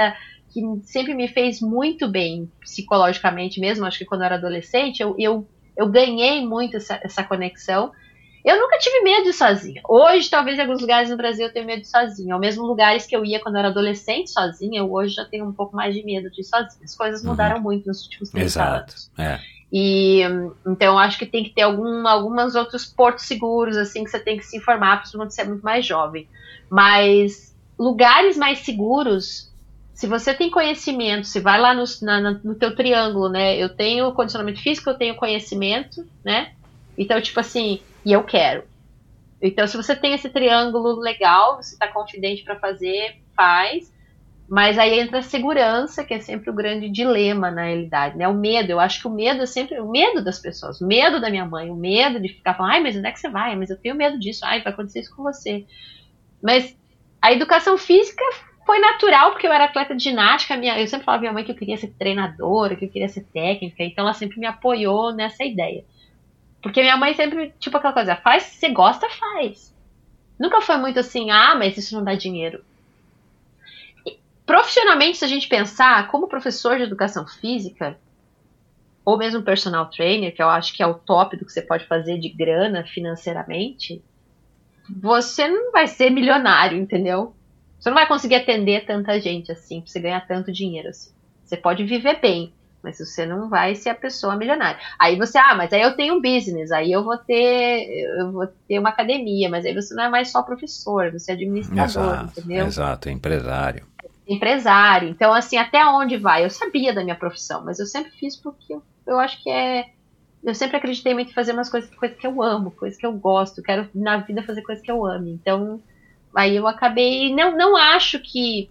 Speaker 1: que sempre me fez muito bem psicologicamente mesmo, acho que quando eu era adolescente, eu ganhei muito essa conexão. Eu nunca tive medo de ir sozinha. Hoje, talvez em alguns lugares no Brasil eu tenho medo de ir sozinha. Ao mesmo lugares que eu ia quando eu era adolescente sozinha, eu hoje já tenho um pouco mais de medo de ir sozinha. As coisas mudaram muito nos últimos 30 anos. E então eu acho que tem que ter alguns outros portos seguros, assim, que você tem que se informar, principalmente você é muito mais jovem. Mas lugares mais seguros, se você tem conhecimento, se vai lá no teu triângulo, né? Eu tenho condicionamento físico, eu tenho conhecimento, né? Então, tipo assim, e eu quero. Então, se você tem esse triângulo legal, você tá confidente para fazer, faz. Mas aí entra a segurança, que é sempre o grande dilema na realidade, né? O medo, eu acho que o medo é sempre o medo das pessoas, o medo da minha mãe, o medo de ficar falando, ai, mas onde é que você vai? Mas eu tenho medo disso, ai, vai acontecer isso com você. Mas a educação física foi natural, porque eu era atleta de ginástica, eu sempre falava pra minha mãe que eu queria ser treinadora, que eu queria ser técnica, então ela sempre me apoiou nessa ideia. Porque minha mãe sempre, tipo aquela coisa, faz, se você gosta, faz. Nunca foi muito assim, mas isso não dá dinheiro. Profissionalmente, se a gente pensar, como professor de educação física, ou mesmo personal trainer, que eu acho que é o top do que você pode fazer de grana financeiramente, você não vai ser milionário, entendeu? Você não vai conseguir atender tanta gente assim, pra você ganhar tanto dinheiro assim. Você pode viver bem, mas você não vai ser a pessoa milionária. Aí você, mas aí eu tenho um business, aí eu vou ter uma academia, mas aí você não é mais só professor, você é administrador, entendeu?
Speaker 8: Exato, empresário.
Speaker 1: Então, assim, até onde vai? Eu sabia da minha profissão, mas eu sempre fiz porque eu acho que eu sempre acreditei muito em fazer umas coisas que eu amo, coisas que eu gosto, quero na vida fazer coisas que eu amo. Então, aí eu acabei, não acho que,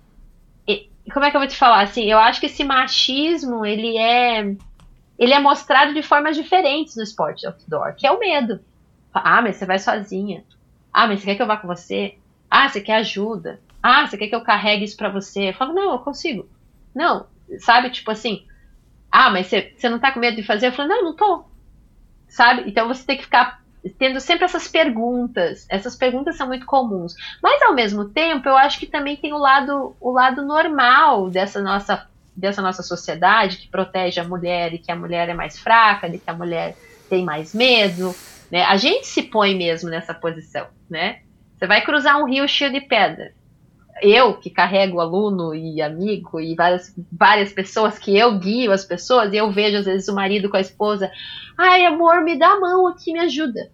Speaker 1: como é que eu vou te falar, assim, eu acho que esse machismo, ele é mostrado de formas diferentes no esporte outdoor, que é o medo. Mas você vai sozinha. Mas você quer que eu vá com você? Você quer ajuda? Você quer que eu carregue isso pra você? Eu falo, não, eu consigo. Não, sabe, tipo assim, mas você não tá com medo de fazer? Eu falo, não tô. Sabe? Então você tem que ficar tendo sempre essas perguntas. Essas perguntas são muito comuns. Mas, ao mesmo tempo, eu acho que também tem o lado normal dessa nossa sociedade, que protege a mulher e que a mulher é mais fraca, de que a mulher tem mais medo, né? A gente se põe mesmo nessa posição, né? Você vai cruzar um rio cheio de pedra. Eu, que carrego aluno e amigo e várias pessoas, que eu guio as pessoas, e eu vejo às vezes o marido com a esposa, amor, me dá a mão aqui, me ajuda.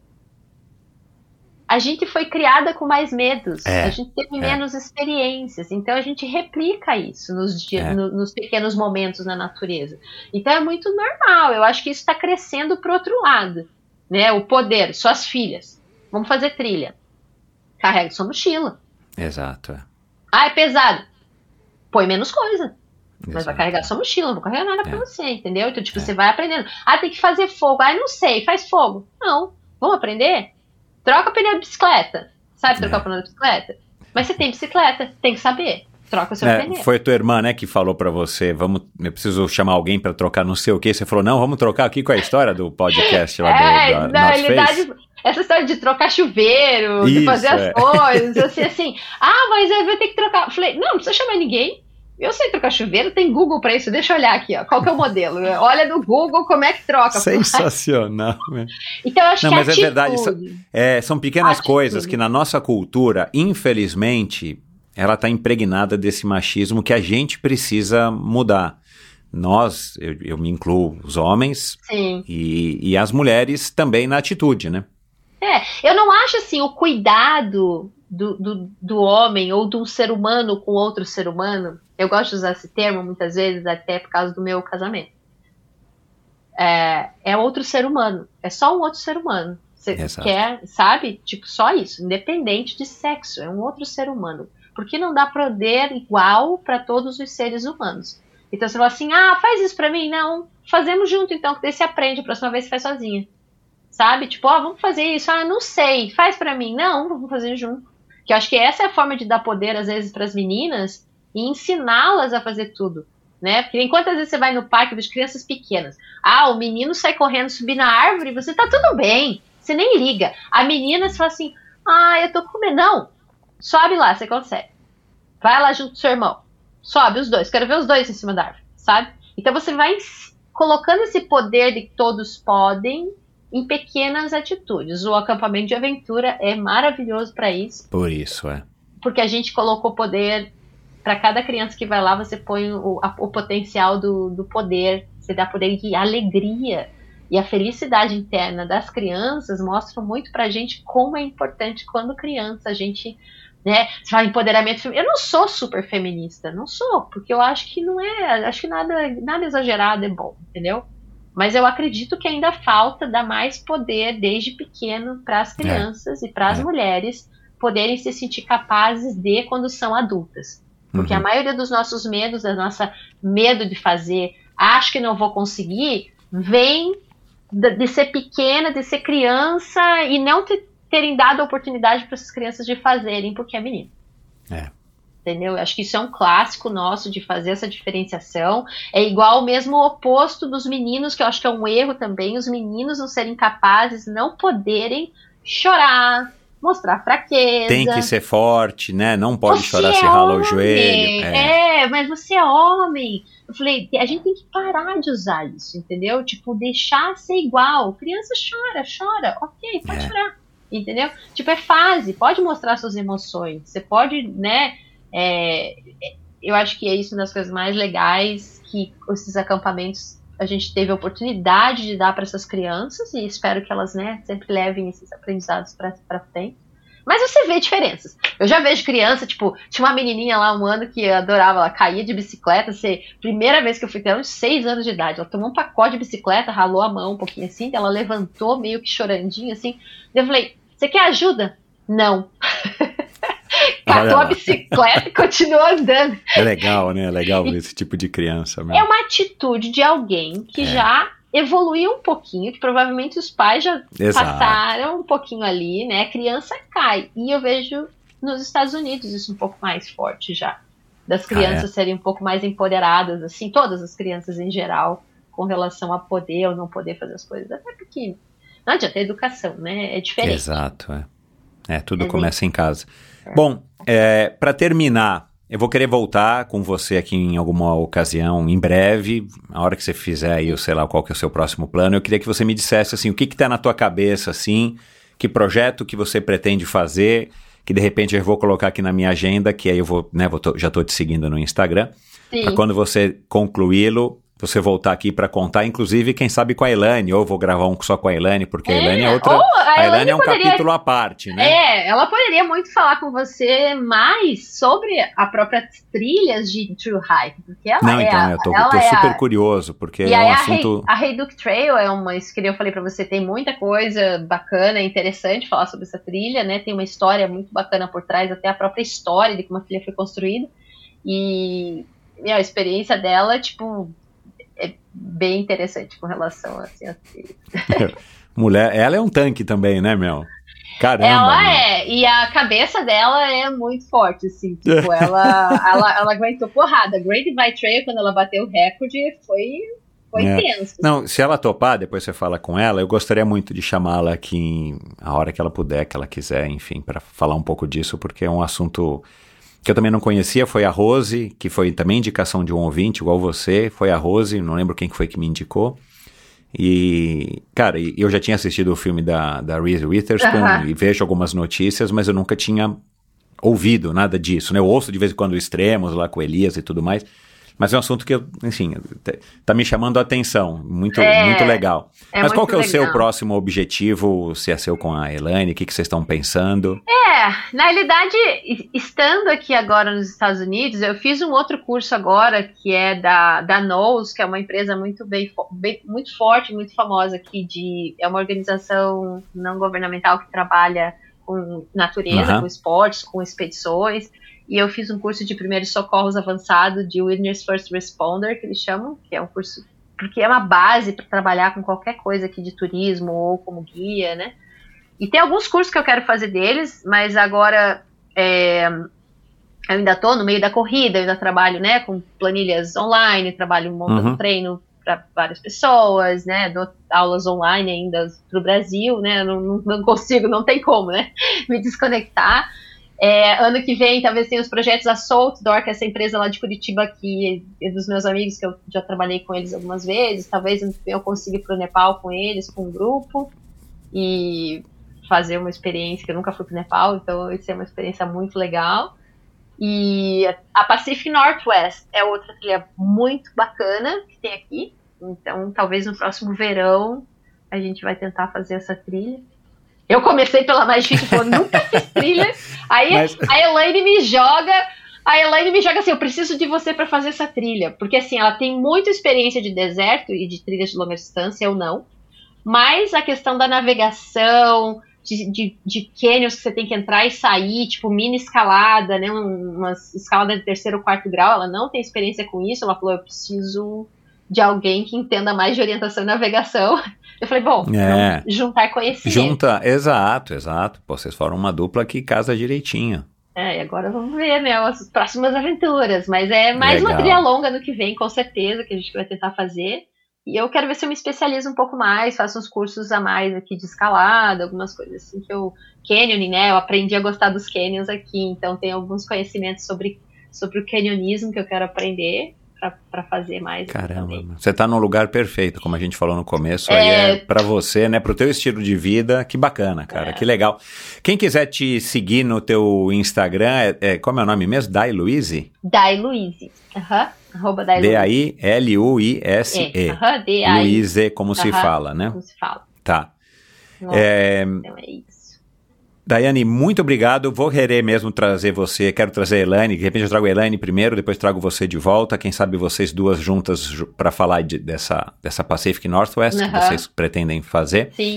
Speaker 1: A gente foi criada com mais medos, a gente teve menos experiências, então a gente replica isso nos pequenos momentos na natureza. Então é muito normal, eu acho que isso está crescendo para o outro lado, né? O poder, suas filhas, vamos fazer trilha, carregue sua mochila.
Speaker 8: Exato,
Speaker 1: é pesado. Põe menos coisa. Mas vai carregar sua mochila, não vou carregar nada pra você, entendeu? Então, tipo, você vai aprendendo. Tem que fazer fogo. Não sei, faz fogo. Não. Vamos aprender? Troca o pneu de bicicleta. Sabe trocar o pneu de bicicleta? Mas você tem bicicleta, tem que saber. Troca o seu pneu.
Speaker 8: Foi a tua irmã, né, que falou pra você, eu preciso chamar alguém pra trocar não sei o quê. Você falou, não, vamos trocar aqui com a história do podcast lá do
Speaker 1: na realidade, essa história de trocar chuveiro, de fazer as coisas, assim, mas aí vai ter que trocar. Falei, não precisa chamar ninguém. Eu sei trocar chuveiro, tem Google pra isso, deixa eu olhar aqui, qual que é o modelo? Olha no Google como é que troca.
Speaker 8: Sensacional.
Speaker 1: Então eu acho que
Speaker 8: mas é verdade, são pequenas coisas que na nossa cultura, infelizmente, ela está impregnada desse machismo que a gente precisa mudar. Nós, eu me incluo, os homens e as mulheres também na atitude, né?
Speaker 1: Eu não acho assim o cuidado do homem ou de um ser humano com outro ser humano. Eu gosto de usar esse termo muitas vezes, até por causa do meu casamento. É outro ser humano. É só um outro ser humano. Você quer, sabe? Tipo, só isso. Independente de sexo. É um outro ser humano. Porque não dá poder igual para todos os seres humanos. Então você fala assim, faz isso pra mim? Não. Fazemos junto então, que daí você aprende. A próxima vez você faz sozinha. Sabe? Tipo, vamos fazer isso. Não sei. Faz pra mim. Não, vamos fazer junto. Que eu acho que essa é a forma de dar poder, às vezes, pras meninas e ensiná-las a fazer tudo, né? Porque enquanto às vezes você vai no parque das crianças pequenas, o menino sai correndo, subir na árvore, você tá tudo bem. Você nem liga. A menina fala assim, eu tô com medo. Não. Sobe lá, você consegue. Vai lá junto com o seu irmão. Sobe os dois, quero ver os dois em cima da árvore, sabe? Então você vai colocando esse poder de que todos podem em pequenas atitudes. O acampamento de aventura é maravilhoso para isso.
Speaker 8: Por isso,
Speaker 1: Porque a gente colocou poder para cada criança que vai lá, você põe o potencial do poder, você dá poder e alegria. E a felicidade interna das crianças mostram muito pra gente como é importante quando criança a gente, né, você fala empoderamento feminino. Eu não sou super feminista, não sou, porque eu acho que não é, acho que nada exagerado é bom, entendeu? Mas eu acredito que ainda falta dar mais poder desde pequeno para as crianças e para as mulheres poderem se sentir capazes de quando são adultas. Porque a maioria dos nossos medos, da nossa medo de fazer, acho que não vou conseguir, vem de ser pequena, de ser criança e não terem dado a oportunidade para essas crianças de fazerem porque é menino. Entendeu? Acho que isso é um clássico nosso de fazer essa diferenciação. É igual mesmo o oposto dos meninos, que eu acho que é um erro também, os meninos não serem capazes, não poderem chorar, mostrar fraqueza.
Speaker 8: Tem que ser forte, né? Não pode chorar se rala o joelho.
Speaker 1: Mas você é homem. Eu falei, a gente tem que parar de usar isso, entendeu? Tipo, deixar ser igual. Criança chora. Ok, pode chorar. Entendeu? Tipo, é fase, pode mostrar suas emoções. Você pode, né? Eu acho que é isso uma das coisas mais legais que esses acampamentos a gente teve a oportunidade de dar para essas crianças e espero que elas, né, sempre levem esses aprendizados para frente. Mas você vê diferenças. Eu já vejo criança, tipo, tinha uma menininha lá, 1 ano, que adorava, ela caía de bicicleta, primeira vez que eu fui ter, ela uns 6 anos de idade, ela tomou um pacote de bicicleta, ralou a mão um pouquinho assim, ela levantou meio que chorandinho assim, eu falei, você quer ajuda? Não. Catou a bicicleta e continuou andando.
Speaker 8: É legal, né? É legal ver esse tipo de criança mesmo.
Speaker 1: É uma atitude de alguém que já evoluiu um pouquinho, que provavelmente os pais já passaram um pouquinho ali, né? A criança cai. E eu vejo nos Estados Unidos isso um pouco mais forte já. Das crianças serem um pouco mais empoderadas, assim, todas as crianças em geral, com relação a poder ou não poder fazer as coisas. Até porque não adianta, é educação, né? É diferente.
Speaker 8: Exato, tudo começa em casa. Bom, para terminar, eu vou querer voltar com você aqui em alguma ocasião, em breve, a hora que você fizer aí, eu sei lá qual que é o seu próximo plano, eu queria que você me dissesse, assim, o que tá na tua cabeça, assim, que projeto que você pretende fazer, que de repente eu vou colocar aqui na minha agenda, que aí eu vou, né, já tô te seguindo no Instagram, para quando você concluí-lo, você voltar aqui para contar, inclusive, quem sabe com a Elaine, ou vou gravar um só com a Elaine, porque a Elaine é outra. A Elaine é um capítulo à parte, né?
Speaker 1: Ela poderia muito falar com você mais sobre a própria trilhas de True Hike, porque ela
Speaker 8: eu tô super curioso, porque é um assunto.
Speaker 1: A Haydock Trail é uma, isso que eu falei para você, tem muita coisa bacana, interessante falar sobre essa trilha, né? Tem uma história muito bacana por trás, até a própria história de como a trilha foi construída. E a experiência dela, tipo, é bem interessante com relação assim, a
Speaker 8: mulher, ela é um tanque também, né, Mel? Caramba.
Speaker 1: Ela e a cabeça dela é muito forte, assim, tipo, ela aguentou porrada. Great Divide Trail, quando ela bateu o recorde, foi tenso.
Speaker 8: Não, se ela topar, depois você fala com ela, eu gostaria muito de chamá-la aqui a hora que ela puder, que ela quiser, enfim, para falar um pouco disso, porque é um assunto que eu também não conhecia. Foi a Rose, que foi também indicação de um ouvinte, igual você, foi a Rose, não lembro quem foi que me indicou. E, cara, eu já tinha assistido o filme da Reese Witherspoon e vejo algumas notícias, mas eu nunca tinha ouvido nada disso, né? Eu ouço de vez em quando Extremos lá com Elias e tudo mais, mas é um assunto que, enfim, tá me chamando a atenção, muito legal. Mas qual que é o seu próximo objetivo, se é seu com a Elaine, o que vocês estão pensando?
Speaker 1: Na realidade, estando aqui agora nos Estados Unidos, eu fiz um outro curso agora, que é da Knowles, que é uma empresa muito forte, muito famosa aqui, é uma organização não governamental que trabalha com natureza, com esportes, com expedições. E eu fiz um curso de primeiros socorros avançado de Wilderness First Responder, que eles chamam, que é um curso, porque é uma base para trabalhar com qualquer coisa aqui de turismo ou como guia, né? E tem alguns cursos que eu quero fazer deles, mas agora eu ainda estou no meio da corrida, eu ainda trabalho, né, com planilhas online, trabalho montando treino para várias pessoas, né, dou aulas online ainda para o Brasil, né, não consigo, não tem como, né, me desconectar. Ano que vem, talvez tenha os projetos da Saltdoor, que é essa empresa lá de Curitiba, que é dos meus amigos, que eu já trabalhei com eles algumas vezes. Talvez eu consiga ir para o Nepal com eles, com um grupo, e fazer uma experiência, que eu nunca fui para o Nepal, então isso é uma experiência muito legal. E a Pacific Northwest é outra trilha muito bacana que tem aqui. Então, talvez no próximo verão a gente vai tentar fazer essa trilha. Eu comecei pela mais difícil, eu nunca fiz trilha. Aí a Elaine me joga assim, eu preciso de você para fazer essa trilha. Porque assim, ela tem muita experiência de deserto e de trilhas de longa distância, eu não. Mas a questão da navegação, de canyons que você tem que entrar e sair, tipo mini escalada, né? Uma escalada de 3º ou 4º grau, ela não tem experiência com isso. Ela falou, eu preciso de alguém que entenda mais de orientação e navegação. Eu falei, bom, juntar conhecimento.
Speaker 8: Exato. Pô, vocês foram uma dupla que casa direitinho.
Speaker 1: E agora vamos ver, né, as próximas aventuras. Mas é mais uma trilha longa no que vem, com certeza, que a gente vai tentar fazer. E eu quero ver se eu me especializo um pouco mais, faço uns cursos a mais aqui de escalada, algumas coisas assim que canyoning, né, eu aprendi a gostar dos canyons aqui, então tem alguns conhecimentos sobre o canyonismo que eu quero aprender para fazer mais.
Speaker 8: Caramba,
Speaker 1: também.
Speaker 8: Você tá num lugar perfeito, como a gente falou no começo, aí é pra você, né, pro teu estilo de vida, que bacana, cara, que legal. Quem quiser te seguir no teu Instagram, como é o nome mesmo? Dai Luise?
Speaker 1: Dai Luise, arroba Dai Luise.
Speaker 8: D-A-I-L-U-I-S-E. Luise, como se fala, né?
Speaker 1: Como se fala.
Speaker 8: Tá.
Speaker 1: Então é isso.
Speaker 8: Daiane, muito obrigado, vou querer mesmo trazer você, quero trazer a Elaine, de repente eu trago a Elaine primeiro, depois trago você de volta, quem sabe vocês duas juntas para falar dessa Pacific Northwest que vocês pretendem fazer.
Speaker 1: Sim.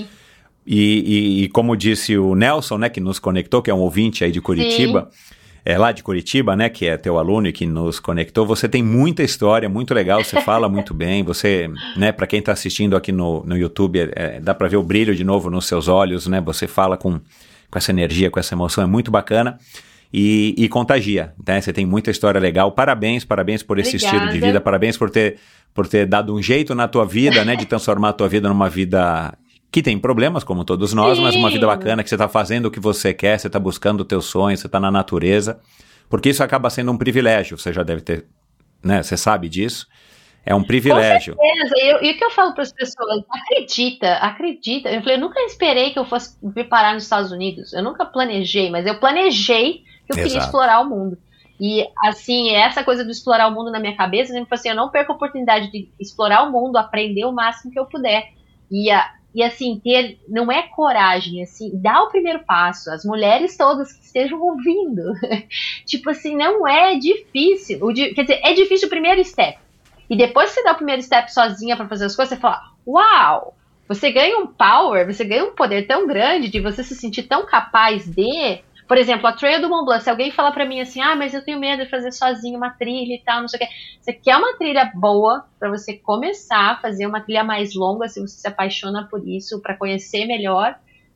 Speaker 8: E como disse o Nelson, né, que nos conectou, que é um ouvinte aí de Curitiba, lá de Curitiba, né, que é teu aluno e que nos conectou, você tem muita história, muito legal, você fala muito bem, você, né, para quem está assistindo aqui no YouTube, dá para ver o brilho de novo nos seus olhos, né, você fala com essa energia, com essa emoção, é muito bacana e contagia, né? Você tem muita história legal, parabéns por esse estilo de vida, parabéns por ter dado um jeito na tua vida, né, de transformar a tua vida numa vida que tem problemas, como todos nós, mas uma vida bacana, que você está fazendo o que você quer, você está buscando o teu sonho, você está na natureza, porque isso acaba sendo um privilégio, você já deve ter, né, você sabe disso. É um privilégio.
Speaker 1: Com certeza. E o que eu falo para as pessoas? Acredita. Eu falei, eu nunca esperei que eu fosse vir parar nos Estados Unidos. Eu nunca planejei, mas eu planejei que eu queria explorar o mundo. E, assim, essa coisa do explorar o mundo na minha cabeça, eu sempre falei assim, eu não perco a oportunidade de explorar o mundo, aprender o máximo que eu puder. E assim, não é coragem, assim, dá o primeiro passo. As mulheres todas que estejam ouvindo. Tipo assim, não é difícil. Quer dizer, é difícil o primeiro step. E depois que você dá o primeiro step sozinha pra fazer as coisas, você fala, uau, você ganha um power, você ganha um poder tão grande de você se sentir tão capaz de... Por exemplo, a Trail do Mont Blanc, se alguém falar pra mim assim, mas eu tenho medo de fazer sozinho uma trilha e tal, não sei o que. Você quer uma trilha boa pra você começar a fazer uma trilha mais longa, se você se apaixona por isso, pra conhecer melhor.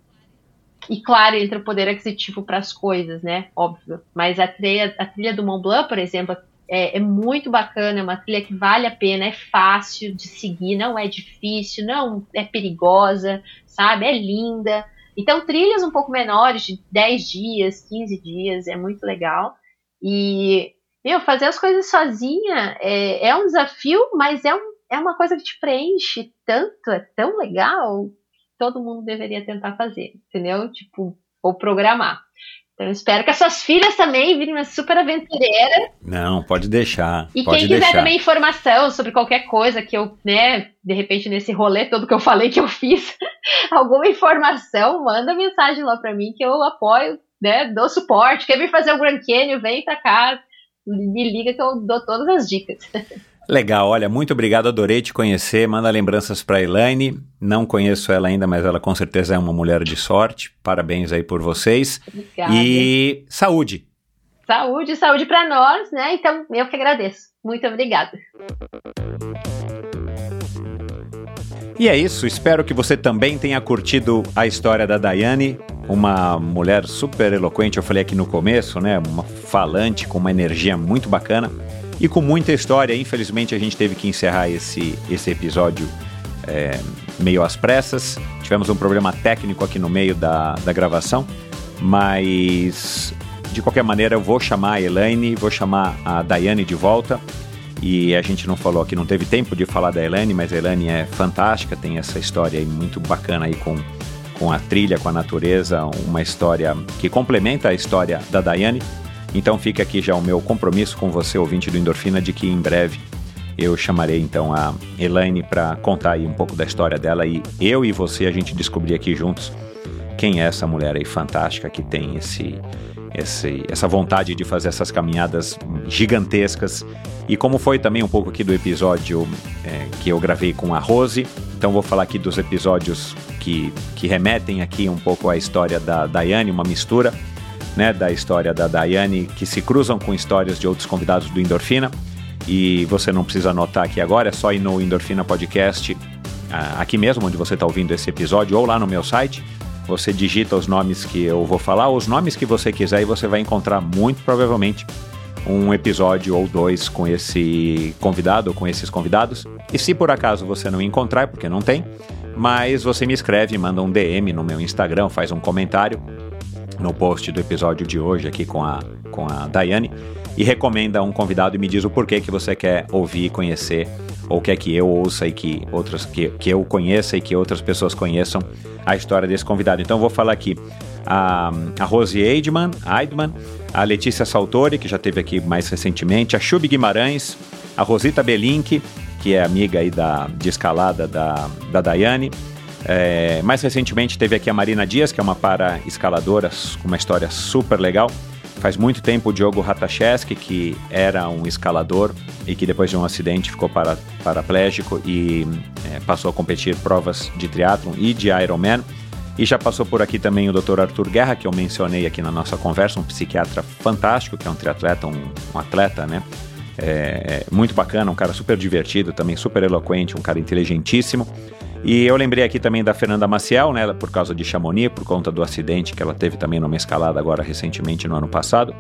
Speaker 1: E claro, entra o poder aquisitivo pras coisas, né, óbvio. Mas a trilha do Mont Blanc, por exemplo... É muito bacana, é uma trilha que vale a pena, é fácil de seguir, não é difícil, não é perigosa, sabe? É linda. Então, trilhas um pouco menores, de 10 dias, 15 dias, é muito legal. E, fazer as coisas sozinha é um desafio, mas é uma coisa que te preenche tanto, é tão legal, todo mundo deveria tentar fazer, entendeu? Tipo, ou programar. Então, eu espero que as suas filhas também virem uma super aventureira.
Speaker 8: Não, pode deixar.
Speaker 1: E quem quiser também informação sobre qualquer coisa que eu, né, de repente nesse rolê todo que eu falei que eu fiz, alguma informação, manda mensagem lá pra mim que eu apoio, né, dou suporte. Quer vir fazer o Grand Canyon, vem pra cá, me liga que eu dou todas as dicas.
Speaker 8: Legal, olha, muito obrigado, adorei te conhecer, manda lembranças para a Elaine, não conheço ela ainda, mas ela com certeza é uma mulher de sorte, parabéns aí por vocês.
Speaker 1: Obrigada.
Speaker 8: E saúde.
Speaker 1: Saúde para nós, né, então eu que agradeço, muito obrigada.
Speaker 8: E é isso, espero que você também tenha curtido a história da Daiane, uma mulher super eloquente, eu falei aqui no começo, né, uma falante com uma energia muito bacana. E com muita história, infelizmente a gente teve que encerrar esse episódio meio às pressas. Tivemos um problema técnico aqui no meio da gravação, mas de qualquer maneira, eu vou chamar a Elaine, vou chamar a Daiane de volta. E a gente não falou aqui, não teve tempo de falar da Elaine, mas a Elaine é fantástica, tem essa história aí muito bacana aí com a trilha, com a natureza, uma história que complementa a história da Daiane. Então fica aqui já o meu compromisso com você, ouvinte do Endorfina, de que em breve eu chamarei então a Elaine para contar aí um pouco da história dela e eu e você a gente descobrir aqui juntos quem é essa mulher aí fantástica que tem essa vontade de fazer essas caminhadas gigantescas. E como foi também um pouco aqui do episódio que eu gravei com a Rose, então vou falar aqui dos episódios que remetem aqui um pouco à história da Daiane, uma mistura, né, da história da Daiane que se cruzam com histórias de outros convidados do Endorfina. E você não precisa anotar aqui agora, é só ir no Endorfina Podcast, aqui mesmo onde você está ouvindo esse episódio, ou lá no meu site. Você digita os nomes que eu vou falar, os nomes que você quiser, e você vai encontrar muito provavelmente um episódio ou dois com esse convidado ou com esses convidados. E se por acaso você não encontrar, porque não tem, mas você me escreve, manda um DM no meu Instagram, faz um comentário no post do episódio de hoje aqui com a Daiane e recomenda um convidado e me diz o porquê que você quer ouvir, conhecer, ou quer que eu ouça e que eu conheça e que outras pessoas conheçam a história desse convidado. Então eu vou falar aqui a Rose Eidman, a Letícia Saltori, que já esteve aqui mais recentemente, a Chubi Guimarães, a Rosita Belink, que é amiga aí de escalada da Daiane. Mais recentemente teve aqui a Marina Dias, que é uma para-escaladora com uma história super legal. Faz muito tempo o Diogo Ratacheski, que era um escalador e que depois de um acidente ficou paraplégico e passou a competir provas de triatlon e de Ironman. E já passou por aqui também o Dr. Arthur Guerra, que eu mencionei aqui na nossa conversa, um psiquiatra fantástico, que é um triatleta, um atleta, né? Muito bacana, um cara super divertido, também super eloquente, um cara inteligentíssimo. E eu lembrei aqui também da Fernanda Maciel, né, por causa de Chamonix, por conta do acidente que ela teve também numa escalada agora recentemente no ano passado.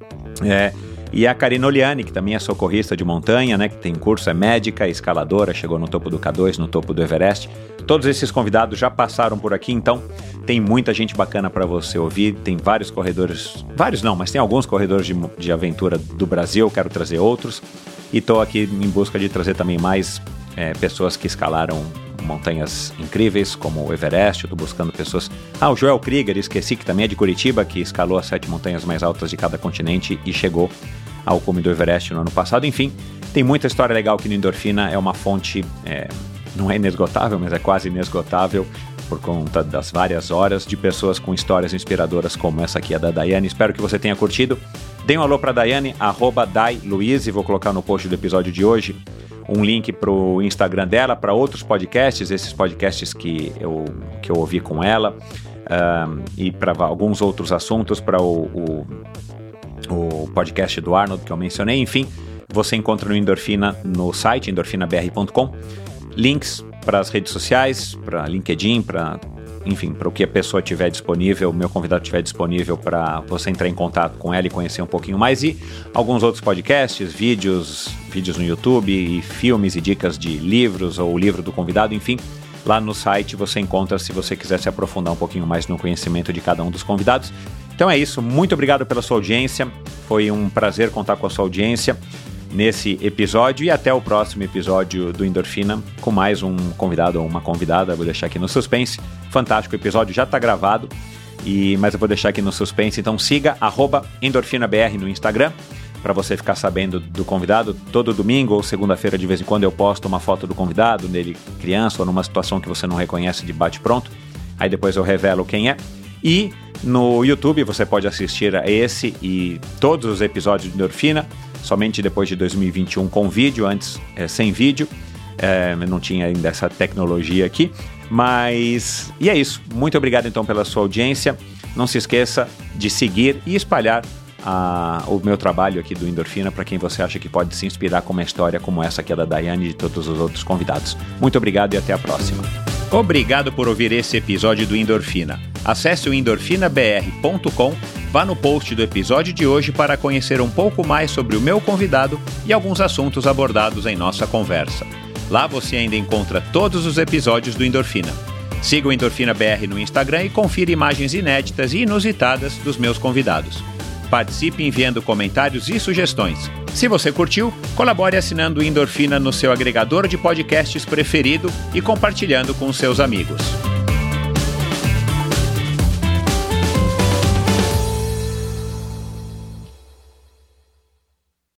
Speaker 8: E a Karina Oliani, que também é socorrista de montanha, né, que tem curso, é médica, escaladora, chegou no topo do K2, no topo do Everest. Todos esses convidados já passaram por aqui, então tem muita gente bacana para você ouvir. Tem vários corredores, mas tem alguns corredores de aventura do Brasil, quero trazer outros. E estou aqui em busca de trazer também mais pessoas que escalaram montanhas incríveis, como o Everest. Eu tô buscando pessoas... o Joel Krieger, esqueci, que também é de Curitiba, que escalou as 7 montanhas mais altas de cada continente e chegou ao cume do Everest no ano passado. Enfim, tem muita história legal aqui no Endorfina, é uma fonte, não é inesgotável, mas é quase inesgotável, por conta das várias horas de pessoas com histórias inspiradoras como essa aqui, a da Daiane. Espero que você tenha curtido. Dê um alô pra Daiane, @DaiLuiz, e vou colocar no post do episódio de hoje um link pro Instagram dela, para outros podcasts, esses podcasts que eu ouvi com ela, e para alguns outros assuntos, para o podcast do Arnold que eu mencionei. Enfim, você encontra no Endorfina, no site endorfinabr.com, links para as redes sociais, para LinkedIn, para o que a pessoa tiver disponível, o meu convidado tiver disponível, para você entrar em contato com ela e conhecer um pouquinho mais, e alguns outros podcasts, vídeos no YouTube, e filmes e dicas de livros, ou o livro do convidado. Enfim, lá no site você encontra, se você quiser se aprofundar um pouquinho mais no conhecimento de cada um dos convidados. Então é isso, muito obrigado pela sua audiência, foi um prazer contar com a sua audiência nesse episódio, e até o próximo episódio do Endorfina com mais um convidado ou uma convidada. Vou deixar aqui no suspense. Fantástico, o episódio já está gravado, mas eu vou deixar aqui no suspense. Então siga @EndorfinaBR no Instagram para você ficar sabendo do convidado. Todo domingo ou segunda-feira, de vez em quando, eu posto uma foto do convidado, dele criança ou numa situação que você não reconhece de bate-pronto. Aí depois eu revelo quem é. E no YouTube você pode assistir a esse e todos os episódios de Endorfina, somente depois de 2021 com vídeo, antes sem vídeo. Não tinha ainda essa tecnologia aqui, e é isso. Muito obrigado então pela sua audiência. Não se esqueça de seguir e espalhar o meu trabalho aqui do Endorfina para quem você acha que pode se inspirar com uma história como essa aqui da Daiane e de todos os outros convidados. Muito obrigado e até a próxima. Obrigado por ouvir esse episódio do Endorfina. Acesse o endorfinabr.com, vá no post do episódio de hoje para conhecer um pouco mais sobre o meu convidado e alguns assuntos abordados em nossa conversa. Lá você ainda encontra todos os episódios do Endorfina. Siga o Endorfina BR no Instagram e confira imagens inéditas e inusitadas dos meus convidados. Participe enviando comentários e sugestões. Se você curtiu, colabore assinando o Endorfina no seu agregador de podcasts preferido e compartilhando com seus amigos.